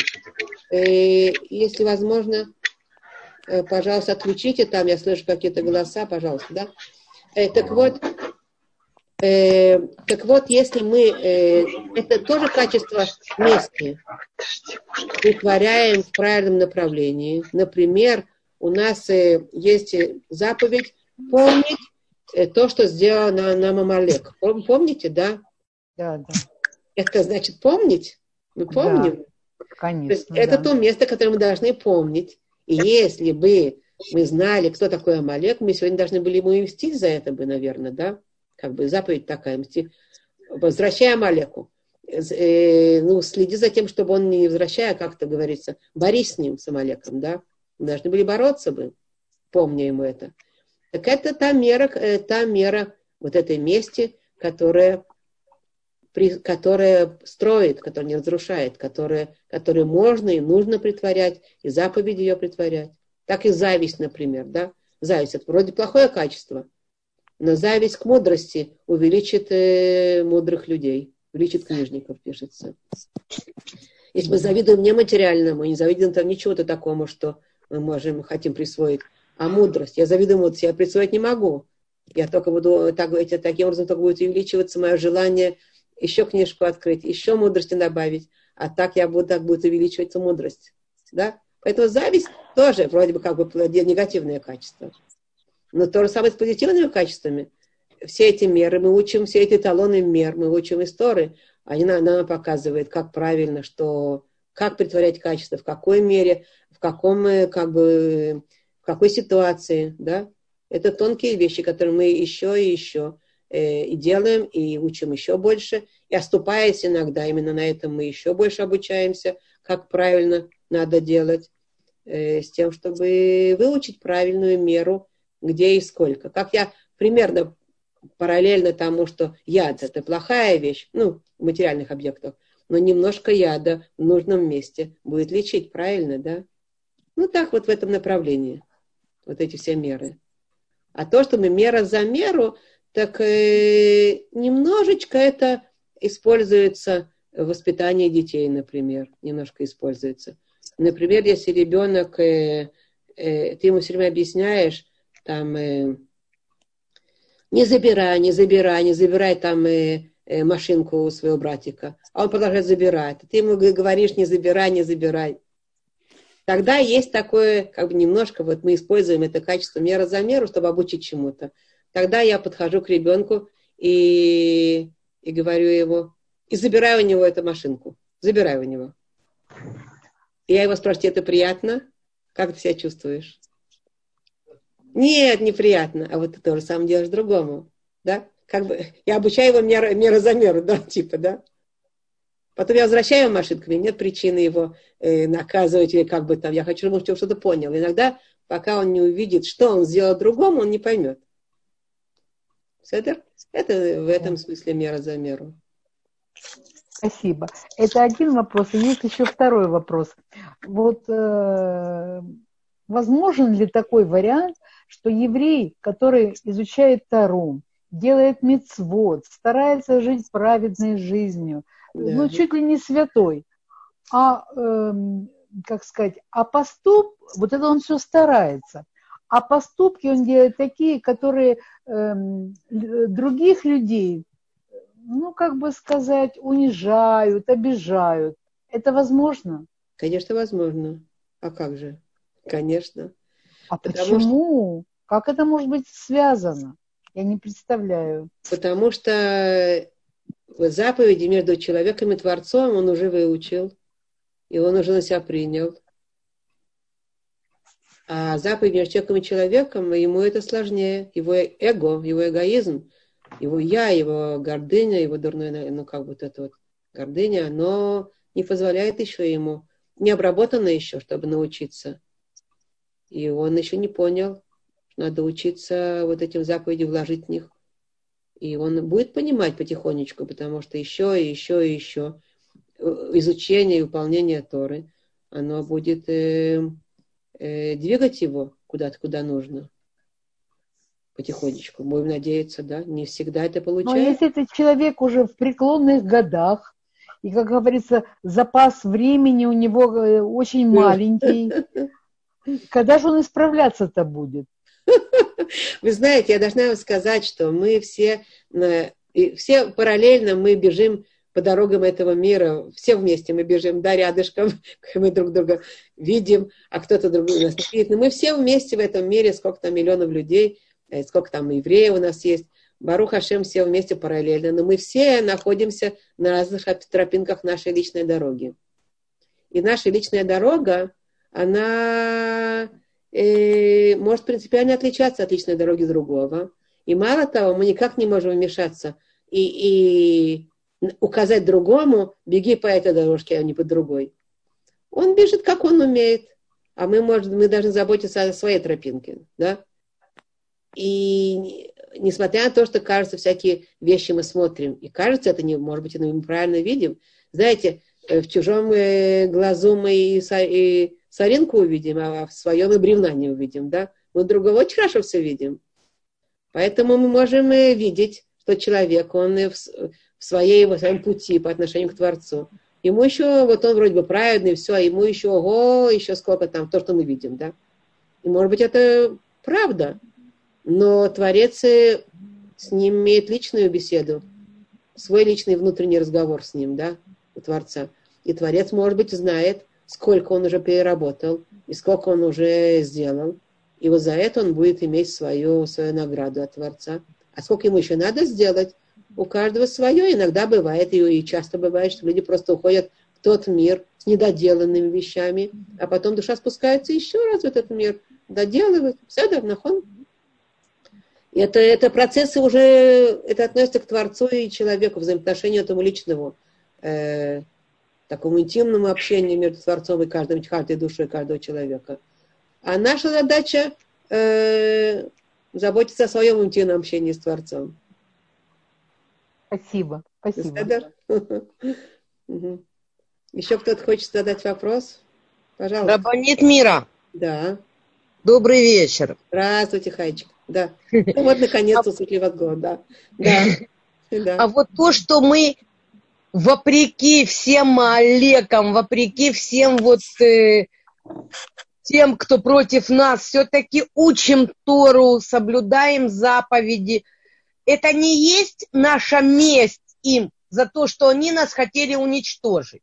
э, если возможно, э, пожалуйста, отключите, там я слышу какие-то голоса, пожалуйста, да? Э, так вот, Э, так вот, если мы, э, это тоже качество вместе, притворяем в правильном направлении. Например, у нас э, есть заповедь помнить э, то, что сделал на, нам Амалек. Помните, да? Да, да. Это значит помнить. Мы помним. Да, конечно. То есть, да. это то место, которое мы должны помнить. И если бы мы знали, кто такой Амалек, мы сегодня должны были ему мстить за это бы, наверное, да? Как бы заповедь такая, мсти. Возвращай Амалеку. Э, ну, следи за тем, чтобы он не возвращая, как это говорится, борись с ним, с Амалеком, да? Мы должны были бороться бы, помня ему это. Так это та мера, та мера вот этой мести, которая, при, которая строит, которая не разрушает, которая, которую можно и нужно притворять, и заповеди ее притворять. Так и зависть, например, да? Зависть – это вроде плохое качество, но зависть к мудрости увеличит э, мудрых людей, увеличит книжников, пишется. Если мы завидуем не материальному, не завидуем там ничего-то такому, что мы можем, хотим присвоить, а мудрость. Я завидую мудрости, я присвоить не могу. Я только буду, так, эти, таким образом только будет увеличиваться мое желание еще книжку открыть, еще мудрости добавить, а так я буду, так будет увеличиваться мудрость. Да? Поэтому зависть тоже вроде бы как бы негативное качество. Но то же самое с позитивными качествами. Все эти меры, мы учим, все эти эталоны мер, мы учим из Торы. Они нам, нам показывают, как правильно, что, как притворять качество, в какой мере, в каком, как бы, в какой ситуации. Да? Это тонкие вещи, которые мы еще и еще э, и делаем, и учим еще больше. И оступаясь иногда, именно на этом мы еще больше обучаемся, как правильно надо делать, э, с тем, чтобы выучить правильную меру, где и сколько. Как я примерно параллельно тому, что яд – это плохая вещь, ну, в материальных объектах, но немножко яда в нужном месте будет лечить, правильно, да? Ну, так вот в этом направлении, вот эти все меры. А то, что мы мера за меру, так э, немножечко это используется в воспитании детей, например, немножко используется. Например, если ребенок, э, э, ты ему все время объясняешь, там, э, не забирай, не забирай, не забирай там э, э, машинку у своего братика. А он продолжает забирать. Ты ему говоришь, не забирай, не забирай. Тогда есть такое, как бы немножко, вот мы используем это качество мера за меру, чтобы обучить чему-то. Тогда я подхожу к ребенку и, и говорю ему, и забираю у него эту машинку. Забираю у него. И я его спрашиваю, это приятно? Как ты себя чувствуешь? Нет, неприятно. А вот ты тоже сам делаешь другому. Да? Как бы, я обучаю его мера, мера за меру, да, типа, да. Потом я возвращаю ему машинку, мне нет причины его э, наказывать, или как бы там, я хочу, чтобы он что-то понял. Иногда, пока он не увидит, что он сделал другому, он не поймет. Это, это в этом смысле мера за меру. Спасибо. Это один вопрос, и есть еще второй вопрос. Вот э, возможен ли такой вариант, что еврей, который изучает Тору, делает мицвот, старается жить праведной жизнью, да. ну, чуть ли не святой, а, э, как сказать, а поступ, вот это он все старается, а поступки он делает такие, которые э, других людей, ну, как бы сказать, унижают, обижают. Это возможно? Конечно, возможно. А как же? Конечно. А потому почему? Что... Как это может быть связано? Я не представляю. Потому что заповеди между человеком и Творцом он уже выучил, и он уже на себя принял. А заповедь между человеком и человеком, ему это сложнее. Его эго, его эгоизм, его я, его гордыня, его дурное, ну как вот это вот гордыня, оно не позволяет еще ему, не обработано еще, чтобы научиться. И он еще не понял, что надо учиться вот этим заповедям вложить в них. И он будет понимать потихонечку, потому что еще и еще и еще изучение и выполнение Торы, оно будет э, э, двигать его куда-то, куда нужно. Потихонечку. Будем надеяться, да. Не всегда это получается. Но если этот человек уже в преклонных годах, и, как говорится, запас времени у него очень маленький, когда же он исправляться-то будет? Вы знаете, я должна вам сказать, что мы все, все параллельно мы бежим по дорогам этого мира, все вместе мы бежим, да, рядышком, мы друг друга видим, а кто-то другой нас не видит. Но мы все вместе в этом мире, сколько там миллионов людей, сколько там евреев у нас есть, Барух Ашем, все вместе параллельно, но мы все находимся на разных тропинках нашей личной дороги. И наша личная дорога, она э, может принципиально отличаться от личной дороги другого. И мало того, мы никак не можем вмешаться и, и указать другому, беги по этой дорожке, а не по другой. Он бежит, как он умеет, а мы, может, мы должны заботиться о своей тропинке, да? И несмотря на то, что, кажется, всякие вещи мы смотрим, и кажется, это не, может быть, мы правильно видим. Знаете, в чужом глазу мы и, со, и соринку увидим, а в своем и бревна не увидим, да? Мы другого очень хорошо все видим. Поэтому мы можем видеть, что человек, он в, в, своей, в своем пути по отношению к Творцу. Ему еще, вот он вроде бы праведный, все, а ему еще, ого, еще сколько там, то, что мы видим, да? И, может быть, это правда. Но Творец с ним имеет личную беседу, свой личный внутренний разговор с ним, да, у Творца. И Творец, может быть, знает, сколько он уже переработал, и сколько он уже сделал. И вот за это он будет иметь свою, свою награду от Творца. А сколько ему еще надо сделать, у каждого свое. Иногда бывает, и часто бывает, что люди просто уходят в тот мир с недоделанными вещами, а потом душа спускается еще раз в этот мир, доделывает. Все, да, нахон. Это, это процессы уже, это относится к Творцу и человеку, взаимоотношению этому личному, э, такому интимному общению между Творцом и каждым, каждой душой каждого человека. А наша задача э, заботиться о своем интимном общении с Творцом. Спасибо, спасибо. Еще кто-то хочет задать вопрос? Пожалуйста. Рабанит мира. Да. Добрый вечер. Здравствуйте, Хайчик. Да. Ну вот, наконец-то, сутли в отгон, да. Да. Да. А вот то, что мы вопреки всем Олекам, вопреки всем вот э, тем, кто против нас, все-таки учим Тору, соблюдаем заповеди, это не есть наша месть им за то, что они нас хотели уничтожить?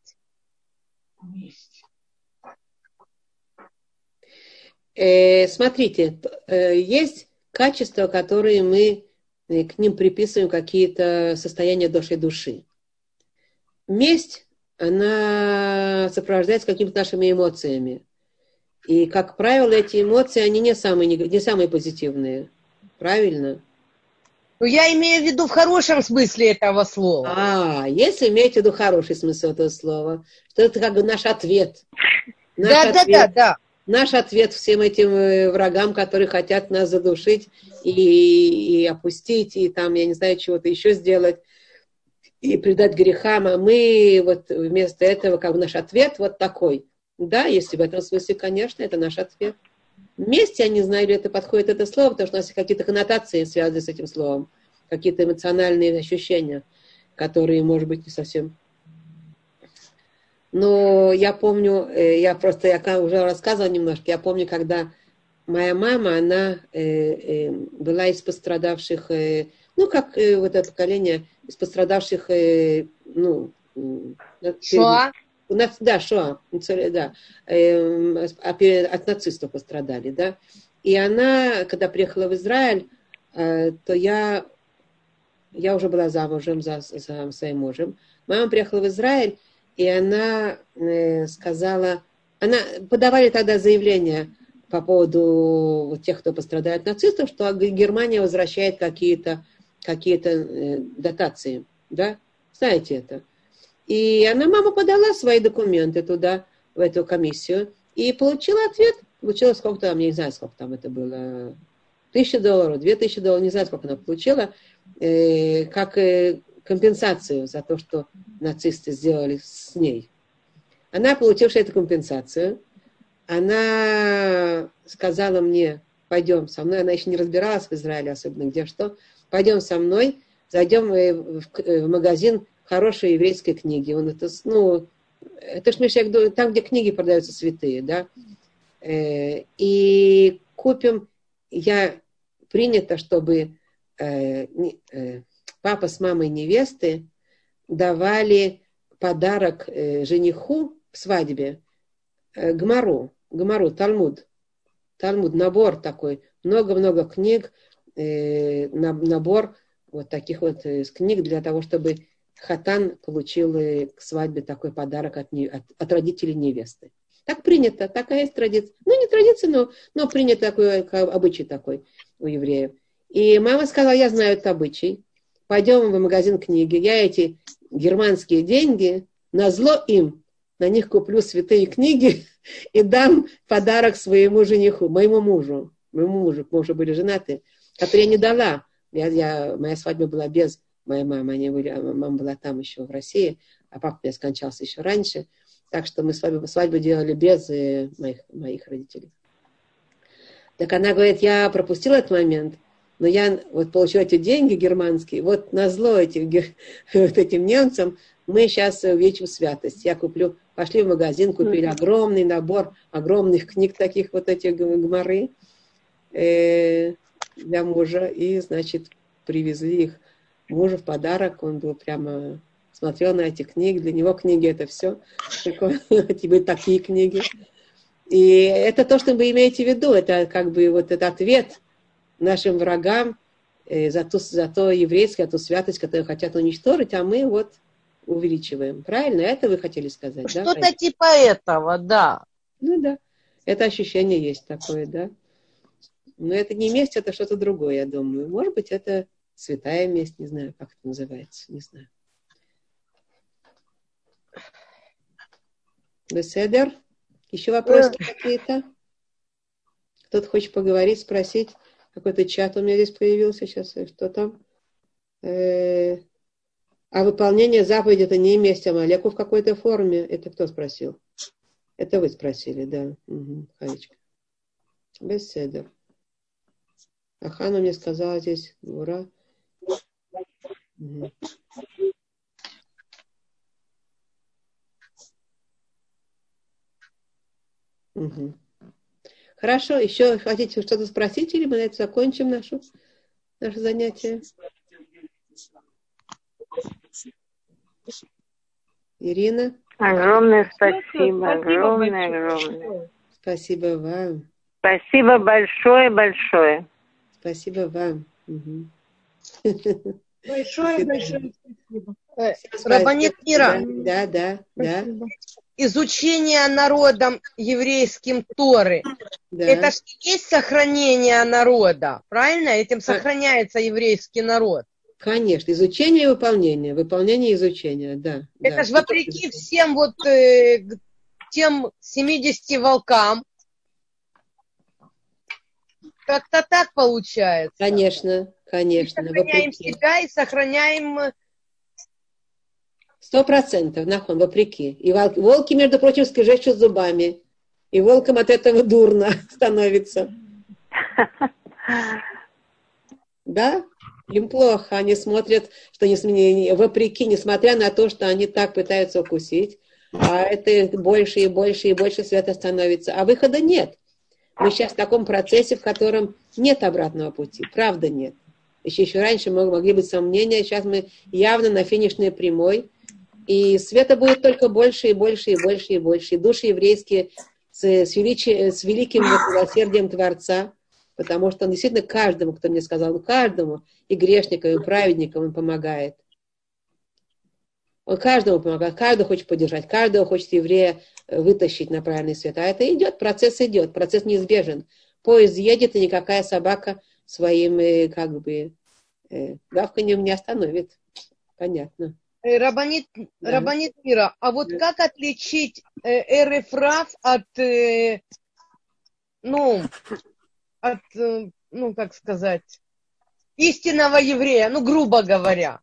Э, смотрите, э, есть качества, которые мы э, к ним приписываем какие-то состояния души души. Месть, она сопровождается какими-то нашими эмоциями. И, как правило, эти эмоции, они не самые, не самые позитивные. Правильно? Ну, я имею в виду в хорошем смысле этого слова. А, если иметь в виду хороший смысл этого слова, что это как бы наш ответ. Наш да, ответ, да, да, да. Наш ответ всем этим врагам, которые хотят нас задушить и, и опустить, и там, я не знаю, чего-то еще сделать, и предать грехам, а мы вот вместо этого, как бы наш ответ вот такой. Да, если в этом смысле, конечно, это наш ответ. Месть, я не знаю, ли это подходит это слово, потому что у нас есть какие-то коннотации, связанные с этим словом, какие-то эмоциональные ощущения, которые, может быть, не совсем... Но я помню, я просто, я уже рассказывала немножко, я помню, когда моя мама, она э, э, была из пострадавших, э, ну, как э, вот это поколение, из пострадавших, э, ну... Шоа? У нас, да, Шоа, да, э, от нацистов пострадали, да. И она, когда приехала в Израиль, э, то я, я уже была замужем за, за своим мужем. Мама приехала в Израиль, и она э, сказала, она, подавали тогда заявление по поводу вот тех, кто пострадает от нацистов, что Германия возвращает какие-то какие-то э, дотации, да, знаете это. И она, мама подала свои документы туда, в эту комиссию, и получила ответ, получила сколько там, я не знаю, сколько там это было, тысяча долларов, две тысячи долларов, не знаю, сколько она получила, э, как э, компенсацию за то, что нацисты сделали с ней. Она, получившая эту компенсацию, она сказала мне, пойдем со мной, она еще не разбиралась в Израиле, особенно где что, пойдем со мной, зайдем в, в магазин хорошей еврейской книги. Он это, ну, это ж, Миша, там, где книги продаются святые, да, э, и купим, я принято, чтобы э, э, папа с мамой невесты давали подарок э, жениху в свадьбе, э, Гмару, Гмару, Талмуд, Талмуд, набор такой, много-много книг, э, набор вот таких вот э, книг для того, чтобы хатан получил э, к свадьбе такой подарок от, не, от, от родителей невесты. Так принято, такая есть традиция. Ну, не традиция, но, но принято такой, обычай такой у евреев. И мама сказала, я знаю этот обычай, пойдем в магазин книги, я эти германские деньги, назло им, на них куплю святые книги и дам подарок своему жениху, моему мужу, моему мужу, мы уже были женаты, который я не дала. Я, я, моя свадьба была без моей мамы, они были, мама была там еще в России, а папа у меня скончался еще раньше, так что мы свадьбу, свадьбу делали без э, моих, моих родителей. Так она говорит, я пропустила этот момент, но я вот получила эти деньги германские, вот назло этим, вот этим немцам мы сейчас увеличим святость. Я куплю, пошли в магазин, купили огромный набор огромных книг таких вот этих гмары э, для мужа, и, значит, привезли их мужу в подарок, он был прямо, смотрел на эти книги, для него книги это все, тебе такие книги. И это то, что вы имеете в виду, это как бы вот этот ответ нашим врагам э, за, ту, за то еврейское, ту святость, которую хотят уничтожить, а мы вот увеличиваем. Правильно? Это вы хотели сказать, да? Что-то типа этого, да. Ну да. Это ощущение есть такое, да. Но это не месть, это что-то другое, я думаю. Может быть, это святая месть, не знаю, как это называется, не знаю. Беседер? Еще вопросы какие-то? Кто-то хочет поговорить, спросить? Какой-то чат у меня здесь появился сейчас. Что там? Э-э- а выполнение заповеди это не месть Амалеку в какой-то форме. Это кто спросил? Это вы спросили, да. Угу, Хаечка. Беседер. А Хана мне сказала здесь, ура. Угу. Угу. Хорошо, еще хотите что-то спросить, или мы на это закончим нашу, наше занятие? Ирина? Огромное спасибо, огромное, огромное. Спасибо вам. Спасибо большое, большое. Спасибо вам. Угу. Большое, большое спасибо. Рабанит Мира. Да, да, да. Изучение народом еврейским Торы. Да. Это же есть сохранение народа, правильно? Этим сохраняется еврейский народ. Конечно, изучение и выполнение. Выполнение и изучение, да. Это да. же вопреки всем вот э, тем семидесяти волкам. Как-то так получается. Конечно, конечно. Мы сохраняем вопреки. себя и сохраняем... Сто процентов, нахон, вопреки. И волки, между прочим, скрежещут зубами. И волкам от этого дурно становится. Да? Им плохо. Они смотрят, что не, вопреки, несмотря на то, что они так пытаются укусить, а это больше и больше и больше света становится. А выхода нет. Мы сейчас в таком процессе, в котором нет обратного пути. Правда нет. Еще, еще раньше могли быть сомнения. Сейчас мы явно на финишной прямой. И света будет только больше и больше и больше и больше. И души еврейские с, с, величи, с великим милосердием Творца, потому что он действительно каждому, кто мне сказал, каждому, и грешникам, и праведникам он помогает. Он каждому помогает, каждого хочет поддержать, каждого хочет еврея вытащить на правильный свет. А это идет, процесс идет, процесс неизбежен. Поезд едет, и никакая собака своим, как бы, гавканьем не остановит. Понятно. Рабанит, да. Рабанит Мира, а вот да. Как отличить э, эрефраф от, э, ну, от, э, ну, как сказать, истинного еврея, ну, грубо говоря?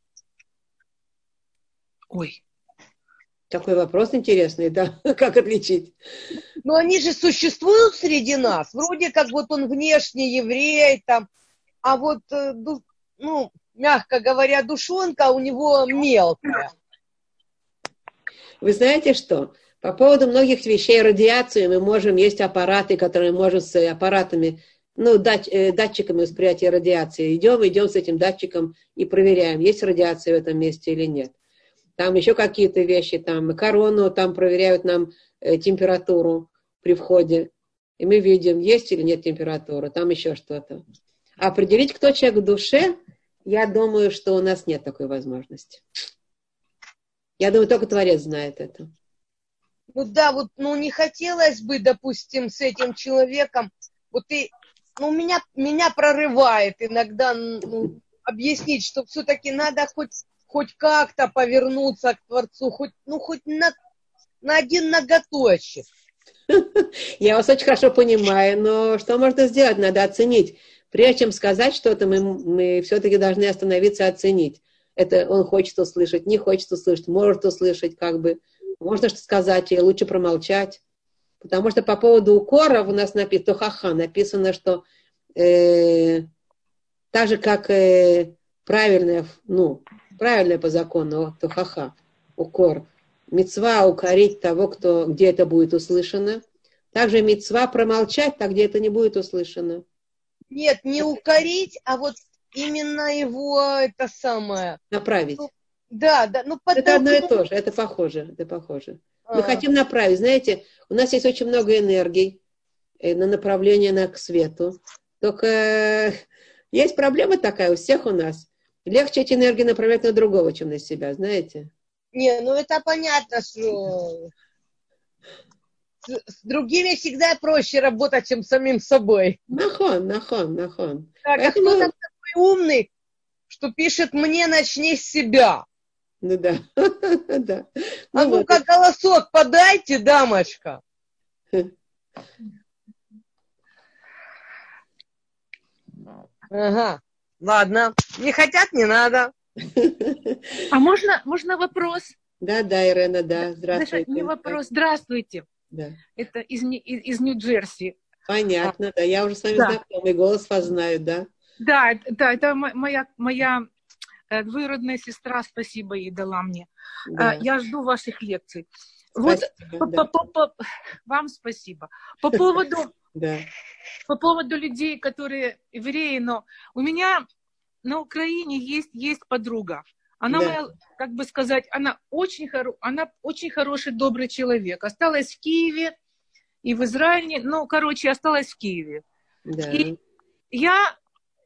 Ой, такой вопрос интересный, да, как отличить? Ну, они же существуют среди нас, вроде как вот он внешне еврей, там, а вот, ну, мягко говоря, душонка у него мелкая. Вы знаете что? По поводу многих вещей радиации мы можем, есть аппараты, которые можем с аппаратами, ну, дат, датчиками восприятия радиации. Идем, идем с этим датчиком и проверяем, есть радиация в этом месте или нет. Там еще какие-то вещи, там корону, там проверяют нам э, температуру при входе. И мы видим, есть или нет температуры, там еще что-то. А определить, кто человек в душе, я думаю, что у нас нет такой возможности. Я думаю, только Творец знает это. Ну да, вот, ну не хотелось бы, допустим, с этим человеком, вот и, ну меня, меня прорывает иногда, ну, объяснить, что все-таки надо хоть, хоть как-то повернуться к Творцу, хоть, ну хоть на, на один ноготочек. Я вас очень хорошо понимаю, но что можно сделать? Надо оценить. Прежде чем сказать что-то, мы, мы все-таки должны остановиться и оценить. Это он хочет услышать, не хочет услышать, может услышать, как бы. Можно что сказать, и лучше промолчать. Потому что по поводу укоров у нас написано, тохаха, написано, что э, так же, как э, правильное, ну, правильное по закону, тохаха, укор, мицва укорить того, кто, где это будет услышано. Также мицва промолчать, так, где это не будет услышано. Нет, не укорить, а вот именно его, это самое... Направить. Ну, да, да. Ну, это потом... одно и то же, это похоже, это похоже. А. Мы хотим направить, знаете, у нас есть очень много энергий э, на направление на, к свету. Только э, есть проблема такая у всех у нас. Легче эти энергии направлять на другого, чем на себя, знаете? Не, ну это понятно, что... С другими всегда проще работать, чем с самим собой. Нахон, нахон, нахон. Так, Поэтому... а кто там такой умный, что пишет «мне начни с себя»? Ну да. да. А ну, ну-ка, вот. Голосок подайте, дамочка. Ага, ладно. Не хотят, не надо. А можно, можно вопрос? Да, да, Ирена, да. Здравствуйте. Не вопрос. Здравствуйте. Да. Это из, из, из Нью-Джерси. Понятно, да. Я уже с вами да. знакома, и голос вас знаю, да. Да, да, это моя, моя двоюродная сестра, спасибо ей дала мне. Да. Я жду ваших лекций. Спасибо, вот, да. по, по, по, вам спасибо. По поводу, да. по поводу людей, которые евреи, но у меня на Украине есть, есть подруга. Она, да. моя, как бы сказать, она очень, хоро... она очень хороший, добрый человек. Осталась в Киеве и в Израиле. Ну, короче, осталась в Киеве. Да. И я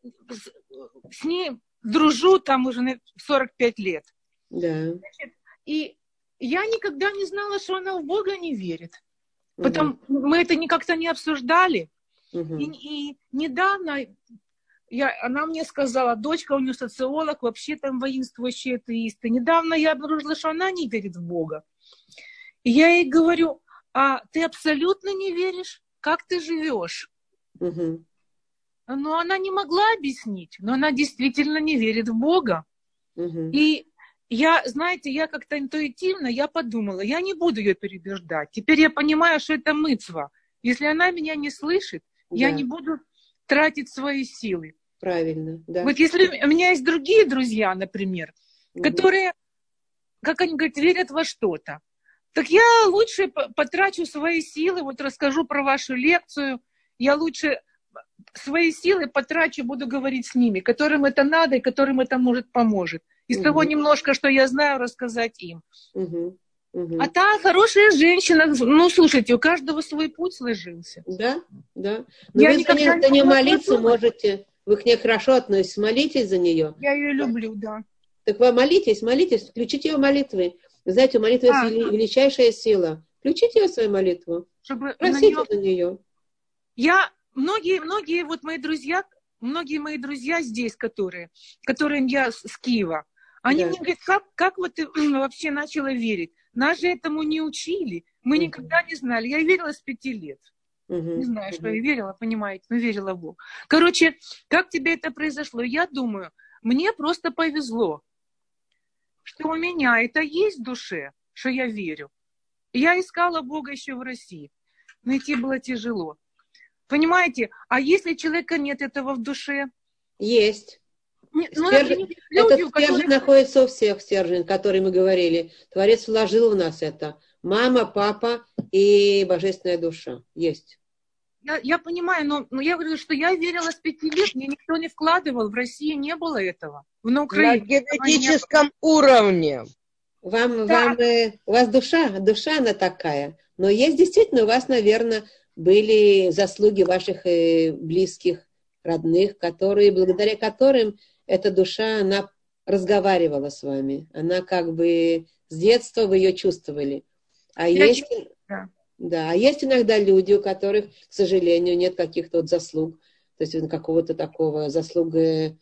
с ней дружу там уже сорок пять лет. Да. Значит, и я никогда не знала, что она в Бога не верит. Угу. Потом мы это как-то не обсуждали. Угу. И, и недавно... Я, она мне сказала, дочка у нее социолог, вообще там воинствующие атеисты. Недавно я обнаружила, что она не верит в Бога. И я ей говорю, а ты абсолютно не веришь? Как ты живешь? Угу. Но она не могла объяснить, но она действительно не верит в Бога. Угу. И я, знаете, я как-то интуитивно, я подумала, я не буду ее переубеждать. Теперь я понимаю, что это мицва. Если она меня не слышит, да. я не буду тратить свои силы. Правильно, да. Вот если у меня есть другие друзья, например, угу. которые, как они говорят, верят во что-то, так я лучше потрачу свои силы, вот расскажу про вашу лекцию, я лучше свои силы потрачу, буду говорить с ними, которым это надо и которым это может поможет. Из угу. того немножко, что я знаю, рассказать им. Угу. Угу. А та хорошая женщина, ну, слушайте, у каждого свой путь сложился. Да, да. Но я вы за нее молиться можете... Вы к ней хорошо относитесь, молитесь за нее. Я ее люблю, да. Так вы молитесь, молитесь, включите ее молитвы. Вы знаете, у молитвы А. есть вели- величайшая сила. Включите ее в свою молитву. Чтобы Просите на на нее. Я, многие, многие вот мои друзья, многие мои друзья здесь, которые, которым я с, с Киева, они Да. мне говорят, как, как вот ты вообще начала верить? Нас же этому не учили, мы Мгм. никогда не знали. Я верила с пяти лет. Мгм. Не знаю, что Мгм. я верила, понимаете, но верила в Бога. Короче, как тебе это произошло? Я думаю, мне просто повезло, что у меня это есть в душе, что я верю. Я искала Бога еще в России. Найти было тяжело. Понимаете? А если человека нет этого в душе? Есть. Не- ну, Стержень- например, люди, Этот у стержень которых... находится у всех, стержень, который мы говорили. Творец вложил в нас это. Мама, папа и божественная душа. Есть. Я, я понимаю, но, но я говорю, что я верила с пяти лет, мне никто не вкладывал, в России не было этого. На На Украине. генетическом уровне. Вам, Да. вам, э, у вас душа, душа она такая. Но есть действительно, у вас, наверное, были заслуги ваших э, близких, родных, которые, благодаря которым эта душа, она разговаривала с вами. Она как бы с детства вы ее чувствовали. А Я есть, чувствую, да. да, а есть иногда люди, у которых, к сожалению, нет каких-то вот заслуг, то есть какого-то такого заслуги,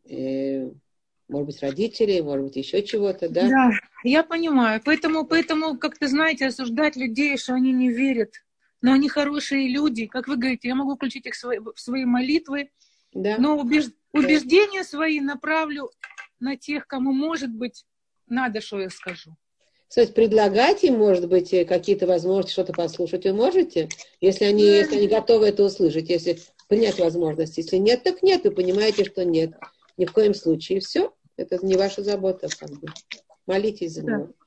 э, может быть, родителей, может быть, еще чего-то, да? Да, я понимаю. Поэтому, поэтому, как ты знаете, осуждать людей, что они не верят. Но они хорошие люди. Как вы говорите, я могу включить их в свои, в свои молитвы, Да. но убеж, убеждения свои направлю на тех, кому, может быть, надо, что я скажу. Кстати, предлагать им, может быть, какие-то возможности что-то послушать вы можете, если они, если они готовы это услышать, если принять возможность. Если нет, так нет, вы понимаете, что нет. Ни в коем случае. И все. Это не ваша забота, как бы. Молитесь за Да. него.